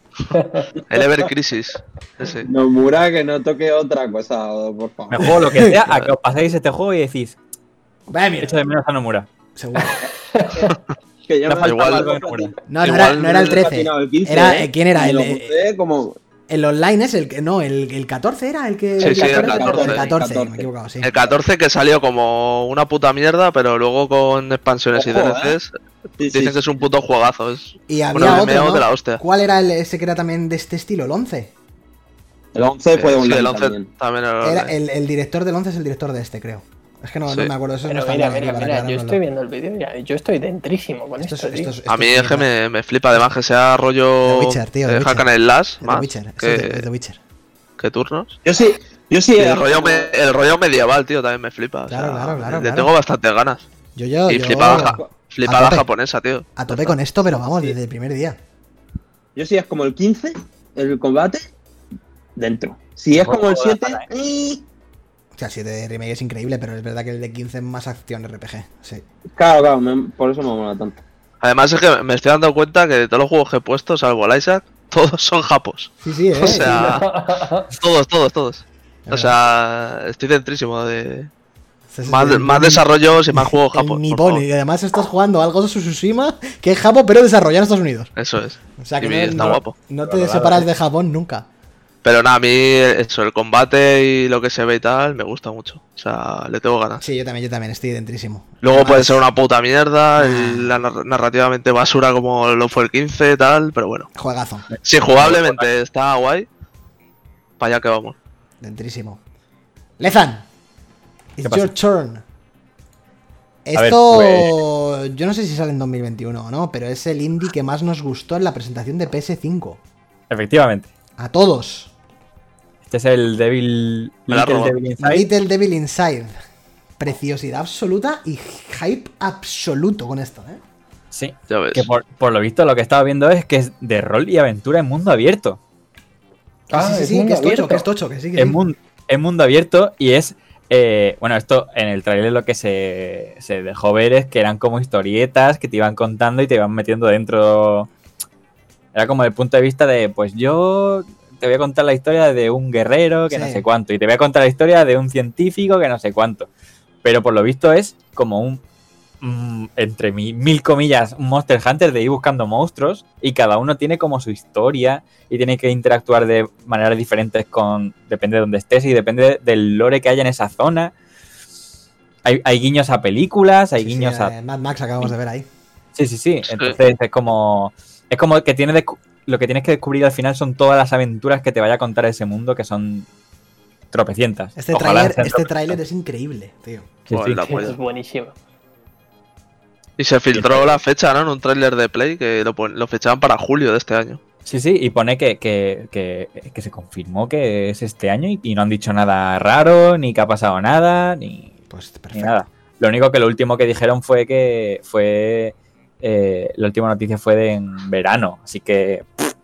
El Ever Crisis. Ese. Nomura, que no toque otra cosa, por Me favor. juego lo que sea a que os paséis este juego y decís, Vaya mierda. echo de menos a Nomura. Seguro. Que yo Me me falta igual- algo de Nomura. No, no Igual era, no era el he trece. patinado el quince, Era, ¿eh? eh, ¿quién era? Y El, lo eh, puse como... el online es el que. No, el, el catorce era el que. Sí, sí, el catorce, catorce. El catorce, catorce. me he equivocado, sí. El catorce que salió como una puta mierda, pero luego con expansiones y Ojo, D L Cs Sí, sí, dicen que es un puto juegazo. Es Y un había otro, M M O ¿no? de la hostia. ¿Cuál era el, ese que era también de este estilo? ¿El once? El once fue Eh, online sí, el once también. también era Era online. el, el director del once es el director de este, creo. Es que no, no Sí. me acuerdo. Eso no Pero está mira, en la mira, para mira, yo aclarárnoslo. estoy viendo el vídeo y ya- yo estoy dentrísimo con Esto esto, es- tío. esto es- A mí esto es que mierda. me, me flipa además que sea rollo The Witcher, tío, The eh, Witcher. Hack and Slash Es The más Witcher. Eso que, es de- es The Witcher. que turnos. Yo sí, yo sí. Y era el rollo, como- me- el rollo medieval, tío, también me flipa. o Claro, sea, claro, claro, Le claro. tengo bastantes ganas. Yo, yo, Y yo flipada, ja- a flipada tope. japonesa, tío. a tope con esto, pero vamos, Sí. desde el primer día. Yo sí es como el quince, el combate, dentro. Si es como el siete, ¡eh! O sea, el siete de remake es increíble, pero es verdad que el de quince es más acción R P G. Sí. claro, claro, me- por eso me mola tanto. Además es que me estoy dando cuenta que de todos los juegos que he puesto, salvo el Isaac, todos son japos. Sí, sí, eh. O sea, todos, todos, todos. Es O sea, estoy dentrísimo de Sí, sí, más, sí, más el- desarrollos y más juegos el japos. por nipón, favor. y además estás jugando algo de Tsushima que es Japón, pero desarrollado en Estados Unidos. Eso es. O sea que Y no, está no- guapo. no te Claro, claro, separas sí. de Japón nunca. Pero nada, a mí eso, el combate y lo que se ve y tal, me gusta mucho. O sea, le tengo ganas. Sí, yo también, yo también estoy dentrísimo. Luego Además, puede ser una puta mierda, Ah. el- la nar- narrativamente basura como lo fue el quince y tal, pero bueno. Juegazo, Si jugablemente está guay, para allá que vamos. dentrísimo. Lezan, it's pasa? your turn. A ver, Esto, pues- yo no sé si sale en dos mil veintiuno o no, pero es el indie que más nos gustó en la presentación de P S cinco. Efectivamente. A todos. Este es el Devil, Me la Little robo. Devil Inside. Little Devil Inside. Preciosidad absoluta y hype absoluto con esto, ¿eh? Sí. Ya ves. Que por, por lo visto lo que estaba viendo es que es de rol y aventura en mundo abierto. Ah, sí, sí, es sí, mundo que es tocho, abierto. que es tocho, que sí, que Es, sí. mun- es mundo abierto y es... eh, bueno, esto en el trailer lo que se, se dejó ver es que eran como historietas que te iban contando y te iban metiendo dentro. Era como el punto de vista de, pues yo te voy a contar la historia de un guerrero que no Sí. sé cuánto y te voy a contar la historia de un científico que no sé cuánto. Pero por lo visto es como un, mm, entre mi- mil comillas, un Monster Hunter de ir buscando monstruos y cada uno tiene como su historia y tiene que interactuar de maneras diferentes con, depende de dónde estés y depende del lore que haya en esa zona. hay, hay guiños a películas, hay Sí, guiños sí, a... eh, Mad Max acabamos de ver ahí. Sí, sí, sí. Sí. Entonces es como... Es como que tienes de- lo que tienes que descubrir al final son todas las aventuras que te vaya a contar ese mundo, que son tropecientas. Este Ojalá tráiler sean este tropecientas. tráiler es increíble, tío. Sí, Joder, sí. la Eso polla. es buenísimo. Y se filtró la fecha, ¿no? En un tráiler de Play que lo, pon- lo fechaban para julio de este año. Sí, sí, y pone que, que, que, que se confirmó que es este año y, y no han dicho nada raro, ni que ha pasado nada, ni, Pues ni perfecto. nada. Lo único que lo último que dijeron fue que fue... eh, la última noticia fue de en verano, así que... pff.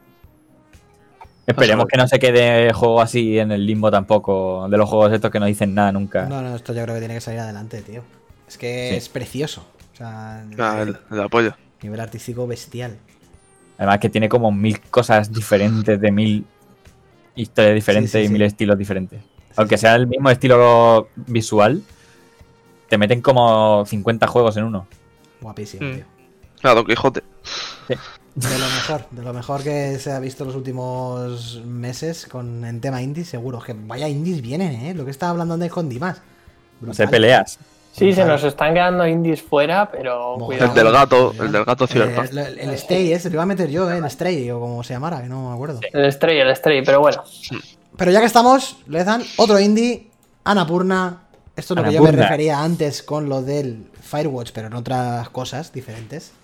Esperemos que no se quede el juego así en el limbo tampoco, de los juegos estos que no dicen nada nunca. No, no, esto yo creo que tiene que salir adelante, tío. Es que Sí. es precioso. O sea, Ah, el, el apoyo. nivel artístico bestial. Además que tiene como mil cosas diferentes, de mil historias diferentes Sí, sí, y sí. mil estilos diferentes. Aunque sea el mismo estilo visual, te meten como cincuenta juegos en uno. Guapísimo, Mm. tío. Ah, Don Quijote. De lo mejor, de lo mejor que se ha visto los últimos meses con en tema indies, seguro. Que vaya indies vienen, ¿eh? Lo que estaba hablando antes con Dimas. No sé, Brutal. peleas. Sí, se Brutal. nos están quedando indies fuera, pero Mogollón. cuidado. El del gato, Mogollón. el del gato Eh, Cyberpunk. el, el Stray, ese, lo iba a meter yo, ¿eh? El Stray, o como se llamara, que no me acuerdo. El Stray, el Stray, pero bueno. Pero ya que estamos, Lezan, otro indie, Annapurna. Esto es lo que yo me Annapurna. refería antes con lo del Firewatch, pero en otras cosas diferentes.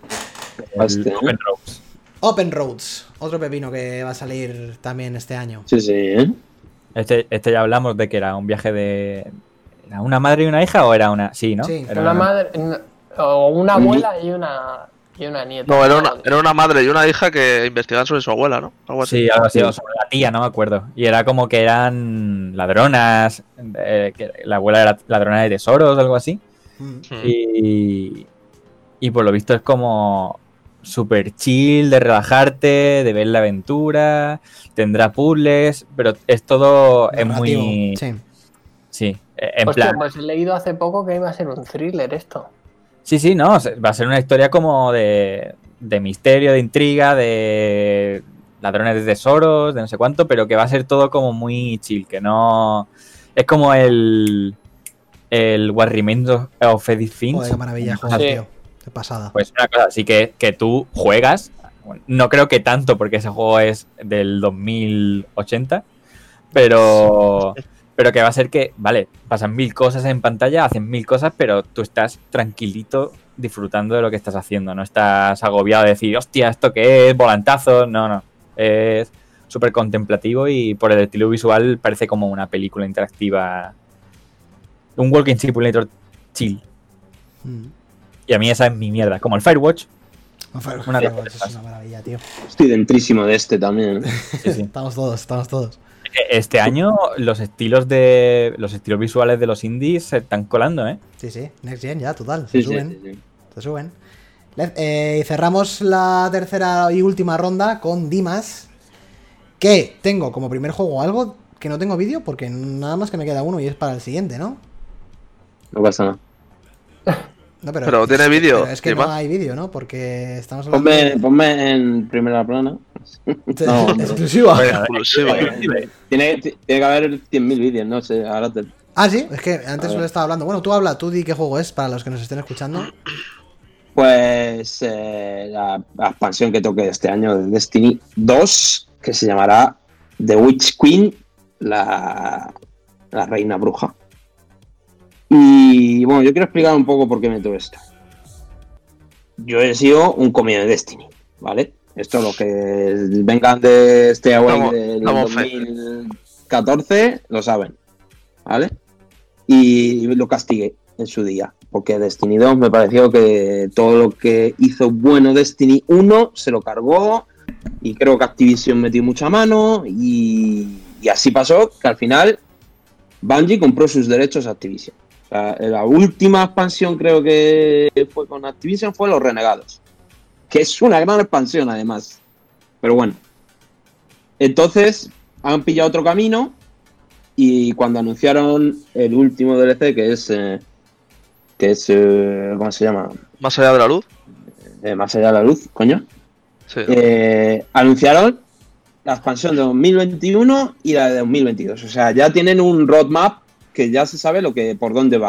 El Hostia. Open Roads. Open Roads, otro pepino que va a salir también este año. Sí, sí, ¿eh? Este, este ya hablamos de que era un viaje de... ¿Era una madre y una hija o era una...? Sí, ¿no? Sí. Era Una madre, o una Mm. abuela y una, y una nieta. No, era una, era una madre y una hija que investigaban sobre su abuela, ¿no? Algo así. Sí, algo así, Sí. o sobre la tía, no me acuerdo. Y era como que eran ladronas, eh, que la abuela era ladrona de tesoros o algo así. Mm. Mm. Y, y por lo visto es como super chill, de relajarte, de ver la aventura, tendrá puzzles, pero es todo, es Narrativo, muy... Sí. Sí, eh, en Hostia, plan... pues he leído hace poco que iba a ser un thriller esto. Sí, sí, no, se- va a ser una historia como de, de misterio, de intriga, de ladrones de tesoros, de no sé cuánto, pero que va a ser todo como muy chill, que no... Es como el... El What Remains of of Edith Finch. Joder, qué maravilla, una cosa joder, Sí. tío. Qué pasada. Pues una cosa así que, que tú juegas, bueno, no creo que tanto porque ese juego es del dos mil ochenta, pero, pero que va a ser que, vale, pasan mil cosas en pantalla, hacen mil cosas, pero tú estás tranquilito disfrutando de lo que estás haciendo, no estás agobiado de decir, hostia, ¿esto qué es? Volantazos, no, no, es súper contemplativo y por el estilo visual parece como una película interactiva, un walking simulator chill. Mm. Y a mí esa es mi mierda, como el Firewatch. Una Una cosa. es una maravilla, tío. Estoy dentrísimo de este también. ¿eh? Sí, sí. Estamos todos, estamos todos. Este año los estilos de los estilos visuales de los indies se están colando, ¿eh? Sí, sí. Next Gen ya, total. Se Sí, sí, suben. sí, sí. Se suben. Le- eh, y cerramos la tercera y última ronda con Dimas. Que tengo como primer juego algo que no tengo vídeo porque nada más que me queda uno y es para el siguiente, ¿no? No pasa nada. No, pero, Pero tiene vídeo, pero es que Dimas. no hay vídeo, ¿no? Porque estamos hablando Ponme, de- ponme en primera plana. de- no, no. exclusiva. Exclusiva. Tiene, tiene que haber cien mil vídeos, no sé. Ahora te... Ah, sí, es que antes A solo ver. estaba hablando. Bueno, tú habla, tú di qué juego es para los que nos estén escuchando. Pues eh, la, la expansión que toque este año de Destiny dos, que se llamará The Witch Queen, la, la reina bruja. Y bueno, yo quiero explicar un poco por qué meto esto. Yo he sido un comido de Destiny, ¿vale? Esto los que vengan de este away Damos- del damos fe. dos mil catorce lo saben, ¿vale? Y lo castigué en su día, porque Destiny dos me pareció que todo lo que hizo bueno Destiny uno se lo cargó y creo que Activision metió mucha mano y, y así pasó que al final Bungie compró sus derechos a Activision. O sea, la última expansión creo que fue con Activision fue Los Renegados, que es una gran expansión además. Pero bueno, entonces han pillado otro camino y cuando anunciaron el último D L C, que es, eh, que es eh, ¿cómo se llama? Más allá de la luz. Eh, Más allá de la luz, coño. Sí. Eh, anunciaron la expansión de dos mil veintiuno y la de dos mil veintidós. O sea, ya tienen un roadmap que ya se sabe lo que por dónde va.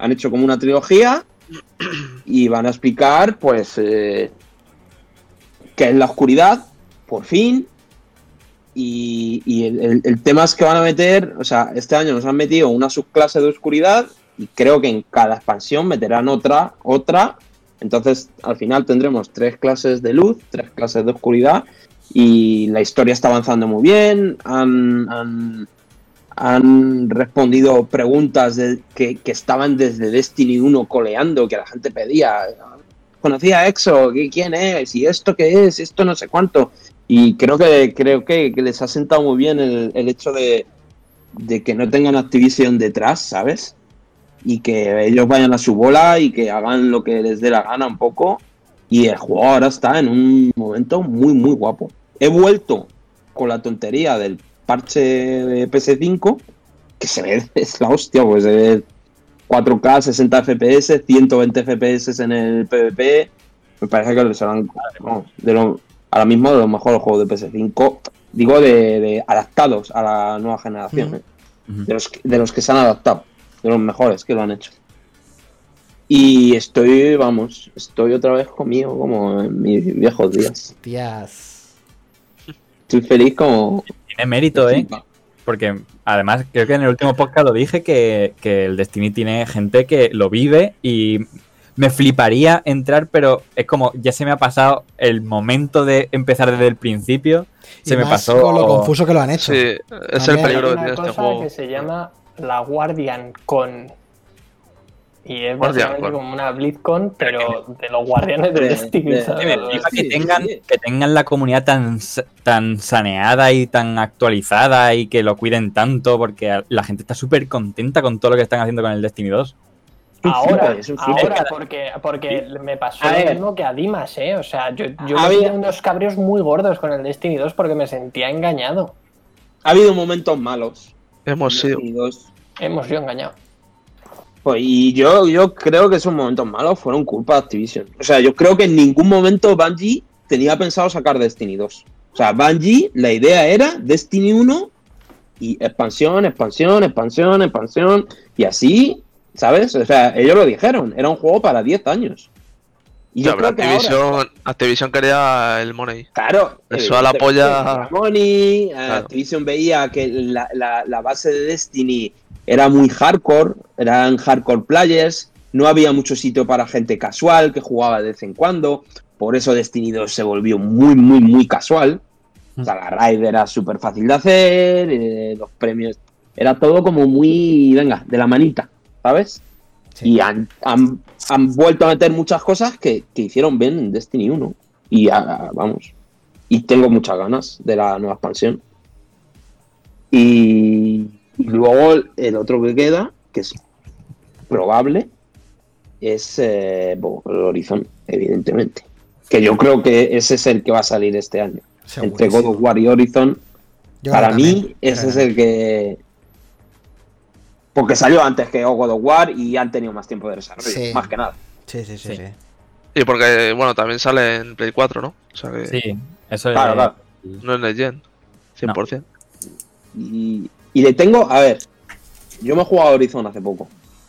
han hecho como una trilogía y van a explicar, pues, eh, qué es la oscuridad, por fin. Y, y el, el, el tema es que van a meter, o sea, este año nos han metido una subclase de oscuridad y creo que en cada expansión meterán otra, otra. Entonces, al final tendremos tres clases de luz, tres clases de oscuridad y la historia está avanzando muy bien. Han, han, han respondido preguntas de, que, que estaban desde Destiny uno coleando, que la gente pedía. ¿Conocía a Exo? ¿Quién es? ¿Y esto qué es? ¿Esto no sé cuánto? Y creo que creo que, que les ha sentado muy bien el, el hecho de, de que no tengan Activision detrás, ¿sabes? Y que ellos vayan a su bola y que hagan lo que les dé la gana un poco. Y el juego ahora está en un momento muy, muy guapo. He vuelto con la tontería del parche de P S cinco, que se ve, es la hostia, pues se ve cuatro K, sesenta F P S, ciento veinte F P S en el PvP. Me parece que les harán, vamos, de lo, ahora mismo de los mejores juegos de P S cinco, digo, de, de adaptados a la nueva generación, mm. ¿eh? Uh-huh. de, los, de los que se han adaptado, de los mejores que lo han hecho. Y estoy, vamos, estoy otra vez conmigo como en mis viejos días. Tías. Estoy feliz como... Tiene mérito, ¿eh? Porque además creo que en el último podcast lo dije que, que el Destiny tiene gente que lo vive y me fliparía entrar, pero es como ya se me ha pasado el momento de empezar desde el principio. Y se más me pasó con lo confuso que lo han hecho. Sí, es también el peligro hay que tiene una este cosa juego. que se llama la Guardian Con. Y es Guardian básicamente Con. como una BlizzCon, pero de los guardianes de, De- Destiny, de- ¿sabes? Que me flipa que Sí, tengan, sí. que tengan la comunidad tan, sa- tan saneada y tan actualizada y que lo cuiden tanto, porque a- la gente está súper contenta con todo lo que están haciendo con el Destiny dos. Ahora, Es un flipe. ahora porque, porque me pasó A lo ver. mismo que a Dimas, ¿eh? O sea, yo, yo Ha me habido- tiré unos cabreos muy gordos con el Destiny dos porque me sentía engañado. Ha habido momentos malos. Hemos sido. Y dos. Hemos sido engañados. Pues, y yo, yo creo que esos momentos malos fueron culpa de Activision. O sea, yo creo que en ningún momento Bungie tenía pensado sacar Destiny dos. O sea, Bungie, la idea era Destiny uno y expansión, expansión, expansión, expansión. Y así, ¿sabes? O sea, ellos lo dijeron. Era un juego para diez años. Y yo Ya, pero creo que ahora- Activision, Activision quería el money. Claro, Eso a la polla- la Money, Claro. Activision veía que la, la, la base de Destiny era muy hardcore, eran hardcore players, no había mucho sitio para gente casual que jugaba de vez en cuando, por eso Destiny dos se volvió muy, muy, muy casual. O sea, la raid era súper fácil de hacer, eh, los premios, era todo como muy, venga, de la manita, ¿sabes? Sí. Y han, han, han vuelto a meter muchas cosas que, que hicieron bien en Destiny uno. Y ah, vamos. Y tengo muchas ganas de la nueva expansión. Y, y luego el otro que queda, que es probable, es eh, bueno, el Horizon, evidentemente. Que yo creo que ese es el que va a salir este año. Entre God of War y Horizon, Yo para creo mí, también, ese creo es el que... Porque salió antes que God of War y han tenido más tiempo de desarrollo, Sí. más que nada. Sí, sí, sí, Sí. sí. Y porque, bueno, también sale en Play cuatro, ¿no? O sea que Sí, eso es. Claro, claro. no es Next Gen, cien por ciento. Y, y le tengo, a ver, yo me he jugado a Horizon hace poco.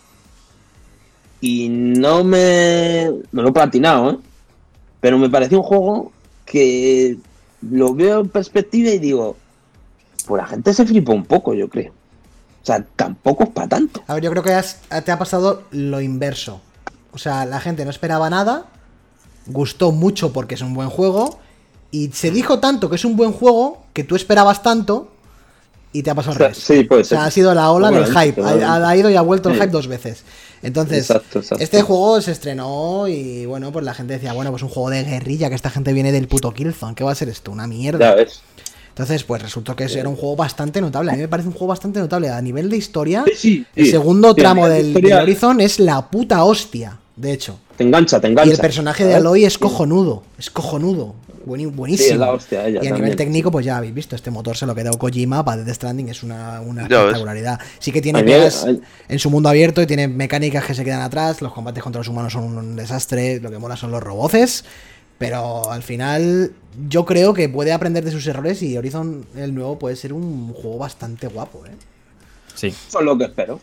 Y no me... Me lo he platinado, ¿eh? Pero me pareció un juego que lo veo en perspectiva y digo, pues la gente se flipó un poco, yo creo. O sea, tampoco es para tanto. A ver, yo creo que has- te ha pasado lo inverso. O sea, la gente no esperaba nada, gustó mucho porque es un buen juego, y se dijo tanto que es un buen juego que tú esperabas tanto y te ha pasado al revés. Sí, puede O sea, ser. ha sido la ola del Seguramente, hype. Ha, seguramente. ha ido y ha vuelto el Sí. hype dos veces. Entonces, Exacto, exacto. este juego se estrenó y bueno, pues la gente decía, bueno, pues un juego de guerrilla, que esta gente viene del puto Killzone. ¿Qué va a ser esto? Una mierda. Ya ves. Entonces, pues resultó que era un juego bastante notable. A mí me parece un juego bastante notable. A nivel de historia, Sí, sí, el sí. segundo Sí, a tramo nivel de del, historia- del Horizon es la puta hostia, de hecho. Te engancha, te engancha. Y el personaje de ¿sabes? Aloy es Sí. cojonudo. Es cojonudo. Bueni- buenísimo. Sí, es la hostia ella y a también. nivel técnico, pues ya habéis visto, este motor se lo quedó Kojima para Death Stranding, es una, una Ya ves. espectacularidad. Sí que tiene A mí- pegas a- en su mundo abierto y tiene mecánicas que se quedan atrás, los combates contra los humanos son un desastre, lo que mola son los roboces, pero al final yo creo que puede aprender de sus errores y Horizon el nuevo puede ser un juego bastante guapo, ¿eh? Sí. Eso es lo que espero.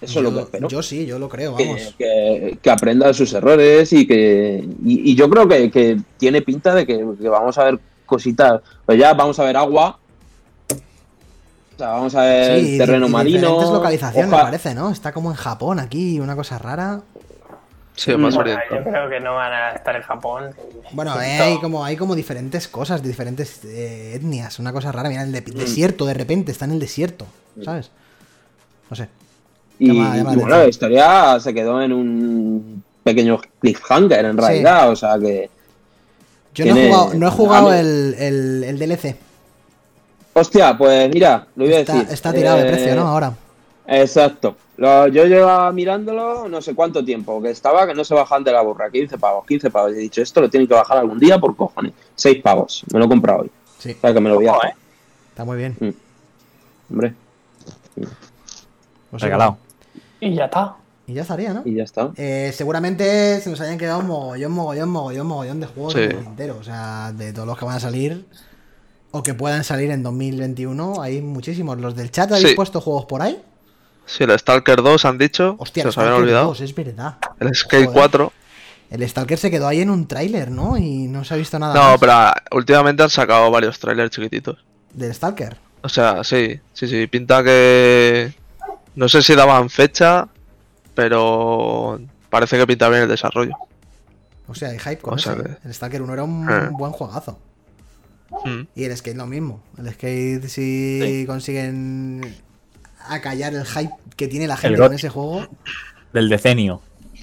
Eso yo, es lo que espero. Yo sí, yo lo creo, que, vamos. que, que aprenda de sus errores y que y, y yo creo que, que tiene pinta de que, que vamos a ver cositas. Pues ya vamos a ver agua. O sea, vamos a ver Sí, terreno y, y marino. diferentes localizaciones, hoja- me parece, ¿no? Está como en Japón aquí, una cosa rara. Sí, más Bueno, orientado. yo creo que no van a estar en Japón. Bueno, eh, Todo. hay como hay como diferentes cosas, diferentes eh, etnias, una cosa rara. Mira, el de- desierto, de repente, está en el desierto, ¿sabes? No sé. y, llama- llama y la bueno, atención. la historia se quedó en un pequeño cliffhanger en realidad. O sea que. Yo no he Tiene- jugado, no he jugado a mí- el, el, el D L C. Hostia, pues mira, lo iba a Está, decir. está tirado de Eh, precio, ¿no? Ahora. Exacto. Lo- yo llevaba mirándolo no sé cuánto tiempo, que estaba que no se bajan de la burra, quince pavos, quince pavos. Y he dicho, esto lo tienen que bajar algún día por cojones. seis pavos, me lo he comprado hoy. Sí, O sea que me lo voy a Ojo, hacer. ¿eh? está muy bien. Hombre, Pues sí, Regalado. Y ya está. Y ya estaría, ¿no? y ya está. Eh, seguramente se nos hayan quedado un mogollón, mogollón, mogollón, mogollón de juegos Sí. en el tintero. O sea, de todos los que van a salir o que puedan salir en dos mil veintiuno, hay muchísimos. ¿Los del chat habéis Sí. puesto juegos por ahí? Sí, el Stalker dos han dicho. Hostia, se el os habían Stalker olvidado. dos, es verdad. El Skate Joder. cuatro. El Stalker se quedó ahí en un tráiler, ¿no? Y no se ha visto nada No, más pero ah, últimamente han sacado varios trailers chiquititos. del Stalker. O sea, sí, sí, sí. Pinta que. No sé si daban fecha, pero parece que pinta bien el desarrollo. O sea, hay hype con O sea ese. que- El Stalker uno era un Eh. buen juegazo. Mm. Y el Skate lo mismo. El Skate, si Sí. consiguen acallar el hype que tiene la gente El con Gothic. ese juego. Del decenio.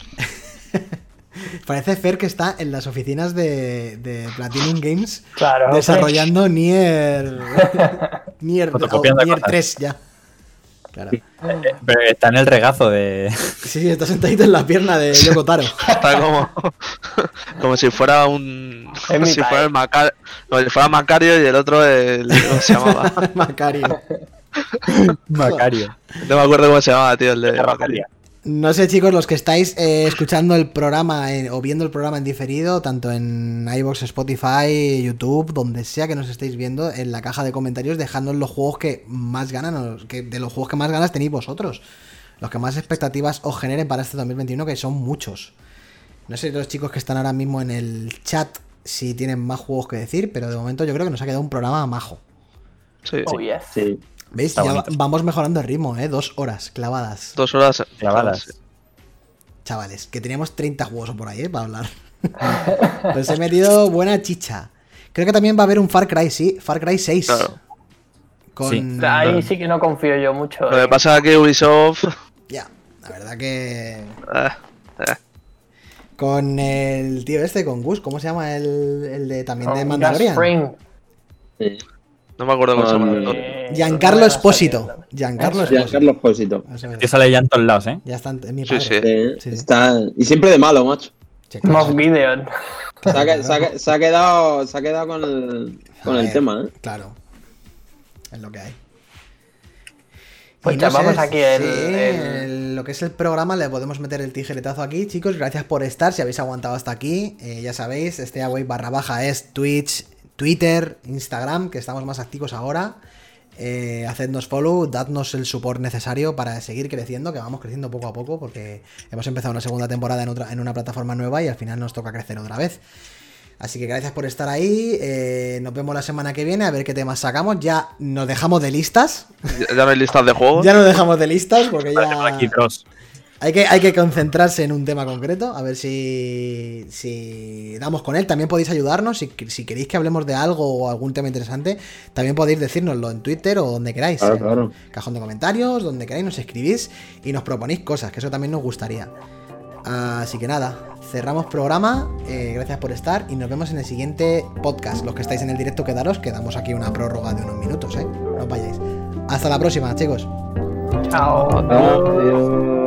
Parece Fer que está en las oficinas de, de Platinum Games Claro. hombre. desarrollando Nier. Nier, Fotocopiando oh, Nier cosas. tres ya. Claro. Pero está en el regazo de. Sí, sí, está sentadito en la pierna de Yoko Taro. Está como. como si fuera un. Es Como mi si padre. fuera el Macario. Como si fuera Macario y el otro el. ¿Cómo se llamaba? Macario. Macario. No me acuerdo cómo se llamaba, tío, el de Macario. No sé, chicos, los que estáis eh, escuchando el programa en- o viendo el programa en diferido, tanto en iVoox, Spotify, YouTube, donde sea que nos estéis viendo, en la caja de comentarios dejadnos los juegos que más ganan, o que de los juegos que más ganas tenéis vosotros. Los que más expectativas os generen para este dos mil veintiuno, que son muchos. No sé los chicos que están ahora mismo en el chat si tienen más juegos que decir, pero de momento yo creo que nos ha quedado un programa majo. Sí, Oh, yes. Sí. ¿Veis? Está Ya bonito. vamos mejorando el ritmo, ¿eh? Dos horas clavadas. dos horas. Clavadas. Chavales, que teníamos treinta juegos por ahí, ¿eh? Para hablar. Pues he metido buena chicha. Creo que también va a haber un Far Cry, sí. Far Cry seis. Claro. Con... Sí. Ahí sí que no confío yo mucho. Lo que eh. pasa es que Ubisoft. Ya, la verdad que... eh, eh, Con el tío este, con Gus, ¿cómo se llama el, el de también de Con Mandalorian? Gus Fring. Sí. no me acuerdo cómo se llama el Con- actor. Eh, Giancarlo no me va a Espósito. salir. Giancarlo Eso. Espósito. Giancarlo Esposito. Eso es. Tío sale ya en todos lados, ¿eh? Ya está, es mi Sí, padre. sí. Sí, Sí, sí. Está... Y siempre de malo, macho. Sí, claro. Moff Gideon. Se ha, que- se ha- se ha quedado, se ha quedado con el, con el Joder, tema, ¿eh? Claro. Es lo que hay. Pues Y llamamos aquí el- sí, el- el- lo que es el programa, le podemos meter el tijeretazo aquí, chicos. Gracias por estar, si habéis aguantado hasta aquí. Eh, ya sabéis, este away barra baja es Twitch, Twitter, Instagram, que estamos más activos ahora. Eh, hacednos follow, dadnos el support necesario para seguir creciendo, que vamos creciendo poco a poco, porque hemos empezado una segunda temporada en, otra, en una plataforma nueva y al final nos toca crecer otra vez. Así que gracias por estar ahí. eh, nos vemos la semana que viene a ver qué temas sacamos. Ya nos dejamos de listas. Ya, ya no hay listas de juegos. Ya nos dejamos de listas porque Tenemos aquí ya dos. hay que, hay que concentrarse en un tema concreto. A ver si, si damos con él. También podéis ayudarnos. Si, si queréis que hablemos de algo o algún tema interesante, también podéis decírnoslo en Twitter o donde queráis. Claro, En claro. Cajón de comentarios, donde queráis, nos escribís y nos proponéis cosas, que eso también nos gustaría. Así que nada, cerramos programa. eh, gracias por estar y nos vemos en el siguiente podcast. Los que estáis en el directo, quedaros, que damos aquí una prórroga de unos minutos, ¿eh? No os vayáis. Hasta la próxima, chicos. Chao. Adiós.